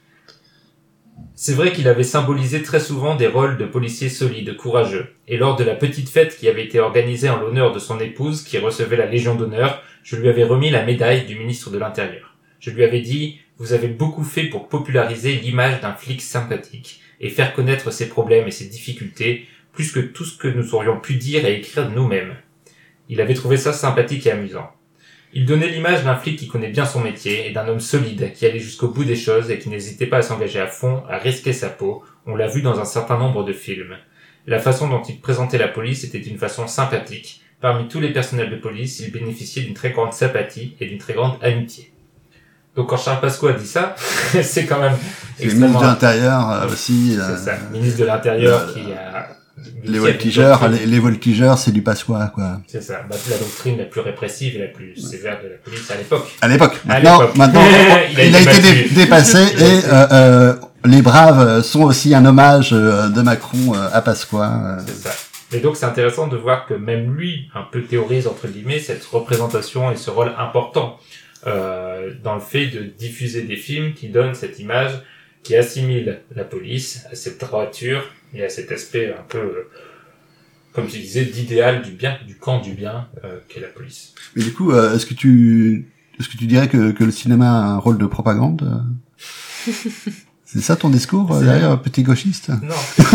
c'est vrai qu'il avait symbolisé très souvent des rôles de policiers solides, courageux. Et lors de la petite fête qui avait été organisée en l'honneur de son épouse, qui recevait la Légion d'honneur, je lui avais remis la médaille du ministre de l'Intérieur. Je lui avais dit: vous avez beaucoup fait pour populariser l'image d'un flic sympathique et faire connaître ses problèmes et ses difficultés, plus que tout ce que nous aurions pu dire et écrire de nous-mêmes. Il avait trouvé ça sympathique et amusant. Il donnait l'image d'un flic qui connaît bien son métier et d'un homme solide, qui allait jusqu'au bout des choses et qui n'hésitait pas à s'engager à fond, à risquer sa peau. On l'a vu dans un certain nombre de films. La façon dont il présentait la police était d'une façon sympathique. Parmi tous les personnels de police, il bénéficiait d'une très grande sympathie et d'une très grande amitié. Donc quand Charles Pasqua a dit ça, c'est quand même c'est extrêmement... ministre de l'Intérieur euh, aussi. C'est euh, ça, ministre de l'Intérieur euh, qui a... Les voltigeurs, les, les voltigeurs, c'est du Pasqua, quoi. C'est ça. Bah, la doctrine la plus répressive et la plus sévère de la police à l'époque. À l'époque. Maintenant, l'époque. maintenant, il a, il a été, été dé- dépassé et euh, euh, les Braves sont aussi un hommage euh, de Macron euh, à Pasqua. Euh. C'est ça. Et donc c'est intéressant de voir que même lui, un peu théorise entre guillemets cette représentation et ce rôle important euh, dans le fait de diffuser des films qui donnent cette image, qui assimile la police à cette droiture et à cet aspect un peu, euh, comme tu disais, d'idéal du bien, du camp du bien euh, qu'est la police. Mais du coup, euh, est-ce que tu est-ce que tu dirais que, que le cinéma a un rôle de propagande? C'est ça ton discours, c'est derrière, petit gauchiste? Non.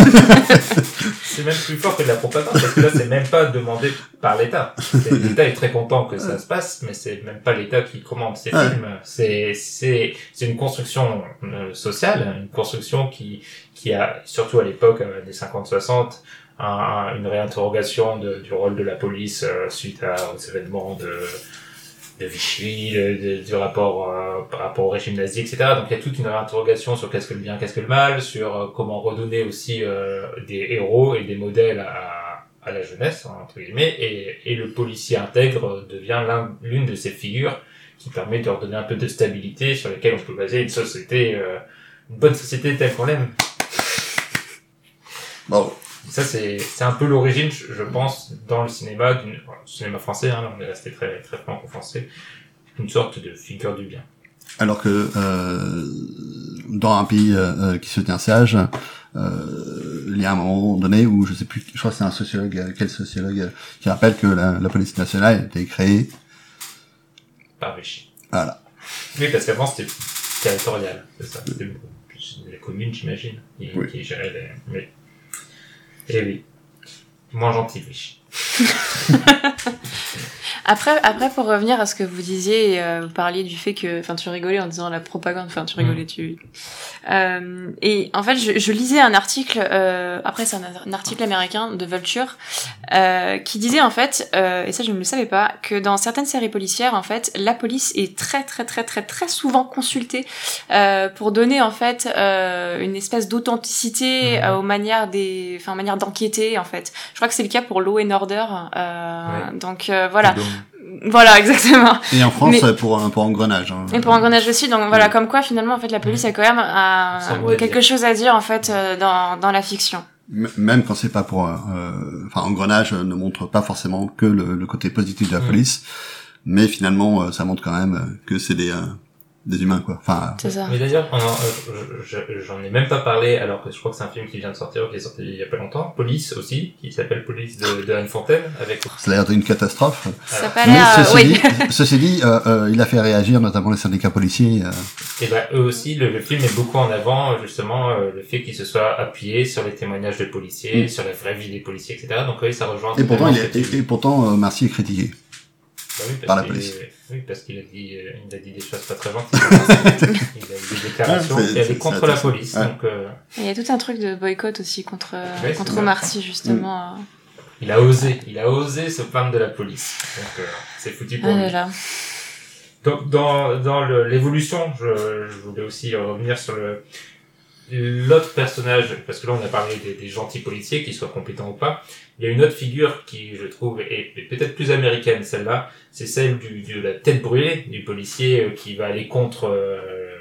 C'est même plus fort que de la propagande, parce que là, c'est même pas demandé par l'État. C'est, L'État est très content que ça se passe, mais c'est même pas l'État qui commande ces ouais. films. C'est, c'est, c'est une construction euh, sociale, une construction qui, qui a, surtout à l'époque, euh, des cinquante soixante, un, une réinterrogation de, du rôle de la police euh, suite à, aux événements de, de Vichy, de, de, du rapport euh, par rapport au régime nazi, et cetera. Donc il y a toute une réinterrogation sur qu'est-ce que le bien, qu'est-ce que le mal, sur euh, comment redonner aussi euh, des héros et des modèles à, à la jeunesse, hein, entre guillemets, et, et le policier intègre devient l'un, l'une de ces figures qui permet de redonner un peu de stabilité sur lesquelles on peut baser une société, euh, une bonne société telle qu'on l'aime. Bon. Ça, c'est, c'est un peu l'origine, je pense, dans le cinéma, du cinéma français, hein, là, on est resté très, très franco-français, une sorte de figure du bien. Alors que, euh, dans un pays, euh, qui se tient sage, euh, il y a un moment donné où, je sais plus, je crois que c'est un sociologue, quel sociologue, qui rappelle que la, la police nationale a été créée par Vichy. Voilà. Oui, parce qu'avant, c'était territorial, c'est ça. C'était plus les communes, j'imagine, qui, oui. qui géraient les, mais eh oui, moins gentil, Vichy. Après, après, pour revenir à ce que vous disiez, euh, vous parliez du fait que, enfin, tu rigolais en disant la propagande, enfin, tu rigolais, mmh. tu. Euh, et en fait, je, je lisais un article. Euh, après, c'est un, un article américain de Vulture euh, qui disait en fait, euh, et ça, je ne le savais pas, que dans certaines séries policières, en fait, la police est très, très, très, très, très souvent consultée euh, pour donner en fait euh, une espèce d'authenticité mmh. euh, aux manières des, enfin, manière d'enquêter en fait. Je crois que c'est le cas pour Law and Order. Euh, ouais. Donc euh, voilà. Voilà, exactement. Et en France, Mais... pour, pour Engrenage. Hein. Et pour Engrenage aussi, donc voilà, comme quoi finalement, en fait, la police a quand même euh, quelque dire. chose à dire, en fait, euh, dans, dans la fiction. Même quand c'est pas pour... Euh, enfin, Engrenage ne montre pas forcément que le, le côté positif de la mmh. police, mais finalement, euh, ça montre quand même que c'est des... Euh, des humains, quoi. Enfin, c'est ça. Mais d'ailleurs, euh, j'en ai même pas parlé, alors que je crois que c'est un film qui vient de sortir, qui est sorti il y a pas longtemps. Police aussi, qui s'appelle Police de, de Anne Fontaine, avec. Ça a l'air d'une catastrophe. Ça a pas l'air. Ceci, oui. dit, ceci dit, euh, euh, il a fait réagir notamment les syndicats policiers. Euh... Et ben eux aussi, le, le film met beaucoup en avant justement euh, le fait qu'il se soit appuyé sur les témoignages de policiers, mmh. sur la vraie vie des policiers, et cetera. Donc oui, ça rejoint. Et pourtant, il est, et, et pourtant, euh, Marcy est critiqué. Bah oui, par la police. Oui, parce qu'il a dit, euh, il a dit des choses pas très gentilles. Il a eu des déclarations ah, qui allaient contre la police. Ouais. Donc, euh... il y a tout un truc de boycott aussi contre, ouais, contre Marcy, justement. Mm. Il a osé, il a osé se plaindre de la police. Donc, euh, c'est foutu pour ah, lui. Voilà. Donc, dans, dans le, l'évolution, je, je voulais aussi revenir sur le, l'autre personnage, parce que là, on a parlé des, des gentils policiers, qu'ils soient compétents ou pas. Il y a une autre figure qui, je trouve, est peut-être plus américaine, celle-là. C'est celle du, de la tête brûlée, du policier qui va aller contre, euh,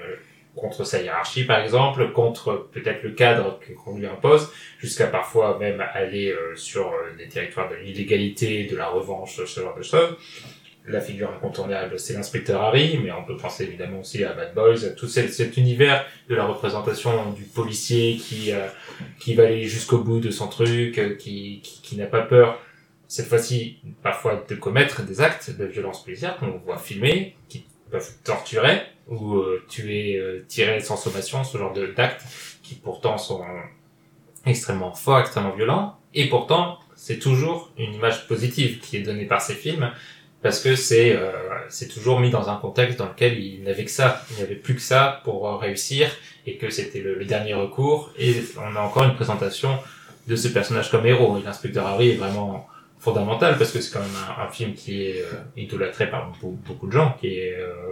contre sa hiérarchie, par exemple, contre peut-être le cadre qu'on lui impose, jusqu'à parfois même aller euh, sur euh, des territoires de l'illégalité, de la revanche, ce genre de choses. La figure incontournable, c'est l'inspecteur Harry, mais on peut penser évidemment aussi à Bad Boys, tout cet, cet univers de la représentation du policier qui euh, qui va aller jusqu'au bout de son truc, euh, qui, qui qui n'a pas peur, cette fois-ci, parfois de commettre des actes de violence policière qu'on voit filmer, qui peuvent torturer ou euh, tuer, euh, tirer sans sommation, ce genre de d'actes qui pourtant sont extrêmement forts, extrêmement violents, et pourtant c'est toujours une image positive qui est donnée par ces films. Parce que c'est euh, c'est toujours mis dans un contexte dans lequel il n'avait que ça, il n'y avait plus que ça pour réussir, et que c'était le, le dernier recours, et on a encore une présentation de ce personnage comme héros. Et l'inspecteur Harry est vraiment fondamental, parce que c'est quand même un, un film qui est euh, idolâtré par beaucoup, beaucoup de gens, qui est euh,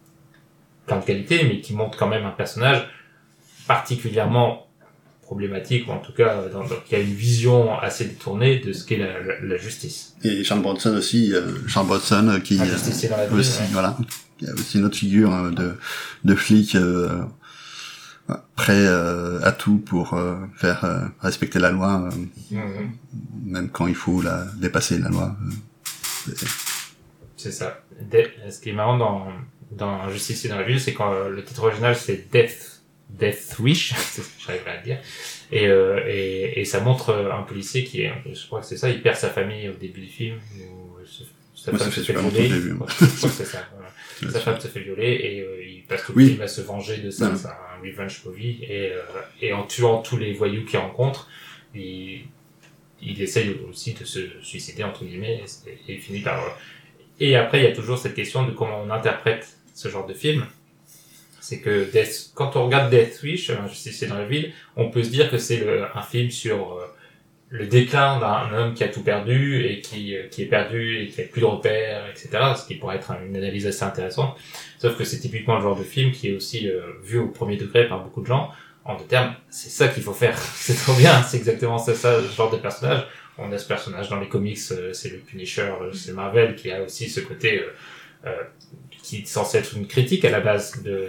plein de qualités, mais qui montre quand même un personnage particulièrement problématique, ou en tout cas dans, dans, qui a une vision assez détournée de ce qu'est la, la, la justice. Et Charles Bronson aussi, euh, Charles Bronson qui ah, justice, dans la vie, aussi, ouais. voilà, il y a aussi une autre figure euh, de de flic euh, prêt euh, à tout pour euh, faire euh, respecter la loi, euh, mm-hmm. même quand il faut la dépasser la loi. Euh, c'est... c'est ça. De- ce qui est marrant dans dans Justice dans la ville, c'est quand euh, le titre original c'est Death Death Wish, c'est ce que j'arriverai à le dire, et, euh, et, et ça montre un policier qui est, je crois que c'est ça, il perd sa famille au début du film, ou sa Moi, femme ça se fait fait violer, je crois que c'est ça, voilà. Sa femme se fait violer, et euh, il passe tout le oui. film à se venger de ça, ouais. C'est un revenge movie, et, euh, et en tuant tous les voyous qu'il rencontre, il, il essaye aussi de se suicider, entre guillemets, et, et il finit par... Et après, il y a toujours cette question de comment on interprète ce genre de film. C'est que Death, quand on regarde Death Wish, Justice dans la ville, on peut se dire que c'est le, un film sur euh, le déclin d'un homme qui a tout perdu et qui, euh, qui est perdu et qui a plus de repères, et cetera. Ce qui pourrait être une analyse assez intéressante. Sauf que c'est typiquement le genre de film qui est aussi euh, vu au premier degré par beaucoup de gens. En deux termes, c'est ça qu'il faut faire. C'est trop bien, c'est exactement ça, ça, ce genre de personnage. On a ce personnage dans les comics, euh, c'est le Punisher, euh, c'est Marvel, qui a aussi ce côté... Euh, euh, qui est censé être une critique à la base de,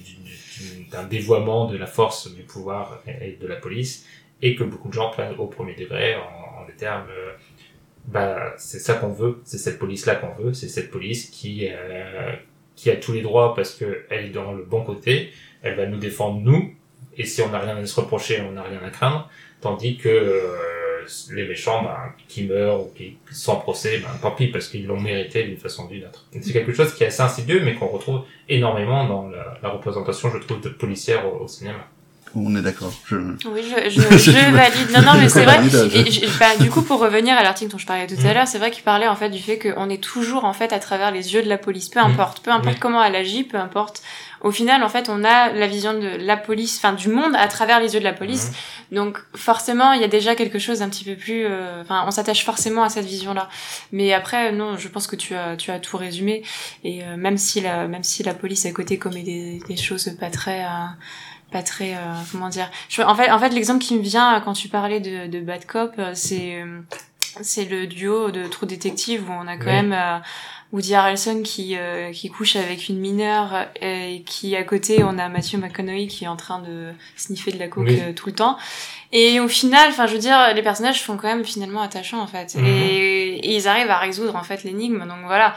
de, d'un dévoiement de la force du pouvoir et de la police, et que beaucoup de gens prennent au premier degré en, en des termes euh, bah c'est ça qu'on veut, c'est cette police là qu'on veut, c'est cette police qui euh, qui a tous les droits parce que elle est dans le bon côté, elle va nous défendre nous, et si on n'a rien à se reprocher, on n'a rien à craindre, tandis que euh, les méchants, ben, qui meurent ou qui sans procès, ben, tant pis, parce qu'ils l'ont mérité d'une façon ou d'une autre. C'est quelque chose qui est assez insidieux, mais qu'on retrouve énormément dans la, la représentation, je trouve, de policière au, au cinéma. On est d'accord. Je... Oui, je, je, je valide. Non, non, mais c'est vrai. Et je, bah, du coup, pour revenir à l'article dont je parlais tout à l'heure, c'est vrai qu'il parlait en fait du fait qu'on est toujours en fait à travers les yeux de la police. Peu importe, peu importe comment elle agit, peu importe. Au final, en fait, on a la vision de la police, enfin du monde à travers les yeux de la police. Mmh. Donc forcément, il y a déjà quelque chose d'un petit peu plus. Enfin, euh, on s'attache forcément à cette vision-là. Mais après, non, je pense que tu as, tu as tout résumé. Et euh, même si la, même si la police à côté commet des, des choses pas très. Euh, pas très euh, comment dire je, en fait en fait l'exemple qui me vient quand tu parlais de, de Bad Cop, c'est c'est le duo de True Detective où on a quand oui. même euh, Woody Harrelson qui euh, qui couche avec une mineure et qui à côté on a Matthew McConaughey qui est en train de sniffer de la coke oui. euh, tout le temps. Et au final, enfin je veux dire, les personnages sont quand même finalement attachants en fait, mm-hmm. et, et ils arrivent à résoudre en fait l'énigme. Donc voilà,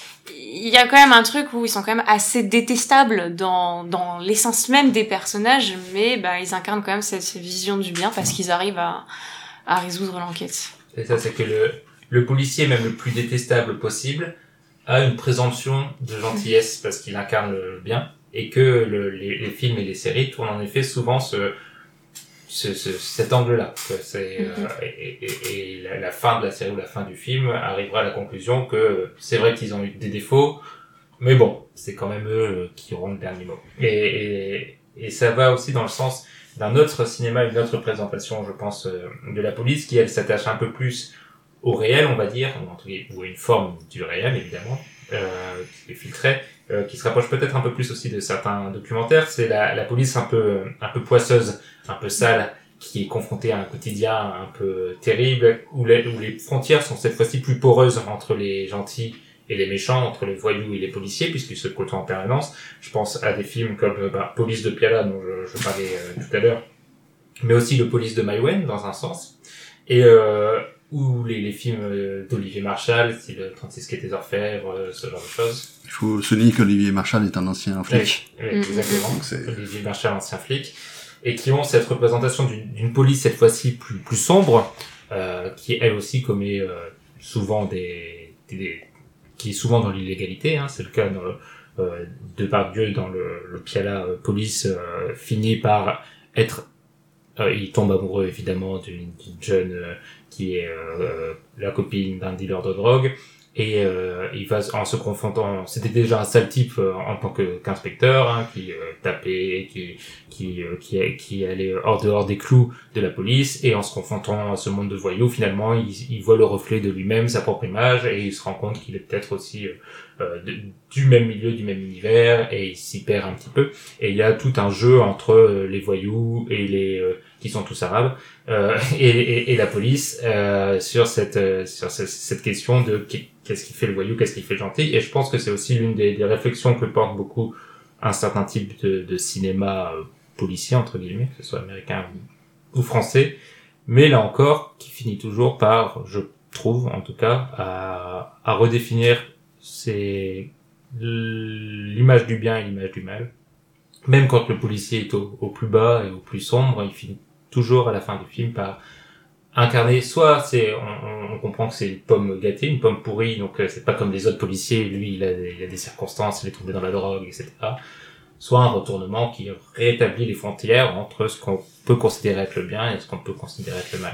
il y a quand même un truc où ils sont quand même assez détestables dans dans l'essence même des personnages, mais bah ils incarnent quand même cette, cette vision du bien parce qu'ils arrivent à à résoudre l'enquête. C'est ça, c'est que le le policier même le plus détestable possible a une présomption de gentillesse parce qu'il incarne le bien, et que le, les, les films et les séries tournent en effet souvent ce, ce, ce cet angle-là. C'est, mm-hmm. euh, et, et, et la, la fin de la série ou la fin du film arrivera à la conclusion que c'est vrai qu'ils ont eu des défauts, mais bon, c'est quand même eux qui auront le dernier mot. Et, et, et ça va aussi dans le sens d'un autre cinéma, une autre présentation, je pense, de la police, qui elle s'attache un peu plus au réel, on va dire, ou en tout cas, ou à une forme du réel, évidemment, euh, qui est filtrée, euh, qui se rapproche peut-être un peu plus aussi de certains documentaires. C'est la, la police un peu, un peu poisseuse, un peu sale, qui est confrontée à un quotidien un peu terrible, où les, où les frontières sont cette fois-ci plus poreuses entre les gentils et les méchants, entre les voyous et les policiers, puisqu'ils se côtoient en permanence. Je pense à des films comme bah, Police de Piala, dont je, je parlais euh, tout à l'heure, mais aussi le Police de Maïwenn, dans un sens. Et euh, ou les, les films d'Olivier Marchal, style trente-six quai des Orfèvres, ce genre de choses. Il faut souligner qu'Olivier Marchal est un ancien flic. Oui, oui, exactement. Donc c'est... Olivier Marchal, ancien flic. Et qui ont cette représentation d'une, d'une police, cette fois-ci, plus, plus sombre, euh, qui, elle aussi, commet euh, souvent des, des, des... qui est souvent dans l'illégalité, hein. C'est le cas dans le, euh, de Depardieu dans le, le Piala euh, Police, euh, finit par être... Euh, il tombe amoureux, évidemment, d'une, d'une jeune... Euh, qui est euh, la copine d'un dealer de drogue, et euh, il va en se confrontant, c'était déjà un sale type euh, en tant que qu'inspecteur, hein, qui euh, tapait, qui qui euh, qui qui allait hors dehors des clous de la police, et en se confrontant à ce monde de voyous, finalement il, il voit le reflet de lui-même, sa propre image, et il se rend compte qu'il est peut-être aussi euh, de, du même milieu, du même univers, et il s'y perd un petit peu. Et il y a tout un jeu entre euh, les voyous et les euh, qui sont tous arabes euh, et, et, et la police euh, sur cette euh, sur cette, cette question de qu'est-ce qui fait le voyou, qu'est-ce qui fait le gentil. Et je pense que c'est aussi l'une des, des réflexions que porte beaucoup un certain type de, de cinéma euh, policier entre guillemets, que ce soit américain ou, ou français, mais là encore qui finit toujours par, je trouve en tout cas, à, à redéfinir c'est l'image du bien et l'image du mal. Même quand le policier est au, au plus bas et au plus sombre, il finit toujours à la fin du film par incarner, soit c'est, on, on comprend que c'est une pomme gâtée, une pomme pourrie, donc c'est pas comme les autres policiers, lui il a, il a des circonstances, il est tombé dans la drogue, et cetera. Soit un retournement qui rétablit les frontières entre ce qu'on peut considérer être le bien et ce qu'on peut considérer être le mal.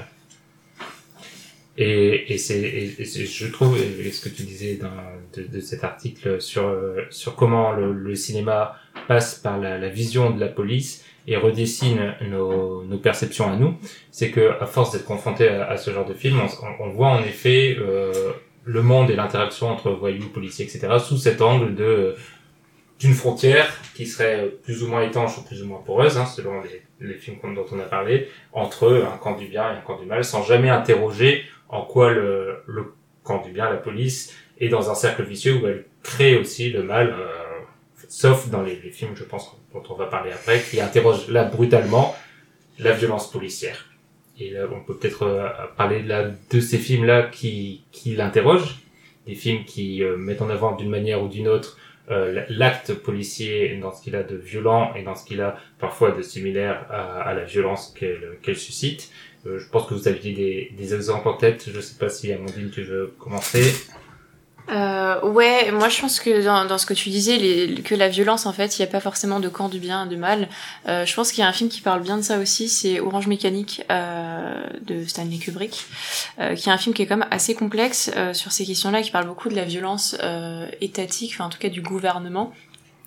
Et, et c'est, et, et c'est, je trouve, et ce que tu disais dans, de, de cet article sur sur comment le, le cinéma passe par la, la vision de la police et redessine nos, nos perceptions à nous, c'est que à force d'être confronté à, à ce genre de film, on, on voit en effet euh, le monde et l'interaction entre voyous, policiers, et cetera sous cet angle de d'une frontière qui serait plus ou moins étanche ou plus ou moins poreuse, hein, selon les, les films dont on a parlé, entre un camp du bien et un camp du mal, sans jamais interroger en quoi le, le camp du bien, la police, est dans un cercle vicieux où elle crée aussi le mal, euh, sauf dans les, les films, je pense, dont on va parler après, qui interrogent là brutalement la violence policière. Et là, on peut peut-être euh, parler là de ces films-là qui, qui l'interrogent, des films qui euh, mettent en avant d'une manière ou d'une autre euh, l'acte policier dans ce qu'il a de violent et dans ce qu'il a parfois de similaire à, à la violence qu'elle, qu'elle suscite. Euh, je pense que vous aviez des, des exemples en tête. Je sais pas si Amandine, tu veux commencer. Euh, ouais, moi je pense que dans, dans ce que tu disais, les, que la violence en fait, il n'y a pas forcément de camp du bien et du mal. Euh, je pense qu'il y a un film qui parle bien de ça aussi, c'est Orange Mécanique euh, de Stanley Kubrick, euh, qui est un film qui est quand même assez complexe euh, sur ces questions-là, qui parle beaucoup de la violence euh, étatique, enfin en tout cas du gouvernement.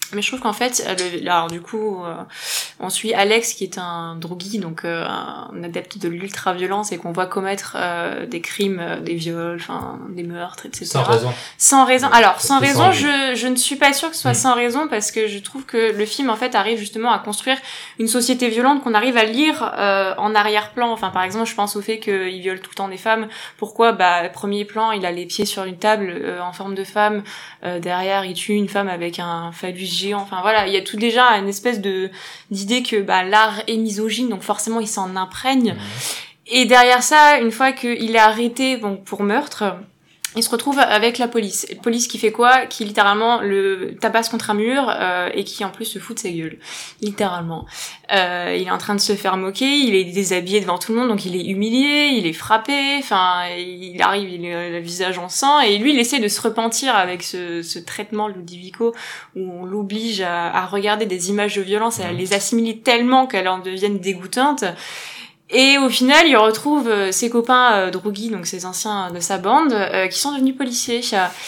Mais je trouve qu'en fait, le, alors du coup, euh, on suit Alex qui est un drogué, donc euh, un adepte de l'ultra-violence et qu'on voit commettre euh, des crimes, euh, des viols, enfin des meurtres, et cetera. Sans raison. Sans raison. Ouais, alors sans raison, sans je je ne suis pas sûre que ce soit mmh. sans raison parce que je trouve que le film en fait arrive justement à construire une société violente qu'on arrive à lire euh, en arrière-plan. Enfin par exemple, je pense au fait qu'il viole tout le temps des femmes. Pourquoi? Bah premier plan, il a les pieds sur une table euh, en forme de femme. Euh, derrière, il tue une femme avec un phallus géant. Enfin voilà, il y a tout déjà une espèce de d'idée que bah l'art est misogyne, donc forcément il s'en imprègne. Mmh. Et derrière ça, une fois qu'il est arrêté donc pour meurtre, il se retrouve avec la police. La police qui fait quoi? Qui littéralement le tabasse contre un mur euh, et qui en plus se fout de sa gueule, littéralement. Euh, il est en train de se faire moquer, il est déshabillé devant tout le monde, donc il est humilié, il est frappé. Enfin, il arrive, il a le visage en sang et lui, il essaie de se repentir avec ce, ce traitement Ludovico où on l'oblige à, à regarder des images de violence et à les assimiler tellement qu'elles en deviennent dégoûtantes. Et au final, il retrouve euh, ses copains euh, drogués, donc ses anciens de sa bande, euh, qui sont devenus policiers.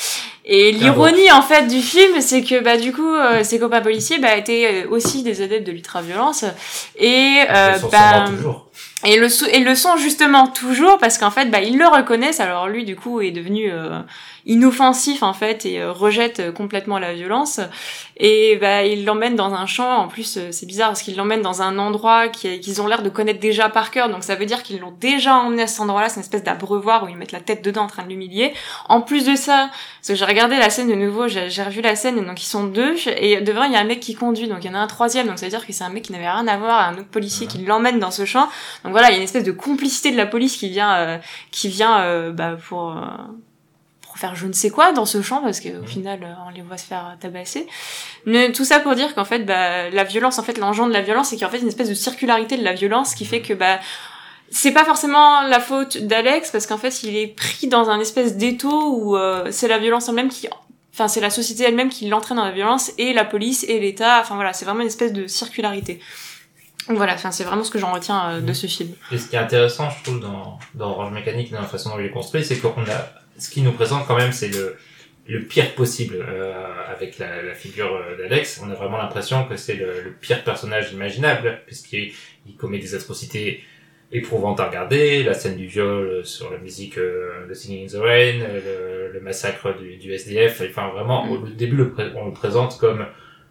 Et l'ironie en fait du film, c'est que bah du coup, euh, ses copains policiers bah étaient aussi des adeptes de l'ultra-violence et euh, bah et le et le sont justement toujours parce qu'en fait bah ils le reconnaissent. Alors lui du coup est devenu euh, inoffensif en fait et euh, rejette complètement la violence et bah il l'emmène dans un champ. En plus euh, c'est bizarre parce qu'il l'emmène dans un endroit qui, qu'ils ont l'air de connaître déjà par cœur, donc ça veut dire qu'ils l'ont déjà emmené à cet endroit-là. C'est une espèce d'abreuvoir où ils mettent la tête dedans en train de l'humilier. En plus de ça, parce que j'ai regardé la scène de nouveau, j'ai, j'ai revu la scène et donc ils sont deux et devant il y a un mec qui conduit, donc il y en a un troisième, donc ça veut dire que c'est un mec qui n'avait rien à voir, un autre policier qui l'emmène dans ce champ. Donc voilà, il y a une espèce de complicité de la police qui vient euh, qui vient euh, bah pour euh, pour faire je ne sais quoi dans ce champ parce qu'au mmh. final euh, on les voit se faire tabasser. Mais tout ça pour dire qu'en fait bah la violence en fait l'engendre de la violence c'est qu'il y a en fait une espèce de circularité de la violence qui fait que bah c'est pas forcément la faute d'Alex parce qu'en fait il est pris dans un espèce d'étau où euh, c'est la violence elle-même qui enfin c'est la société elle-même qui l'entraîne dans la violence et la police et l'État, enfin voilà, c'est vraiment une espèce de circularité. Donc voilà, enfin c'est vraiment ce que j'en retiens euh, de ce film. Et ce qui est intéressant, je trouve, dans, dans Orange Mécanique, dans la façon dont il est construit, c'est qu'on a, ce qui nous présente quand même, c'est le, le pire possible, euh, avec la, la figure d'Alex. On a vraiment l'impression que c'est le, le pire personnage imaginable, puisqu'il il commet des atrocités éprouvantes à regarder, la scène du viol sur la musique euh, de Singing in the Rain, le, le massacre du, du S D F, enfin vraiment, mm. au début, le pré- on le présente comme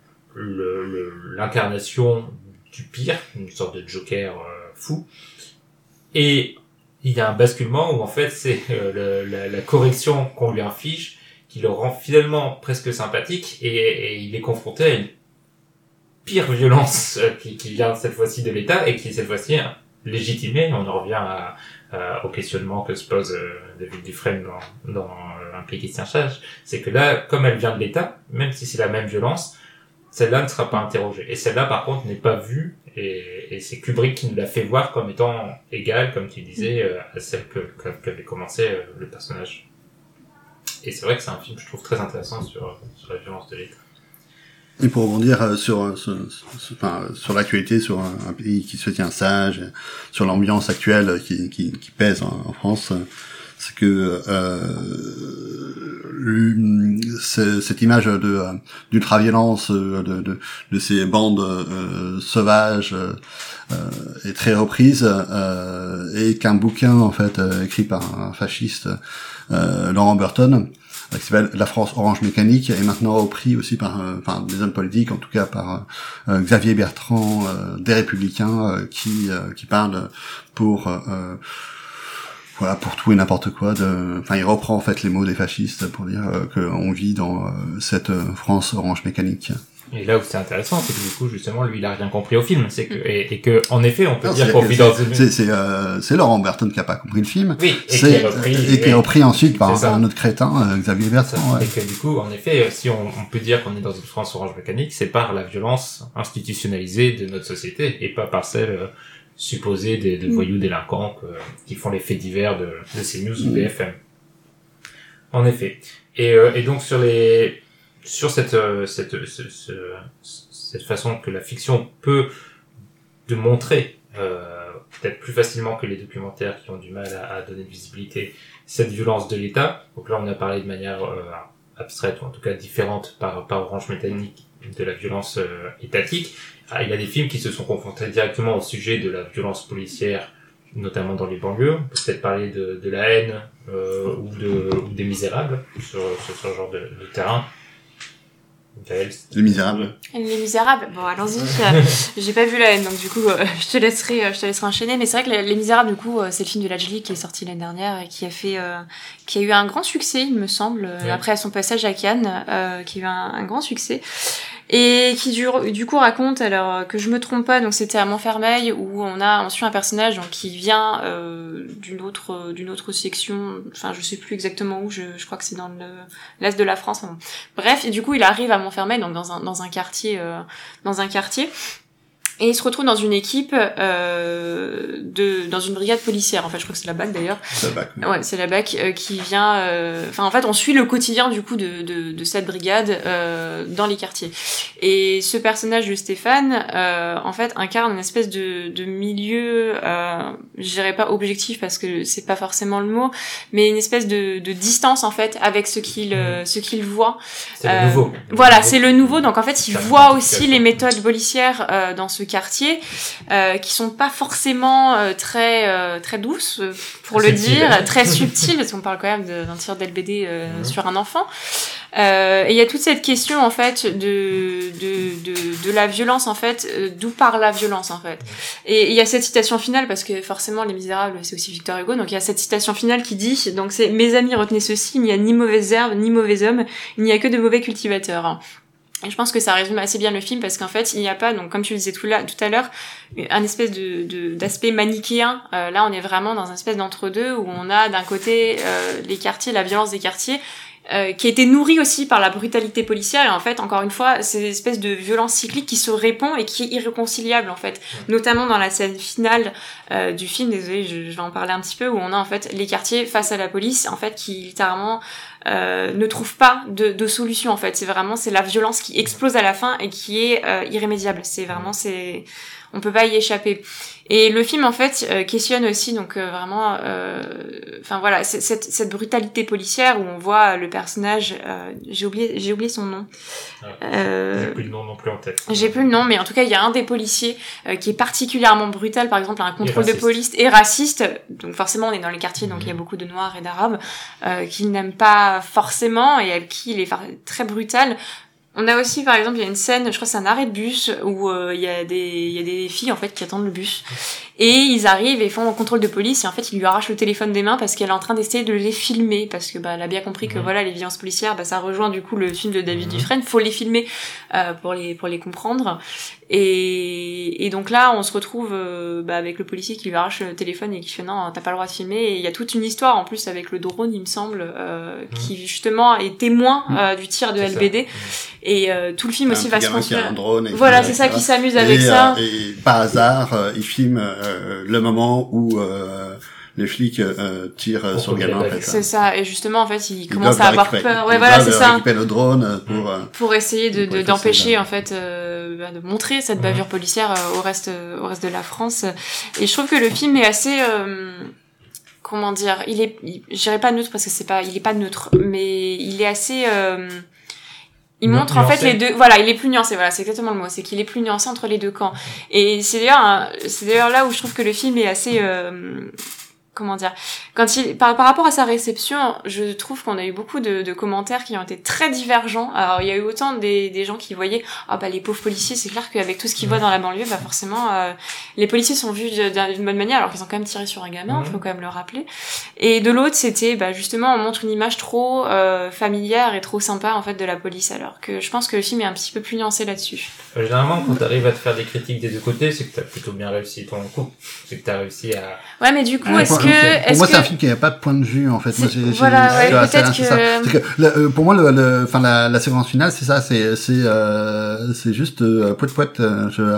le, le, l'incarnation du pire, une sorte de Joker euh, fou. Et il y a un basculement où en fait c'est euh, le, la, la correction qu'on lui inflige qui le rend finalement presque sympathique et, et il est confronté à une pire violence euh, qui, qui vient cette fois-ci de l'État et qui est cette fois-ci hein, légitimée. On en revient à, à, au questionnement que se pose euh, David Dufresne dans, dans euh, Un pays qui tient sage. C'est que là, comme elle vient de l'État, même si c'est la même violence, celle-là ne sera pas interrogée. Et celle-là, par contre, n'est pas vue, et, et c'est Kubrick qui nous l'a fait voir comme étant égale, comme tu disais, euh, à celle que, que, qu'avait commencé euh, le personnage. Et c'est vrai que c'est un film, je trouve, très intéressant sur, sur la violence de l'État. Et pour rebondir sur, sur, sur, enfin, sur l'actualité, sur un, un pays qui se tient sage, sur l'ambiance actuelle qui, qui, qui pèse en, en France, c'est que euh, c'est, cette image de d'ultraviolence, de, de, de ces bandes euh, sauvages euh, est très reprise, euh, et qu'un bouquin en fait euh, écrit par un fasciste, euh, Laurent Burton, qui s'appelle La France Orange Mécanique, est maintenant repris aussi par euh, enfin des hommes politiques, en tout cas par euh, Xavier Bertrand euh, des Républicains, euh, qui euh, qui parle pour euh, voilà, pour tout et n'importe quoi. De, enfin, il reprend en fait les mots des fascistes pour dire euh, qu'on vit dans euh, cette euh, France Orange Mécanique. Et là où c'est intéressant, c'est que du coup, justement, lui, il a rien compris au film. C'est que, et, et que, en effet, on peut non, dire qu'on vit dans une... C'est, c'est, euh, c'est Laurent Burton qui a pas compris le film. Oui, et c'est, qui est repris. Et, et qui est repris ensuite par un, un autre crétin, euh, Xavier Bertrand. Ouais. Et que, du coup, en effet, si on, on peut dire qu'on est dans une France Orange Mécanique, c'est par la violence institutionnalisée de notre société, et pas par celle euh, supposée des, de voyous délinquants que, qui font les faits divers de, de CNews ou B F M. En effet. Et, euh, et donc, sur les... sur cette, euh, cette, ce, ce, cette façon que la fiction peut de montrer, euh, peut-être plus facilement que les documentaires qui ont du mal à, à donner de visibilité, cette violence de l'État. Donc là, on a parlé de manière euh, abstraite, ou en tout cas différente par, par Orange Mécanique, de la violence euh, étatique. Ah, il y a des films qui se sont confrontés directement au sujet de la violence policière, notamment dans les banlieues. On peut peut-être parler de, de La Haine euh, ou, de, ou des Misérables sur, sur ce genre de, de terrain. Les Misérables. Les Misérables. Bon, allons-y. J'ai pas vu La Haine, donc du coup, euh, je te laisserai, euh, je te laisserai enchaîner. Mais c'est vrai que Les, les Misérables, du coup, euh, c'est le film de Lajli qui est sorti l'année dernière et qui a fait, euh, qui a eu un grand succès, il me semble, ouais. Après son passage à Cannes, euh, qui a eu un, un grand succès. Et qui du, du coup raconte, alors que je me trompe pas, donc c'était à Montfermeil où on a on suit un personnage donc, qui vient euh, d'une autre d'une autre section, enfin je sais plus exactement où, je, je crois que c'est dans le l'est de la France. Enfin, bref, et du coup il arrive à Montfermeil, donc dans un dans un quartier euh, dans un quartier. Et il se retrouve dans une équipe, euh, de, dans une brigade policière. En fait, je crois que c'est la B A C d'ailleurs. C'est la B A C. Oui. Ouais, c'est la B A C euh, qui vient. Enfin, euh, en fait, on suit le quotidien du coup de, de, de cette brigade euh, dans les quartiers. Et ce personnage de Stéphane, euh, en fait, incarne une espèce de, de milieu. Euh, je dirais pas objectif parce que c'est pas forcément le mot, mais une espèce de, de distance en fait avec ce qu'il, euh, ce qu'il voit. C'est euh, le nouveau. Voilà, le nouveau. C'est le nouveau. Donc en fait, il voit aussi les méthodes policières euh, dans ce quartier euh, qui sont pas forcément euh, très euh, très douces euh, pour le subtil. dire, très subtiles parce qu'on parle quand même de, d'un tir d'L B D euh, mmh. sur un enfant. Euh, et il y a toute cette question en fait de de de, de la violence en fait, euh, d'où part la violence en fait. Et il y a cette citation finale parce que forcément Les Misérables c'est aussi Victor Hugo, donc il y a cette citation finale qui dit donc c'est mes amis retenez ceci, il n'y a ni mauvaises herbes ni mauvais hommes, il n'y a que de mauvais cultivateurs. Et je pense que ça résume assez bien le film parce qu'en fait, il n'y a pas, donc comme tu le disais tout, là, tout à l'heure, un espèce de, de d'aspect manichéen. Euh, là, on est vraiment dans un espèce d'entre-deux où on a d'un côté euh, les quartiers, la violence des quartiers, euh, qui a été nourrie aussi par la brutalité policière. Et en fait, encore une fois, c'est une espèce de violence cyclique qui se répond et qui est irréconciliable en fait. Notamment dans la scène finale euh, du film, désolé, je, je vais en parler un petit peu, où on a en fait les quartiers face à la police, en fait, qui littéralement Euh, ne trouve pas de, de solution en fait. C'est vraiment c'est la violence qui explose à la fin et qui est euh, irrémédiable. C'est vraiment c'est on peut pas y échapper. Et le film en fait euh, questionne aussi donc euh, vraiment enfin euh, voilà c'est, cette cette brutalité policière où on voit le personnage euh, j'ai oublié j'ai oublié son nom. Ouais, euh, j'ai plus le nom non plus en tête. J'ai plus le nom mais en tout cas il y a un des policiers euh, qui est particulièrement brutal, par exemple un contrôle de police et raciste. Donc forcément on est dans les quartiers donc il mmh. y a beaucoup de noirs et d'arabes euh, qui n'aiment pas forcément et avec qui il est très brutal. On a aussi, par exemple, il y a une scène, je crois que c'est un arrêt de bus, où euh, il y a des il y a des filles, en fait, qui attendent le bus. Et ils arrivent et font un contrôle de police, et en fait, ils lui arrachent le téléphone des mains parce qu'elle est en train d'essayer de les filmer, parce que, bah, elle a bien compris que, mmh. voilà, les violences policières, bah, ça rejoint, du coup, le film de David mmh. Dufresne, faut les filmer, euh, pour les, pour les comprendre. Et, et donc là, on se retrouve, euh, bah, avec le policier qui lui arrache le téléphone et qui fait non, t'as pas le droit de filmer. Et il y a toute une histoire, en plus, avec le drone, il me semble, euh, mmh. qui, justement, est témoin, euh, du tir de c'est L B D. Ça. Et euh, tout le film aussi va se construire. Un drone et voilà, c'est ça qui s'amuse avec et, ça. Euh, et par hasard, euh, il filme euh, le moment où euh, les flics euh, tirent pour sur le gamin. En fait, c'est ça. Et justement, en fait, ils, ils commencent à avoir peur. Ouais, voilà, c'est ça. Récupérer le drone pour euh, pour essayer de, de d'empêcher en fait euh, de montrer cette bavure policière euh, au reste au reste de la France. Et je trouve que le film est assez euh, comment dire, il est, il, je dirais pas neutre parce que c'est pas, il est pas neutre, mais il est assez euh, il non, montre nuancé. En fait les deux, voilà, il est plus nuancé, voilà, c'est exactement le mot, c'est qu'il est plus nuancé entre les deux camps. Et c'est d'ailleurs, un, c'est d'ailleurs là où je trouve que le film est assez, euh, comment dire, quand il, par, par rapport à sa réception, je trouve qu'on a eu beaucoup de, de commentaires qui ont été très divergents. Alors, il y a eu autant des, des gens qui voyaient, ah bah les pauvres policiers, c'est clair qu'avec tout ce qu'ils voient dans la banlieue, bah forcément, euh, les policiers sont vus de, d'une bonne manière, alors qu'ils ont quand même tiré sur un gamin, il mmh. faut quand même le rappeler. Et de l'autre, c'était, bah justement, on montre une image trop euh, familière et trop sympa en fait de la police, alors que je pense que le film est un petit peu plus nuancé là-dessus. Euh, généralement, quand t'arrives à te faire des critiques des deux côtés, c'est que t'as plutôt bien réussi ton coup, c'est que t'as réussi à. Ouais, mais du coup, ah, est-ce pour, que, pour est-ce moi, que... c'est un film qui n'a pas de point de vue, en fait. Moi, j'ai, voilà, j'ai, ouais, c'est, peut-être c'est, que... c'est, c'est que le, pour moi, le, le, enfin, la, la séquence finale, c'est ça, c'est, c'est, euh, c'est juste, euh, poète poète, euh, je,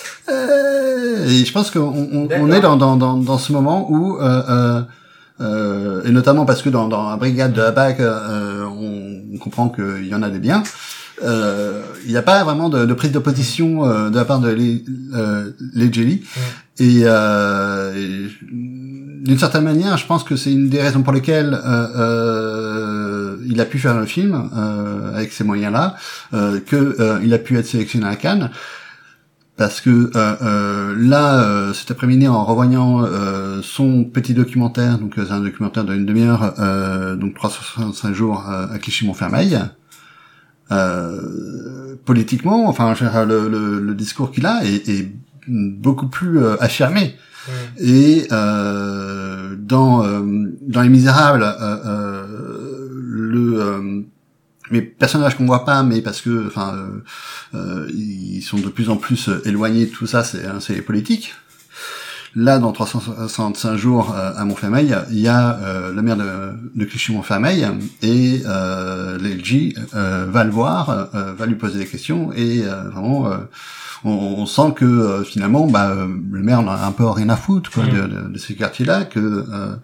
euh, et je pense qu'on, on, on est dans, dans, dans, dans ce moment où, euh, euh, euh, et notamment parce que dans, dans la brigade de la B A C, euh, on, on comprend qu'il y en a des biens. Euh, il n'y a pas vraiment de, de prise de position euh, de la part de les, euh, les Jelly. Ouais. Et, euh, et d'une certaine manière, je pense que c'est une des raisons pour lesquelles euh, euh, il il a pu faire le film euh, avec ces moyens-là, euh, que euh, il a pu être sélectionné à Cannes. Parce que euh, euh, là, euh, cet après-midi, en revoyant euh, son petit documentaire, donc c'est un documentaire d'une demi-heure, euh, donc trois cent soixante-cinq jours euh, à Clichy-Montfermeil, euh, politiquement, enfin, le, le, le discours qu'il a est, est beaucoup plus euh, affirmé. Mmh. Et euh, dans euh, dans Les Misérables, euh, euh, le euh, les personnages qu'on voit pas, mais parce que, enfin, euh, euh, ils sont de plus en plus éloignés de tout ça, c'est hein, c'est les politiques. Là, dans trois cent soixante-cinq jours euh, à Montfermeil, il y a euh, le maire de, de Clichy-Montfermeil et euh, l'L G euh, va le voir, euh, va lui poser des questions et euh, vraiment, euh, on, on sent que euh, finalement, bah, le maire en a un peu rien à foutre quoi, mmh. de, de, de ces quartiers-là, que euh,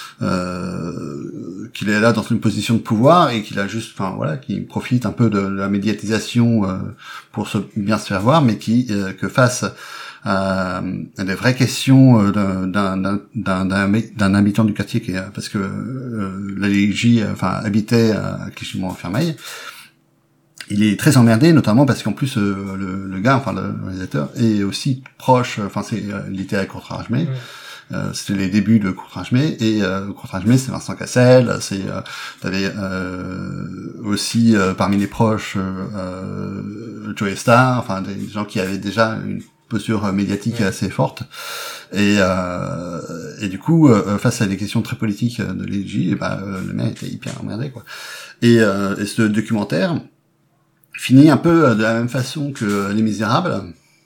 Euh, qu'il est là dans une position de pouvoir et qu'il a juste, enfin voilà, qu'il profite un peu de, de la médiatisation euh, pour se, bien se faire voir, mais qui euh, que face à, à des vraies questions euh, d'un, d'un, d'un, d'un, d'un habitant du quartier qui est, parce que euh, la L J, enfin habitait à Clichy-Montfermeil, il est très emmerdé, notamment parce qu'en plus euh, le, le gars, enfin le réalisateur, est aussi proche, enfin c'est, il était à Courtrajmé. Ouais. Euh, c'était les débuts de Courtrajmé et euh, Courtrajmé c'est Vincent Cassel, c'est euh, t'avais euh, aussi euh, parmi les proches euh, Joey Starr, enfin des gens qui avaient déjà une posture médiatique ouais. assez forte et euh, et du coup euh, face à des questions très politiques de l'L J, et bah euh, le mec était hyper emmerdé quoi. Et, euh, et ce documentaire finit un peu de la même façon que Les Misérables.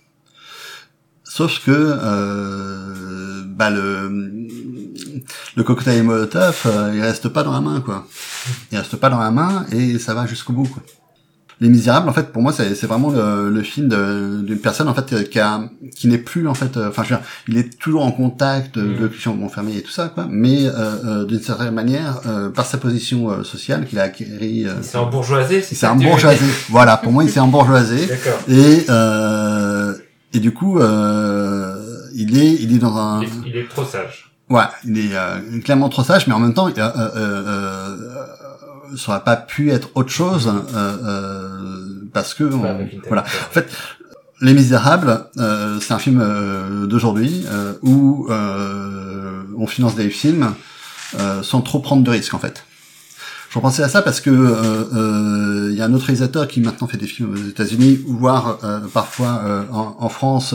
Sauf que euh, bah le le cocktail Molotov, euh, il reste pas dans la main quoi. Il reste pas dans la main et ça va jusqu'au bout quoi. Les Misérables en fait pour moi c'est c'est vraiment le, le film de, d'une personne en fait qui a qui n'est plus en fait enfin je veux dire, il est toujours en contact de, de Clichy-Montfermeil et tout ça quoi, mais euh, euh, d'une certaine manière euh, par sa position euh, sociale qu'il a acquérie euh, il s'est embourgeoisé, c'est ça. Il s'est embourgeoisé. Voilà, pour moi il s'est embourgeoisé. D'accord. Et euh Et du coup, euh, il est, il est dans un. Il est, il est trop sage. Ouais, il est euh, clairement trop sage, mais en même temps, euh, euh, euh, ça aurait pas pu être autre chose euh, euh, parce que on, voilà. En fait, Les Misérables, euh, c'est un film euh, d'aujourd'hui euh, où euh, on finance des films euh, sans trop prendre de risques en fait. Je repensais à ça parce que euh, euh, y a un autre réalisateur qui maintenant fait des films aux États-Unis, voire euh, parfois euh, en, en France,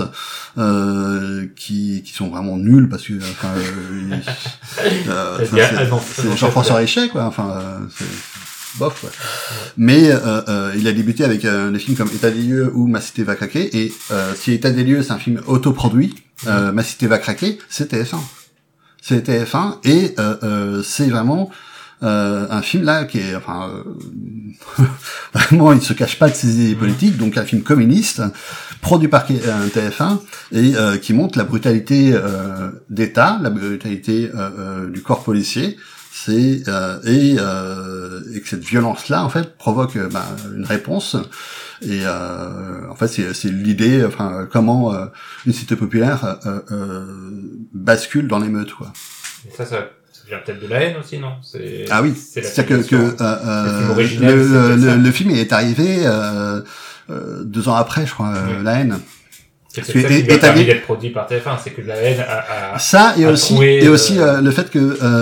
euh, qui qui sont vraiment nuls parce que enfin, euh, euh, enfin, c'est, c'est Jean-François Richet quoi. Enfin, euh, c'est bof quoi. Mais euh, euh, il a débuté avec euh, des films comme État des lieux ou Ma cité va craquer. Et euh, si État des lieux c'est un film autoproduit, euh, Ma cité va craquer, c'est T F un. C'est T F un et euh, euh, c'est vraiment Euh, un film là qui est enfin euh, vraiment il se cache pas de ses idées politiques, donc un film communiste produit par euh, T F un et euh, qui montre la brutalité euh, d'État, la brutalité euh, euh, du corps policier, c'est euh, et, euh, et que cette violence là en fait provoque euh, bah, une réponse et euh, en fait c'est, c'est l'idée enfin comment euh, une cité populaire euh, euh, bascule dans l'émeute quoi. Et ça ça ça vient peut-être de la haine aussi, non? C'est, ah oui, c'est c'est-à-dire que, que euh, le, film original, le, le, le film est arrivé euh, euh, deux ans après, je crois, euh, oui. La haine. C'est peut-être ça qui lui a permis d'être produit par T F un, c'est que La haine a, a ça et a aussi trouvé, et aussi euh... euh, le fait que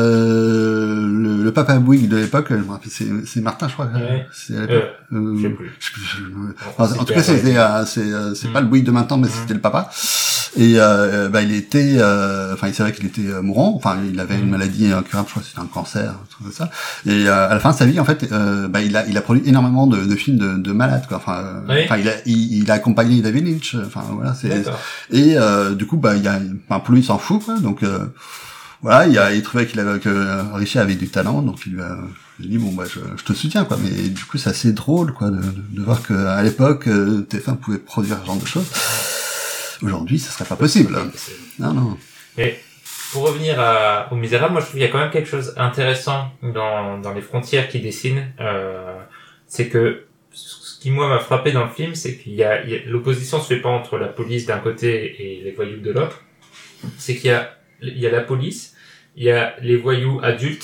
euh, le, le Papa Bouygues de l'époque, je me rappelle, c'est, c'est Martin, je crois. Ouais. C'est à l'époque. Euh, euh, je sais plus. Je, je, je, enfin, en tout cas, c'était euh, c'est euh, c'est mmh. pas le Bouygues de maintenant, mais mmh. c'était le papa. Et euh, bah il était, euh, enfin il savait qu'il était mourant, enfin il avait une maladie incurable, je crois que c'était un cancer, un truc comme ça. Et euh, à la fin de sa vie, en fait, euh, bah il a il a produit énormément de, de films de, de malades, quoi. Enfin, oui. enfin il a il, il a accompagné David Lynch, enfin voilà. C'est, et euh, du coup bah il y a, enfin pour lui il s'en fout, quoi. Donc euh, voilà, il a il trouvait qu'il avait que Richet avait du talent, donc il lui a il dit bon bah je, je te soutiens quoi. Mais du coup c'est assez drôle quoi de, de voir que à l'époque T F un pouvait produire ce genre de choses. Aujourd'hui, ça serait pas possible. Non, non. Et pour revenir à, aux Misérables, moi je trouve qu'il y a quand même quelque chose d'intéressant dans, dans les frontières qui dessinent. Euh, c'est que ce qui moi m'a frappé dans le film, c'est qu'il y a, il y a l'opposition se fait pas entre la police d'un côté et les voyous de l'autre. C'est qu'il y a il y a la police, il y a les voyous adultes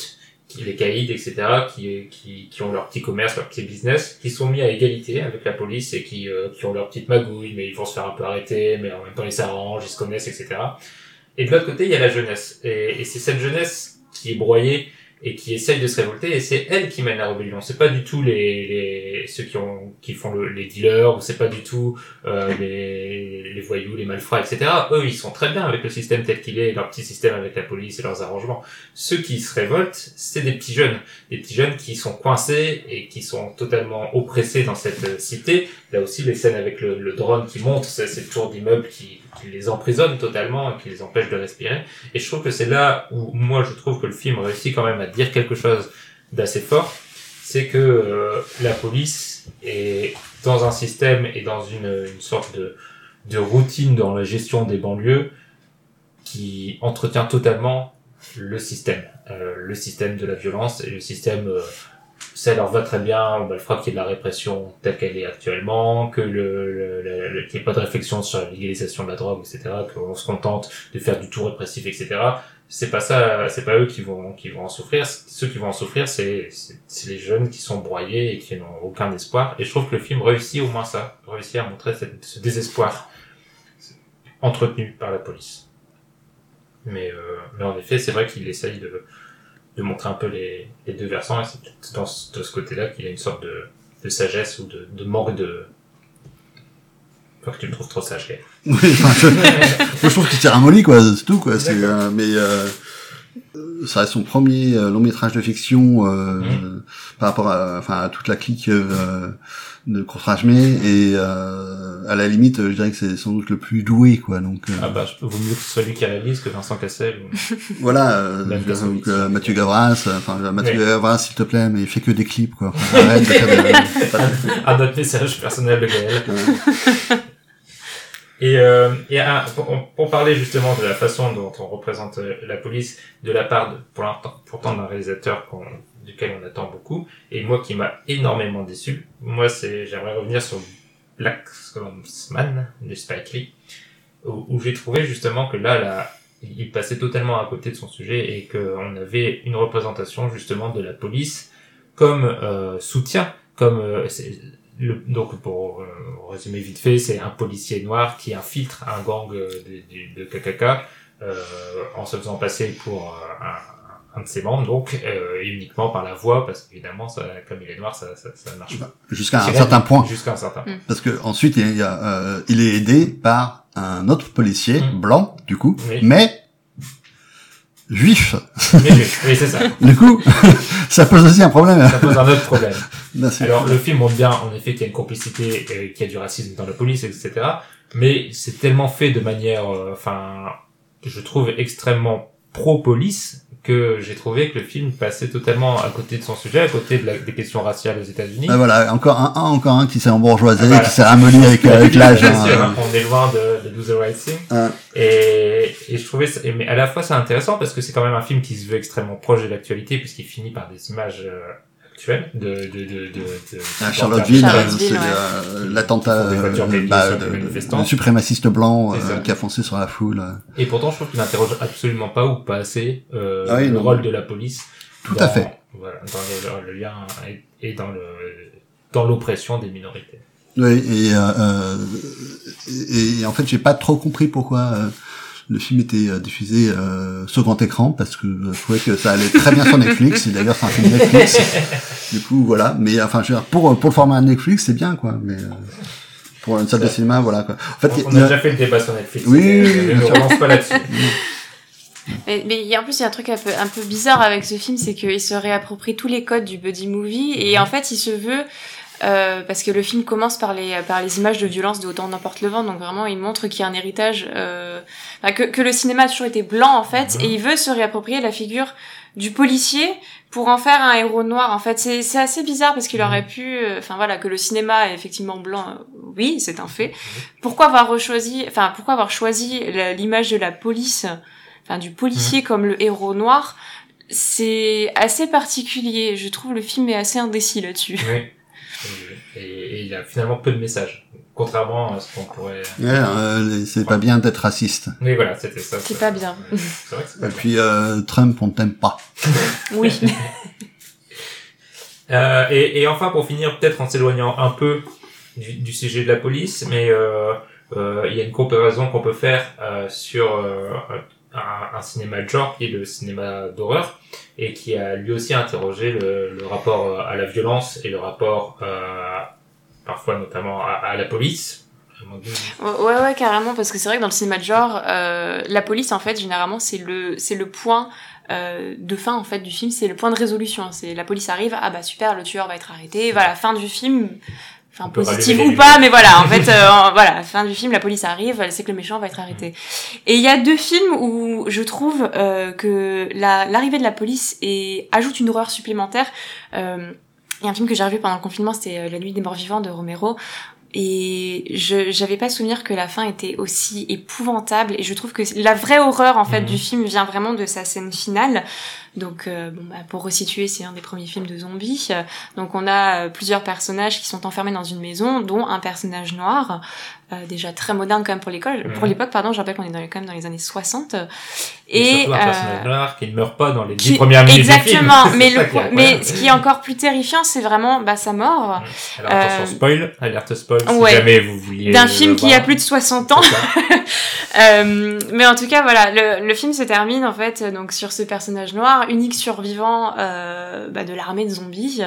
les caïds, et cetera, qui, qui, qui ont leur petit commerce, leur petit business, qui sont mis à égalité avec la police et qui, euh, qui ont leur petite magouille, mais ils vont se faire un peu arrêter, mais en même temps ils s'arrangent, ils se connaissent, et cetera. Et de l'autre côté, il y a la jeunesse. Et, et c'est cette jeunesse qui est broyée et qui essaye de se révolter, et c'est elle qui mène la rébellion. C'est pas du tout les, les ceux qui ont qui font le, les dealers, ou c'est pas du tout euh, les, les voyous, les malfrats, et cetera. Eux, ils sont très bien avec le système tel qu'il est, leur petit système avec la police et leurs arrangements. Ceux qui se révoltent, c'est des petits jeunes, des petits jeunes qui sont coincés et qui sont totalement oppressés dans cette cité. Là aussi, les scènes avec le, le drone qui monte, c'est cette tour d'immeuble qui, qui les emprisonne totalement et qui les empêche de respirer. Et je trouve que c'est là où moi je trouve que le film réussit quand même à dire quelque chose d'assez fort, c'est que euh, la police est dans un système et dans une, une sorte de, de routine dans la gestion des banlieues qui entretient totalement le système, euh, le système de la violence et le système, euh, ça leur va très bien, bah, le fera qu'il y ait de la répression telle qu'elle est actuellement, que le, le, le, le qu'il n'y ait pas de réflexion sur la légalisation de la drogue, et cetera, qu'on se contente de faire du tout répressif, et cetera. C'est pas ça, c'est pas eux qui vont qui vont en souffrir. Ceux qui vont en souffrir, c'est c'est, c'est les jeunes qui sont broyés et qui n'ont aucun espoir. Et je trouve que le film réussit au moins ça, réussit à montrer cette, ce désespoir entretenu par la police. Mais euh, mais en effet, c'est vrai qu'il essaye de de montrer un peu les les deux versants. Et c'est peut-être dans ce, de ce côté-là qu'il y a une sorte de de sagesse ou de de manque de. Faut que tu me trouves trop sage, Gaël. Oui, enfin, je, je trouve qu'il tire un molly, quoi, c'est tout, quoi. C'est, euh, mais euh, ça reste son premier euh, long métrage de fiction euh, mmh. par rapport à, enfin, à toute la clique euh, de Courtrage-May, et euh, à la limite, je dirais que c'est sans doute le plus doué, quoi. Donc, euh, ah bah, vaut mieux que ce soit lui qui réalise que Vincent Cassel. Ou... voilà, euh, donc, euh, Mathieu Gavras, enfin Mathieu oui. Gavras, s'il te plaît, mais il fait que des clips, quoi. Enfin, arrête de faire des... Un autre message personnel de Gaël. Ouais. Et, euh, et un, pour, pour parler justement de la façon dont on représente la police de la part de, pour l'instant, pourtant d'un réalisateur qu'on, duquel on attend beaucoup, et moi qui m'a énormément déçu, moi c'est, j'aimerais revenir sur BlacKkKlansman de Spike Lee, où, où j'ai trouvé justement que là, là, il passait totalement à côté de son sujet et qu'on avait une représentation justement de la police comme euh, soutien, comme euh, c'est, Le, donc pour euh, résumer vite fait, c'est un policier noir qui infiltre un gang euh, de, de, de K K K euh, en se faisant passer pour euh, un, un de ses membres, donc euh, et uniquement par la voix, parce qu'évidemment, ça, comme il est noir, ça, ça, ça marche pas. Jusqu'à un certain point. Jusqu'à un certain point. Parce que ensuite, il, y a, euh, il est aidé par un autre policier mmh. blanc, du coup, oui. mais juif. Mais juif, oui, c'est ça. Du coup, ça pose aussi un problème. Ça pose un autre problème. Merci. Alors, le film montre bien, en effet, qu'il y a une complicité, euh, qu'il y a du racisme dans la police, et cetera. Mais c'est tellement fait de manière, enfin, euh, je trouve extrêmement pro-police, que j'ai trouvé que le film passait totalement à côté de son sujet, à côté de la, des questions raciales aux États-Unis. Ben voilà, encore un, un encore un qui s'est embourgeoisé, ah, voilà. qui s'est ramolli avec, avec l'âge. Bien sûr, hein. On est loin de, de Do the Right Thing. Ah. Et, et je trouvais ça, mais à la fois c'est intéressant parce que c'est quand même un film qui se veut extrêmement proche de l'actualité puisqu'il finit par des images euh, actuelles de, de, de, de, de, à Charlottesville, Charlottesville c'est ouais. euh, l'attentat euh, bah, de, de suprémaciste blanc euh, qui a foncé sur la foule. Et pourtant, je trouve qu'il n'interroge absolument pas ou pas assez euh, ah oui, le non. rôle de la police. Tout dans, à fait. Voilà, dans le, le lien et, et dans le dans l'oppression des minorités. Oui, et, euh, et, et en fait, j'ai pas trop compris pourquoi euh, le film était euh, diffusé euh, sur grand écran, parce que euh, je trouvais que ça allait très bien sur Netflix, et d'ailleurs c'est un film Netflix. Du coup, voilà. Mais enfin, je veux dire, pour pour le format Netflix, c'est bien, quoi. Mais euh, pour une salle de cinéma, voilà, quoi. En fait, on, on a, a déjà fait le débat sur Netflix. Oui, oui, ne relance pas là-dessus. Mais, mais il y a, en plus, il y a un truc un peu, un peu bizarre avec ce film, c'est qu'il se réapproprie tous les codes du buddy movie, et en fait, il se veut, euh, parce que le film commence par les, par les images de violence de Autant n'emporte le vent, donc vraiment, il montre qu'il y a un héritage, euh, bah, que, que le cinéma a toujours été blanc, en fait, mmh. et il veut se réapproprier la figure du policier pour en faire un héros noir. En fait, c'est, c'est assez bizarre parce qu'il aurait pu, enfin euh, voilà, que le cinéma est effectivement blanc, euh, oui, c'est un fait. Pourquoi avoir rechoisi, enfin, pourquoi avoir choisi la, l'image de la police, enfin, du policier mmh. comme le héros noir? C'est assez particulier. Je trouve le film est assez indécis là-dessus. Oui. Et, et il a finalement peu de messages. Contrairement à ce qu'on pourrait... Ouais, euh, c'est pas bien d'être raciste. Oui, voilà, c'était ça. C'est pas bien. C'est vrai que c'est pas Et bien. puis, euh, Trump, on t'aime pas. Oui. Euh, et, et enfin, pour finir, peut-être en s'éloignant un peu du, du sujet de la police, mais euh, euh, il y a une comparaison qu'on peut faire euh, sur euh, un, un cinéma de genre qui est le cinéma d'horreur et qui a lui aussi interrogé le, le rapport à la violence et le rapport euh, parfois notamment à, à la police. Ouais, ouais, carrément, parce que c'est vrai que dans le cinéma de genre, euh, la police, en fait, généralement, c'est le, c'est le point euh, de fin, en fait, du film, c'est le point de résolution. C'est la police arrive, ah bah super, le tueur va être arrêté, voilà, fin du film, enfin, positive ou pas, mais voilà, en fait, euh, voilà, fin du film, la police arrive, elle sait que le méchant va être arrêté. Et il y a deux films où je trouve euh, que la, l'arrivée de la police et ajoute une horreur supplémentaire. Euh, il y a un film que j'ai revu pendant le confinement, c'était La Nuit des Morts Vivants de Romero. Et je j'avais pas souvenir que la fin était aussi épouvantable, et je trouve que la vraie horreur en fait mmh. du film vient vraiment de sa scène finale. Donc euh, bon bah pour resituer, c'est un des premiers films de zombies. Donc on a euh, plusieurs personnages qui sont enfermés dans une maison, dont un personnage noir, euh, déjà très moderne quand même pour l'école, mmh. pour l'époque pardon, je rappelle qu'on est dans les, quand même dans les années soixante. Et, et surtout un euh, personnage noir qui ne meurt pas dans les dix qui, premières minutes exactement, du film. mais le mais ce qui est encore plus terrifiant, c'est vraiment bah sa mort. Mmh. Alors attention, euh, spoil, alerte spoil si ouais, jamais vous vouliez d'un film qui a plus de soixante ans. euh, mais en tout cas voilà, le, le film se termine en fait donc sur ce personnage noir, unique survivant euh, bah, de l'armée de zombies.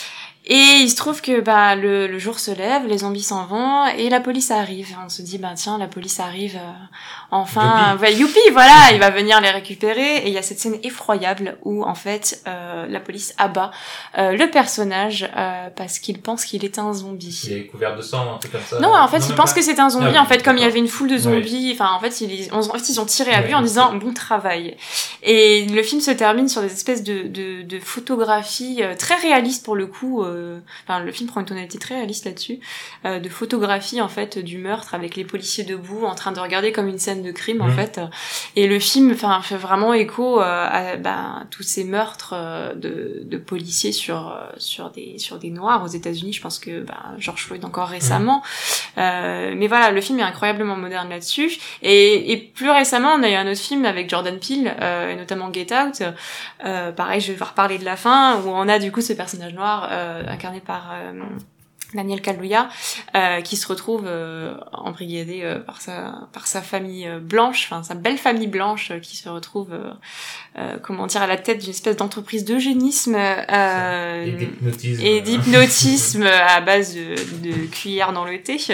Et il se trouve que bah le, le jour se lève, les zombies s'en vont et la police arrive. Et on se dit bah tiens, la police arrive euh, enfin, youpi. Bah, youpi, voilà, il va venir les récupérer. Et il y a cette scène effroyable où en fait euh, la police abat euh, le personnage euh, parce qu'il pense qu'il est un zombie. Il est couvert de sang, un truc comme ça. Non, en fait, non, il pense pas. que c'est un zombie. Ah, en fait, comme il y d'accord. avait une foule de zombies, enfin oui. en fait, ils, en fait, ils ont tiré à lui ouais, en disant bon travail. Et le film se termine sur des espèces de de, de photographies euh, très réalistes pour le coup. Euh, Enfin, le film prend une tonalité très réaliste là-dessus, euh, de photographie en fait du meurtre avec les policiers debout en train de regarder comme une scène de crime mmh. en fait. Et le film, enfin, fait vraiment écho euh, à bah, tous ces meurtres euh, de, de policiers sur euh, sur des sur des noirs aux États-Unis. Je pense que bah, George Floyd encore récemment. Mmh. Euh, mais voilà, le film est incroyablement moderne là-dessus. Et, et plus récemment, on a eu un autre film avec Jordan Peele, euh, et notamment Get Out. Euh, pareil, je vais reparler de la fin où on a du coup ce personnage noir euh, incarné par euh, Daniel Kaluuya euh, qui se retrouve euh, embrigadé euh, par sa par sa famille euh, blanche, enfin sa belle famille blanche euh, qui se retrouve euh, euh, comment dire à la tête d'une espèce d'entreprise d'eugénisme euh, et d'hypnotisme, et d'hypnotisme à base de, de cuillères dans le thé.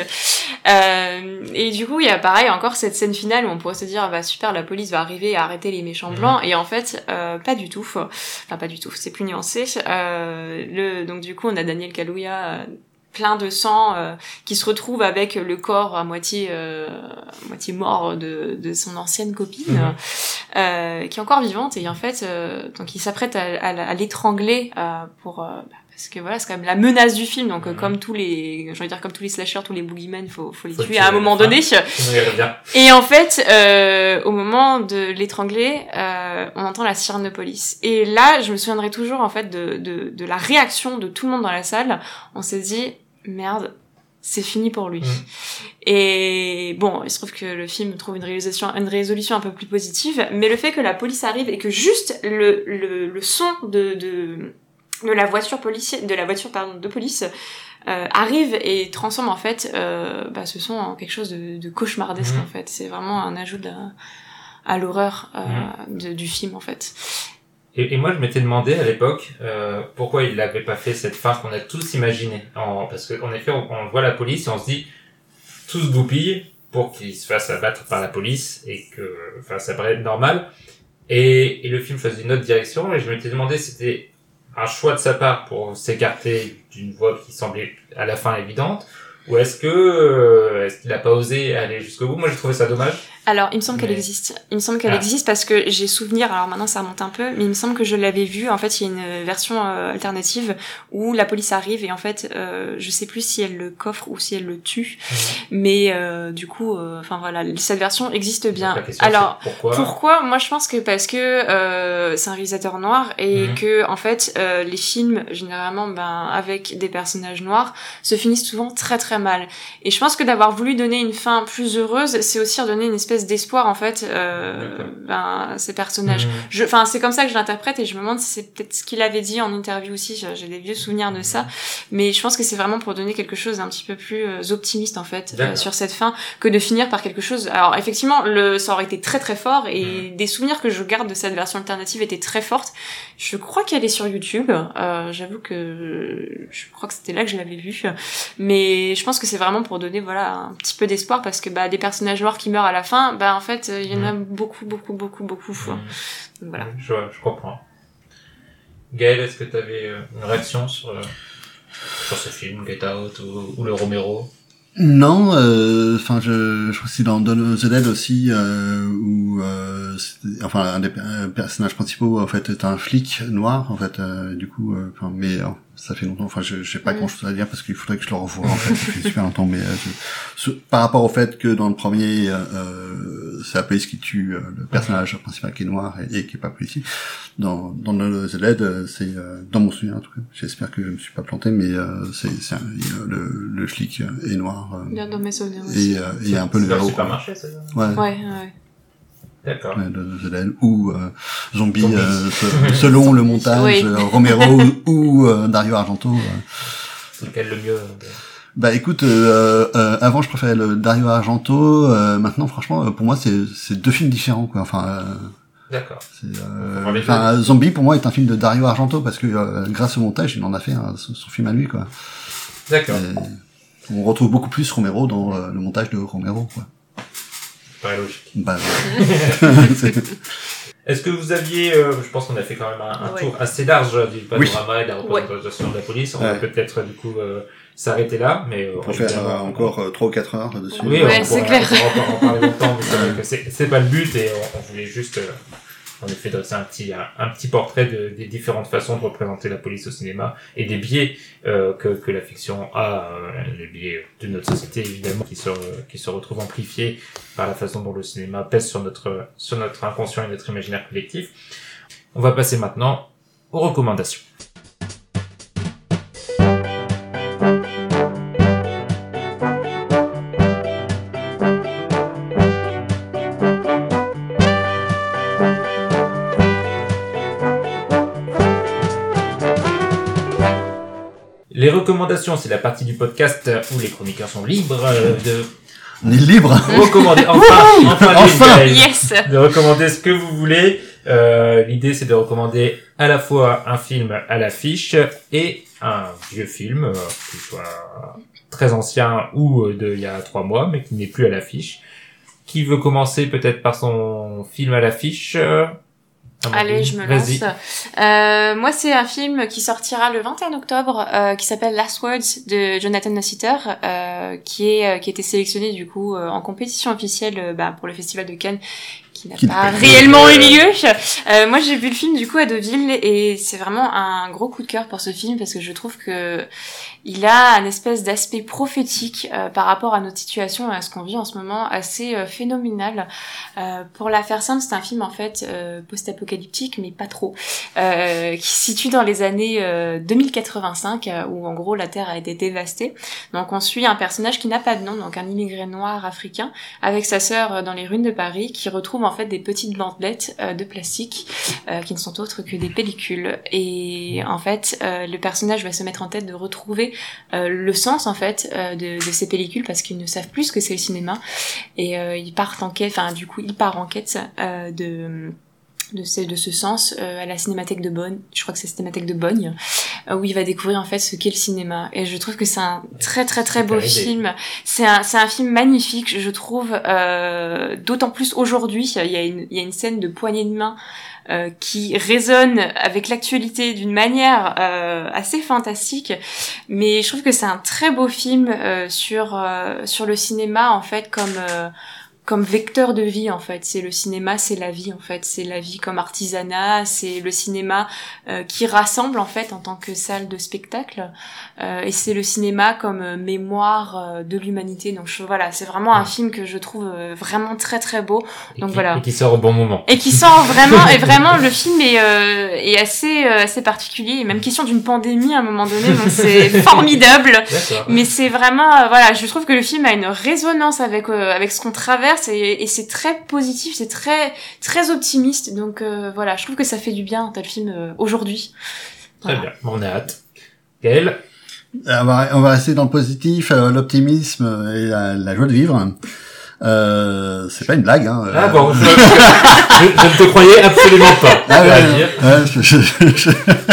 Euh, et du coup, il y a pareil encore cette scène finale où on pourrait se dire bah super, la police va arriver et arrêter les méchants blancs mmh. et en fait euh, pas du tout. Enfin pas du tout, c'est plus nuancé. Euh, le donc du coup, on a Daniel Kaluuya euh, plein de sang euh, qui se retrouve avec le corps à moitié euh, à moitié mort de de son ancienne copine mmh. euh, qui est encore vivante et en fait euh, donc il s'apprête à, à, à l'étrangler euh, pour euh, parce que voilà, c'est quand même la menace du film, donc mmh. comme tous les, je veux dire comme tous les slashers, tous les boogeymen, faut faut les faut tuer à un moment donné. Et en fait, euh, au moment de l'étrangler, euh, on entend la sirène de police. Et là, je me souviendrai toujours en fait de de de la réaction de tout le monde dans la salle. On s'est dit merde, c'est fini pour lui. Mmh. Et bon, il se trouve que le film trouve une réalisation, une résolution un peu plus positive, mais le fait que la police arrive et que juste le le le son de de de la voiture policière, de la voiture pardon de police euh, arrive et transforme en fait euh, bah, ce son en quelque chose de, de cauchemardesque mmh. en fait. C'est vraiment un ajout de, à l'horreur euh, mmh. de, du film en fait. Et, et moi je m'étais demandé à l'époque euh, pourquoi il n'avait pas fait cette fin qu'on a tous imaginé. En, parce qu'en effet on, on voit la police et on se dit tout se goupille pour qu'il se fasse abattre par la police et que enfin ça paraît normal. Et, et le film choisit une autre direction et je m'étais demandé si c'était un choix de sa part pour s'écarter d'une voie qui semblait à la fin évidente, ou est-ce que euh, est-ce qu'il a pas osé aller jusqu'au bout? Moi j'ai trouvé ça dommage. Alors, il me semble mais... qu'elle existe. Il me semble qu'elle ah. existe parce que j'ai souvenir, alors maintenant ça remonte un peu, mais il me semble que je l'avais vue. En fait, il y a une version euh, alternative où la police arrive et en fait, euh, je sais plus si elle le coffre ou si elle le tue. Mmh. Mais euh, du coup, enfin euh, voilà, cette version existe bien. Alors, pourquoi, pourquoi Moi, je pense que parce que euh, c'est un réalisateur noir et mmh. que en fait, euh, les films généralement, ben avec des personnages noirs se finissent souvent très très très mal. Et je pense que d'avoir voulu donner une fin plus heureuse, c'est aussi redonner une espèce d'espoir en fait euh, ben, à ces personnages. Mmh. Je, enfin, c'est comme ça que je l'interprète et je me demande si c'est peut-être ce qu'il avait dit en interview aussi. J'ai des vieux souvenirs de ça, mais je pense que c'est vraiment pour donner quelque chose d'un petit peu plus euh, optimiste en fait euh, sur cette fin que de finir par quelque chose. Alors effectivement, le ça aurait été très très fort et mmh. des souvenirs que je garde de cette version alternative étaient très fortes. Je crois qu'elle est sur YouTube. Euh, j'avoue que je crois que c'était là que je l'avais vue, mais je pense que c'est vraiment pour donner voilà un petit peu d'espoir parce que bah des personnages noirs qui meurent à la fin, bah en fait il y en a mmh. beaucoup beaucoup beaucoup beaucoup. Mmh. Donc, voilà. Je, je comprends. Gaël, est-ce que tu avais une réaction sur euh, sur ce film Get Out ou, ou le Romero? Non, enfin, euh, je, je crois que c'est dans Dawn of the Dead aussi, euh, où, euh, enfin, un des personnages principaux, en fait, est un flic noir, en fait, euh, du coup, enfin, euh, mais euh, ça fait longtemps, enfin, je j'ai pas mmh. grand-chose à dire parce qu'il faudrait que je le revoie, en fait, ça fait super longtemps, mais euh, je, par rapport au fait que dans le premier, euh, c'est la police qui tue euh, le personnage principal qui est noir et, et qui est pas policier, dans, dans Dawn of the Dead, c'est, euh, dans mon souvenir, en tout cas, j'espère que je me suis pas planté, mais euh, c'est, c'est un, le, le flic est noir. Bien dans mes souvenirs aussi. Et, euh, et un peu le héros. C'est pas marché, ça. Ouais. Ouais, ouais. D'accord. Ouais, de, de, de, ou euh, Zombie, Zombie. Euh, se, selon le montage, oui. euh, Romero ou euh, Dario Argento. Euh. C'est lequel le mieux de... Bah écoute, euh, euh, avant je préférais le Dario Argento. Euh, maintenant, franchement, pour moi, c'est c'est deux films différents, quoi. Enfin. Euh, D'accord. Euh, enfin, Zombie pour moi est un film de Dario Argento parce que euh, grâce au montage, il en a fait un, son, son film à lui, quoi. D'accord. Et on retrouve beaucoup plus Romero dans euh, le montage de Romero, quoi. Pas logique. Bah, Est-ce que vous aviez, euh, je pense qu'on a fait quand même un, un ouais. tour assez large du panorama oui. et de la représentation ouais. de la police. On ouais. va peut-être du coup euh, s'arrêter là, mais euh, on peut faire euh, encore euh, trois ou quatre heures dessus. Oui, ouais, on, c'est pourra, clair. on pourra encore en parler longtemps, mais c'est vrai que c'est, c'est pas le but et on, on voulait juste euh, en effet dresser un petit un, un petit portrait de, des différentes façons de représenter la police au cinéma et des biais euh, que que la fiction a, euh, les biais de notre société évidemment qui se qui se retrouvent amplifiés par la façon dont le cinéma pèse sur notre sur notre inconscient et notre imaginaire collectif. On va passer maintenant aux recommandations. Les recommandations, c'est la partie du podcast où les chroniqueurs sont libres de... On est libre. Recommander, enfin, enfin, enfin. Yes. De recommander ce que vous voulez. Euh, l'idée, c'est de recommander à la fois un film à l'affiche et un vieux film, euh, qui soit très ancien ou de il y a trois mois, mais qui n'est plus à l'affiche. Qui veut commencer peut-être par son film à l'affiche? Allez, je me lance. Euh, moi, c'est un film qui sortira le vingt et un octobre, euh, qui s'appelle Last Words de Jonathan Nossiter, euh, qui est euh, qui a été sélectionné du coup euh, en compétition officielle euh, bah, pour le Festival de Cannes, qui n'a qui pas réellement eu lieu. Euh, moi, j'ai vu le film du coup à Deauville et c'est vraiment un gros coup de cœur pour ce film parce que je trouve que il a un espèce d'aspect prophétique euh, par rapport à notre situation et à ce qu'on vit en ce moment assez euh, phénoménal. Euh, pour la faire simple, c'est un film en fait euh, post-apocalyptique, mais pas trop, euh, qui se situe dans les années euh, deux mille quatre-vingt-cinq, euh, où en gros la Terre a été dévastée. Donc on suit un personnage qui n'a pas de nom, donc un immigré noir africain, avec sa sœur euh, dans les ruines de Paris, qui retrouve en fait des petites bandelettes euh, de plastique euh, qui ne sont autres que des pellicules. Et en fait, euh, le personnage va se mettre en tête de retrouver Euh, le sens en fait euh, de, de ces pellicules parce qu'ils ne savent plus ce que c'est le cinéma et euh, ils partent en quête, enfin du coup il part en quête euh, de de ce, de ce sens euh, à la Cinémathèque de Bonn, je crois que c'est la Cinémathèque de Bogne, euh, où il va découvrir en fait ce qu'est le cinéma. Et je trouve que c'est un très très très beau film. C'est un c'est un film magnifique, je trouve, euh, d'autant plus aujourd'hui. Il y a une il y a une scène de poignée de main Euh, qui résonne avec l'actualité d'une manière euh, assez fantastique, mais je trouve que c'est un très beau film euh, sur euh, sur le cinéma en fait comme euh, comme vecteur de vie en fait. C'est le cinéma, c'est la vie en fait, c'est la vie comme artisanat, c'est le cinéma euh, qui rassemble en fait en tant que salle de spectacle, euh, et c'est le cinéma comme euh, mémoire euh, de l'humanité. Donc je, voilà, c'est vraiment un film que je trouve euh, vraiment très très beau. Donc et qui, voilà. Et qui sort au bon moment. Et qui sort vraiment, et vraiment le film est euh, est assez euh, assez particulier. Et même question d'une pandémie à un moment donné, donc c'est formidable. D'accord. Mais c'est vraiment euh, voilà, je trouve que le film a une résonance avec euh, avec ce qu'on traverse. Et, et c'est très positif, c'est très très optimiste, donc euh, voilà, je trouve que ça fait du bien un tel film euh, aujourd'hui. Très Voilà. bien, on a hâte. Gaël ? On va, on va rester dans le positif, euh, l'optimisme et la, la joie de vivre. Euh, c'est pas une blague, hein. Ah bon, je, je, je ne te croyais absolument pas. Ah ouais, à ouais, dire. ouais, je, je, je...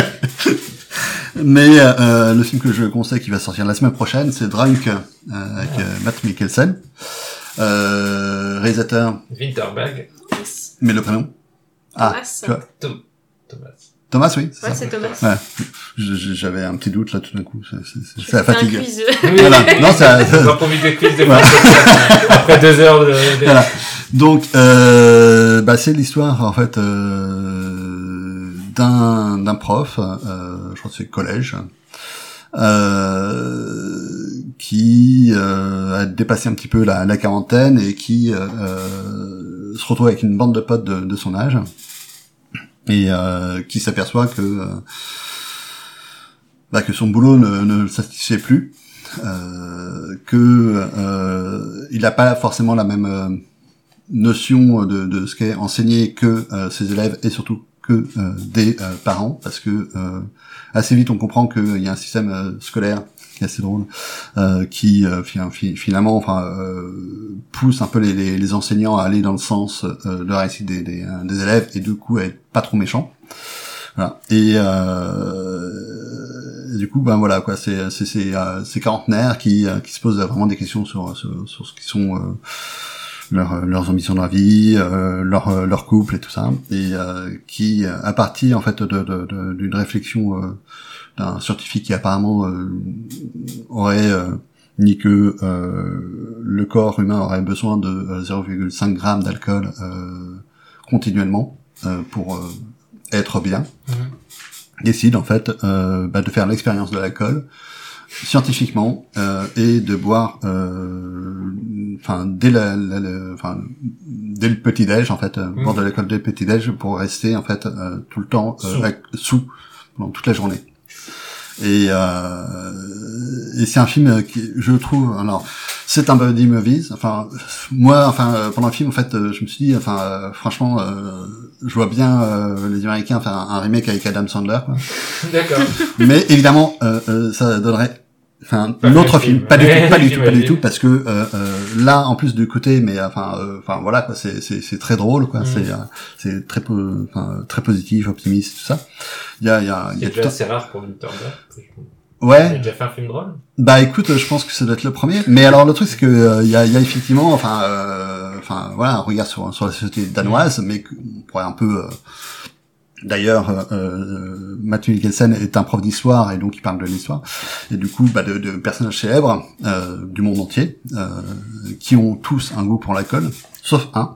Mais euh, le film que je conseille qui va sortir la semaine prochaine, c'est Drunk, euh, avec euh, Matt Mikkelsen. Euh, réalisateur. Winterberg. Yes. Mais le prénom. Ah, Thomas. tu vois. Tom- Thomas. Thomas, oui. C'est Ouais, ça. c'est Thomas. Ouais. Je- je- J'avais un petit doute là tout d'un coup. C'est, c'est, c'est, c'est la C'est un fatigue. quiz. Voilà. Non, ça. On va profiter de quiz de Ouais. après deux heures de... de... Voilà. Donc, euh, bah, c'est l'histoire en fait euh, d'un d'un prof, euh, je crois que c'est collège, euh, qui euh, a dépassé un petit peu la, la quarantaine et qui euh, euh, se retrouve avec une bande de potes de, de son âge et euh, qui s'aperçoit que euh, bah, que son boulot ne, ne le satisfait plus, euh, que euh, il n'a pas forcément la même euh, notion de, de ce qu'est enseigné que euh, ses élèves et surtout que euh, des euh, parents, parce que euh, assez vite on comprend qu'il y a un système euh, scolaire qui est assez drôle, euh, qui euh, fi- finalement enfin euh, pousse un peu les, les, les enseignants à aller dans le sens euh, de la réussite des, des, euh, des élèves et du coup à être pas trop méchants. Voilà. Et euh, du coup ben voilà quoi, c'est c'est c'est euh, ces quarantenaires qui euh, qui se posent vraiment des questions sur sur, sur ce qui sont euh, Leur, leurs ambitions dans la vie, euh, leur leur couple et tout ça, et euh, qui, à partir en fait de, de, de, d'une réflexion euh, d'un scientifique qui apparemment euh, aurait euh, dit que euh, le corps humain aurait besoin de euh, zéro virgule cinq grammes d'alcool euh, continuellement euh, pour euh, être bien, mmh. décide en fait euh, bah, de faire l'expérience de l'alcool scientifiquement euh, et de boire enfin euh, dès la, la, la enfin dès le petit déj en fait euh, mmh. boire de l'alcool dès le petit déj pour rester en fait euh, tout le temps euh, sous. Avec, sous pendant toute la journée. Et euh, et c'est un film qui je trouve alors c'est un buddy movies, enfin moi enfin euh, pendant le film en fait euh, je me suis dit enfin euh, franchement euh, je vois bien euh, les Américains faire un, un remake avec Adam Sandler quoi. D'accord. Mais évidemment euh, euh, ça donnerait enfin un autre film, film. pas du tout pas du tout pas du tout parce que euh, euh, là en plus du côté mais enfin euh, enfin voilà quoi, c'est c'est c'est très drôle quoi, mmh. c'est euh, c'est très enfin très positif, optimiste tout ça. Il y a il y a il y a tout assez rare pour Winterberg. Ouais. Il a déjà fait un film drôle. Bah écoute, je pense que ça doit être le premier. Mais alors le truc c'est que il euh, y a il y a effectivement enfin euh, enfin voilà un regard sur sur la société danoise, mmh. mais on pourrait un peu euh, D'ailleurs, euh, Matthew Mikkelsen est un prof d'histoire et donc il parle de l'histoire et du coup bah, de, de personnages célèbres euh, du monde entier euh, qui ont tous un goût pour l'alcool, sauf un.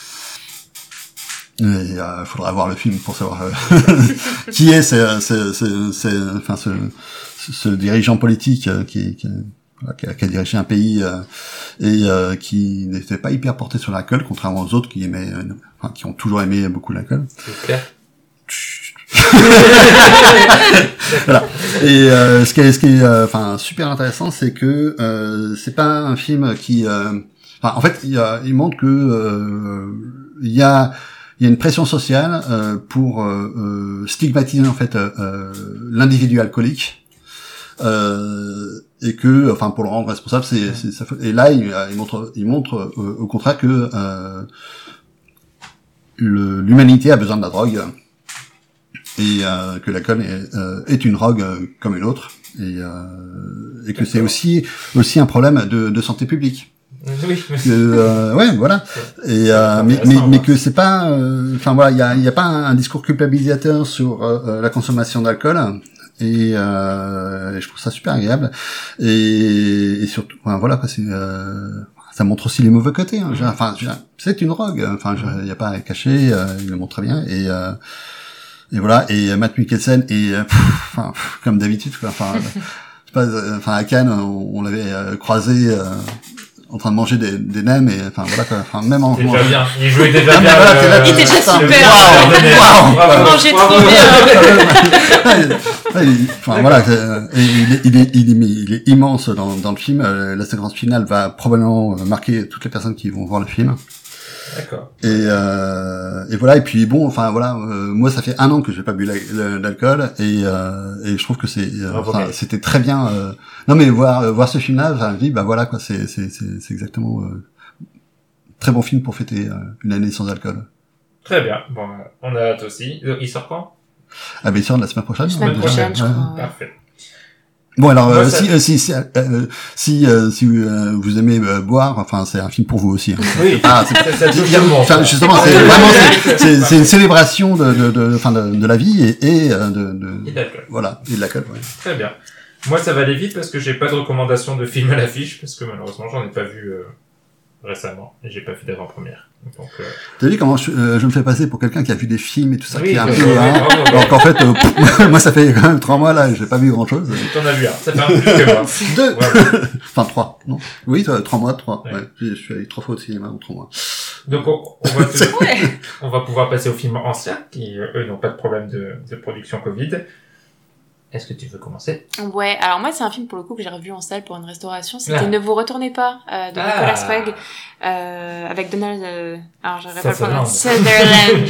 Il euh, faudra voir le film pour savoir euh, qui est ce, ce, ce, ce, enfin, ce, ce dirigeant politique euh, qui, qui, qui, a, qui a dirigé un pays euh, et euh, qui n'était pas hyper porté sur l'alcool, contrairement aux autres qui aimaient, euh, enfin, qui ont toujours aimé beaucoup l'alcool. C'est clair. Voilà. Et euh, ce qui est, ce qui est, euh, enfin, super intéressant, c'est que euh, c'est pas un film qui, euh, enfin, en fait, il, a, il montre que euh, il y a, il y a une pression sociale euh, pour euh, euh, stigmatiser en fait euh, l'individu alcoolique euh, et que, enfin, pour le rendre responsable, c'est, c'est ça. Et là, il, il montre, il montre euh, au contraire que euh, le, l'humanité a besoin de la drogue. Et euh, que l'alcool est, euh, est une drogue euh, comme une autre, et, euh, et que D'accord. c'est aussi aussi un problème de, de santé publique. Oui. Que, euh, ouais, voilà. Et euh, mais mais, mais que c'est pas, enfin euh, voilà, il y a il y a pas un, un discours culpabilisateur sur euh, la consommation d'alcool. Et, euh, et je trouve ça super agréable. Et, et surtout, enfin, voilà, c'est euh, ça montre aussi les mauvais côtés. Hein. Mmh. Enfin, c'est une drogue. Enfin, il y a pas à cacher. Euh, il le montre très bien. Et euh, et voilà. Et Matt Mikkelsen et enfin comme d'habitude. Quoi. Enfin, je sais pas. Enfin à Cannes, on, on l'avait euh, croisé. Euh, en train de manger des, des nems et enfin voilà quoi. Enfin même en déjà mangeant... bien. Il jouait déjà ah, bien. Voilà, euh, là, il était déjà super. Waouh, waouh, il mangeait trop bien. Enfin voilà, euh, et il, est, il, est, il, est, il est immense dans, dans le film. Euh, la séquence finale va probablement marquer toutes les personnes qui vont voir le film. D'accord. Et, euh, et voilà. Et puis bon, enfin voilà, euh, moi ça fait un an que j'ai pas bu l'alcool et, euh, et je trouve que c'est, euh, enfin, c'était très bien. Euh, non mais voir euh, voir ce film-là, enfin, je dis bah voilà quoi, c'est c'est c'est, c'est exactement euh, très bon film pour fêter euh, une année sans alcool. Très bien. Bon, on a hâte aussi. Il sort quand? Ah ben il sort la semaine prochaine. La semaine prochaine, je crois. Parfait. Bon alors Moi, euh, ça... si euh, si si, euh, si, euh, si euh, vous aimez euh, boire, enfin c'est un film pour vous aussi. Hein. Oui. Ah, c'est, ça, ça touche tout le monde. Enfin justement c'est vraiment c'est, c'est, c'est une célébration de de de enfin de, de la vie et, et de, de et de l'alcool. Voilà et de l'alcool. Ouais. Très bien. Moi ça va aller vite parce que j'ai pas de recommandation de film à l'affiche parce que malheureusement j'en ai pas vu euh, récemment et j'ai pas fait d'avant-première. Donc euh... t'as vu comment je, euh, je me fais passer pour quelqu'un qui a vu des films et tout ça oui, qui est un oui, peu oui, hein, bravo, bravo. alors qu'en fait euh, pff, moi ça fait quand même trois mois là j'ai pas vu grand chose. T'en as vu un, ça fait un peu plus que moi. Deux. Voilà. Enfin trois non oui toi, trois mois trois ouais. ouais je suis allé trois fois au cinéma en trois mois. Donc on, on va te... ouais. on va pouvoir passer aux films anciens qui eux n'ont pas de problème de, de production Covid. Est-ce que tu veux commencer? Ouais, alors moi c'est un film pour le coup que j'ai revu en salle pour une restauration, c'était ah. Ne vous retournez pas euh, de ah. Nicolas Sprague euh, avec Donald euh, alors j'aurais pas le Sutherland, Sutherland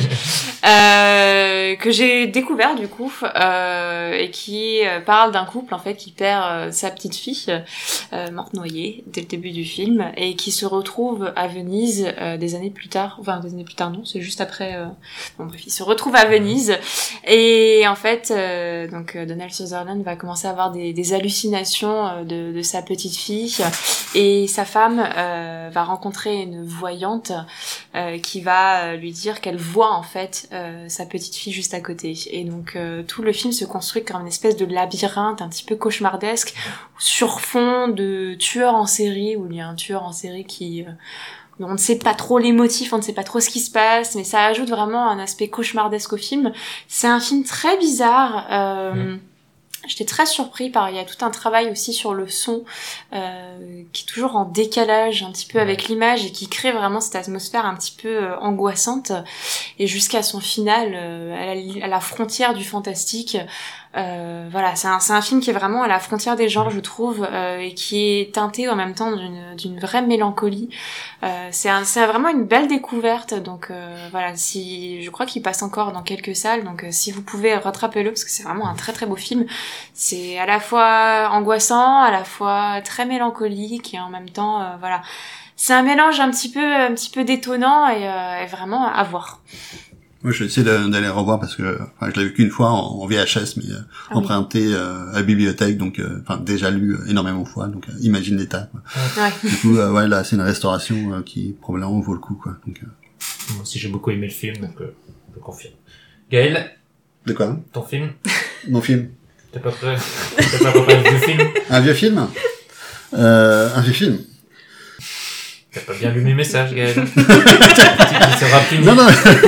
euh, que j'ai découvert du coup euh, et qui euh, parle d'un couple en fait qui perd euh, sa petite fille euh, morte noyée dès le début du film et qui se retrouve à Venise euh, des années plus tard, enfin des années plus tard non, c'est juste après euh... bon bref, il se retrouve à Venise et en fait euh, donc Donald Sutherland va commencer à avoir des, des hallucinations de, de sa petite fille et sa femme euh, va rencontrer une voyante euh, qui va lui dire qu'elle voit en fait euh, sa petite fille juste à côté et donc euh, tout le film se construit comme une espèce de labyrinthe un petit peu cauchemardesque sur fond de tueur en série où il y a un tueur en série qui euh, on ne sait pas trop les motifs, on ne sait pas trop ce qui se passe, mais ça ajoute vraiment un aspect cauchemardesque au film. C'est un film très bizarre. Euh, mmh. J'étais très surpris par, il y a tout un travail aussi sur le son, euh, qui est toujours en décalage un petit peu avec l'image et qui crée vraiment cette atmosphère un petit peu euh, angoissante et jusqu'à son final, euh, à, la, à la frontière du fantastique. Euh, voilà, c'est un, c'est un film qui est vraiment à la frontière des genres, je trouve, euh, et qui est teinté en même temps d'une, d'une vraie mélancolie. Euh, c'est, un, c'est vraiment une belle découverte, donc euh, voilà, si je crois qu'il passe encore dans quelques salles, donc euh, si vous pouvez rattrapez-le parce que c'est vraiment un très très beau film. C'est à la fois angoissant, à la fois très mélancolique et en même temps, euh, voilà, c'est un mélange un petit peu un petit peu détonnant et, euh, et vraiment à voir. Moi, je vais essayer d'aller revoir parce que, enfin, je l'ai vu qu'une fois en, en V H S, mais euh, ah, emprunté oui. euh, à la bibliothèque, donc, euh, enfin, déjà lu énormément de fois, donc, euh, imagine l'état. Quoi. Ouais. Du coup, euh, ouais, là, c'est une restauration euh, qui probablement vaut le coup, quoi. Donc, euh... moi aussi, j'ai beaucoup aimé le film, donc euh, je confirme. Gaël. De quoi? Ton film? Mon film. T'as pas prêt? T'as pas préparé un vieux film? Un vieux film? Euh, un vieux film. T'as pas bien lu mes messages, Gaël. C'est rapide. Non, non.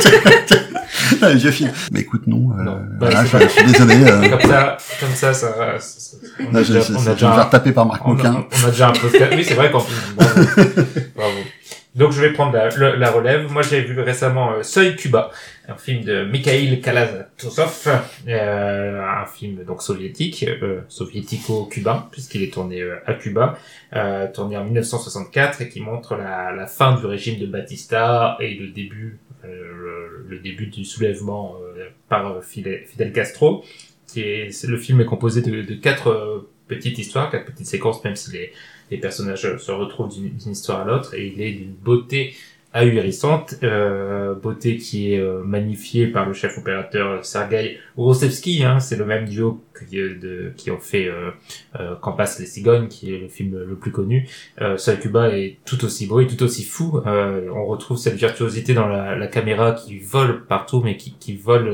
Un vieux film. Mais écoute, non. Euh, non. Bah, voilà, je, je suis désolé. Euh... Comme ça, comme ça, ça, ça, ça on là, a je, déjà, je, on je, a déjà je vais retaper par Marc Monquin. On, on a déjà un podcast. Oui, c'est vrai qu'en film. Bravo. Bravo. Donc, je vais prendre la, la, la relève. Moi, j'ai vu récemment euh, Seuil Cuba, un film de Mikhail Kalatozov, euh, un film donc soviétique, euh, soviético-cubain, puisqu'il est tourné euh, à Cuba, euh, tourné en dix-neuf cent soixante-quatre et qui montre la, la fin du régime de Batista et le début, euh, le, le début du soulèvement euh, par Fidel, Fidel Castro. Qui est, c'est, le film est composé de, de quatre euh, petites histoires, quatre petites séquences, même si les les personnages se retrouvent d'une, d'une histoire à l'autre, et il est d'une beauté ahurissante, euh, beauté qui est euh, magnifiée par le chef opérateur Sergueï Roussevski, hein, c'est le même duo qui, de, qui ont fait euh, euh, Quand passent les cigognes, qui est le film le plus connu. Euh, Seuil Cuba est tout aussi beau et tout aussi fou. Euh, on retrouve cette virtuosité dans la, la caméra qui vole partout, mais qui, qui vole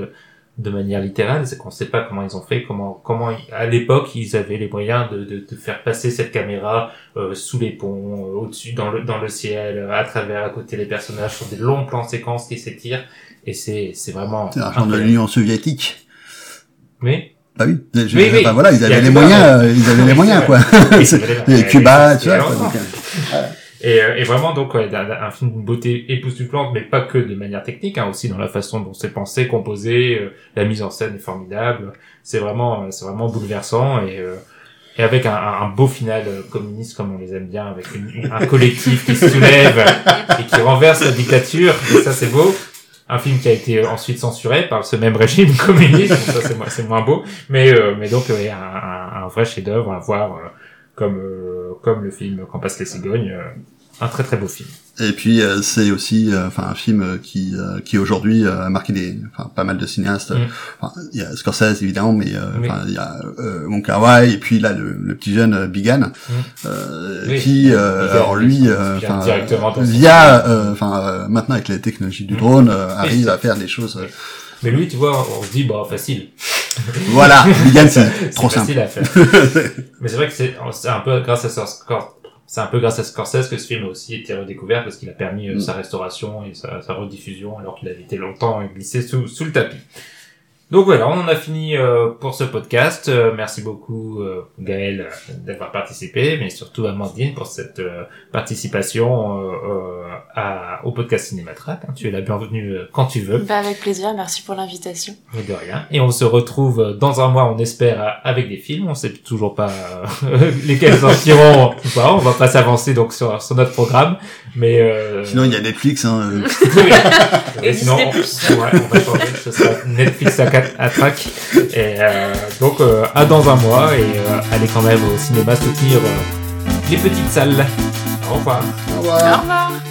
de manière littérale, c'est qu'on sait pas comment ils ont fait, comment comment ils, à l'époque ils avaient les moyens de de, de faire passer cette caméra euh, sous les ponts, euh, au-dessus dans le dans le ciel, à travers à côté les personnages sur des longs plans séquences qui s'étirent et c'est c'est vraiment c'est l'argent de l'Union soviétique. Mais bah oui, je, oui, oui. Enfin, voilà, ils avaient les Cuba, moyens, mais... ils avaient les moyens quoi. Et Cuba, tu vois. Donc, euh, Et, et vraiment donc ouais, un, un film d'une beauté époustouflante, mais pas que de manière technique, hein, aussi dans la façon dont c'est pensé, composé, euh, la mise en scène est formidable. C'est vraiment, c'est vraiment bouleversant et euh, et avec un, un beau final communiste comme on les aime bien, avec une, un collectif qui se soulève et qui renverse la dictature. Et ça c'est beau. Un film qui a été ensuite censuré par ce même régime communiste. Donc ça c'est moins, c'est moins beau, mais euh, mais donc ouais, un, un, un vrai chef-d'œuvre à voir. Euh, comme euh, comme le film Quand passent les cigognes, euh, un très très beau film. Et puis euh, c'est aussi enfin euh, un film qui euh, qui aujourd'hui euh, a marqué des enfin pas mal de cinéastes. Enfin mm. il y a Scorsese évidemment, mais enfin euh, il y a euh, Wong Kar-wai et puis là le, le petit jeune euh, Bigan mm. euh, oui. qui euh, Bigan, alors lui enfin euh, via enfin euh, maintenant avec la technologie du drone euh, mm. arrive à faire des choses. Euh, mais lui, tu vois, on se dit bah facile. Voilà, Bigan c'est trop c'est simple. Facile à faire. Mais c'est vrai que c'est, c'est un peu grâce à Scorsese, c'est un peu grâce à Scorsese que ce film a aussi été redécouvert parce qu'il a permis euh, mm. sa restauration et sa, sa rediffusion alors qu'il avait été longtemps glissé sous, sous le tapis. Donc voilà, on en a fini euh, pour ce podcast. Euh, merci beaucoup euh, Gaël euh, d'avoir participé, mais surtout Amandine pour cette euh, participation euh, euh, à, au podcast Cinématrack. Hein. Tu es la bienvenue euh, quand tu veux. Bah avec plaisir, merci pour l'invitation. Et de rien. Et on se retrouve dans un mois, on espère, avec des films. On sait toujours pas euh, lesquels sortiront ou pas. On va pas s'avancer donc sur, sur notre programme, mais euh... sinon il y a Netflix. Hein. Et sinon, on, ouais, on va changer. Ce sera Netflix à à track et euh, donc euh, à dans un mois et euh, allez quand même au cinéma soutenir euh, les petites salles. Au revoir. Au revoir. Au revoir.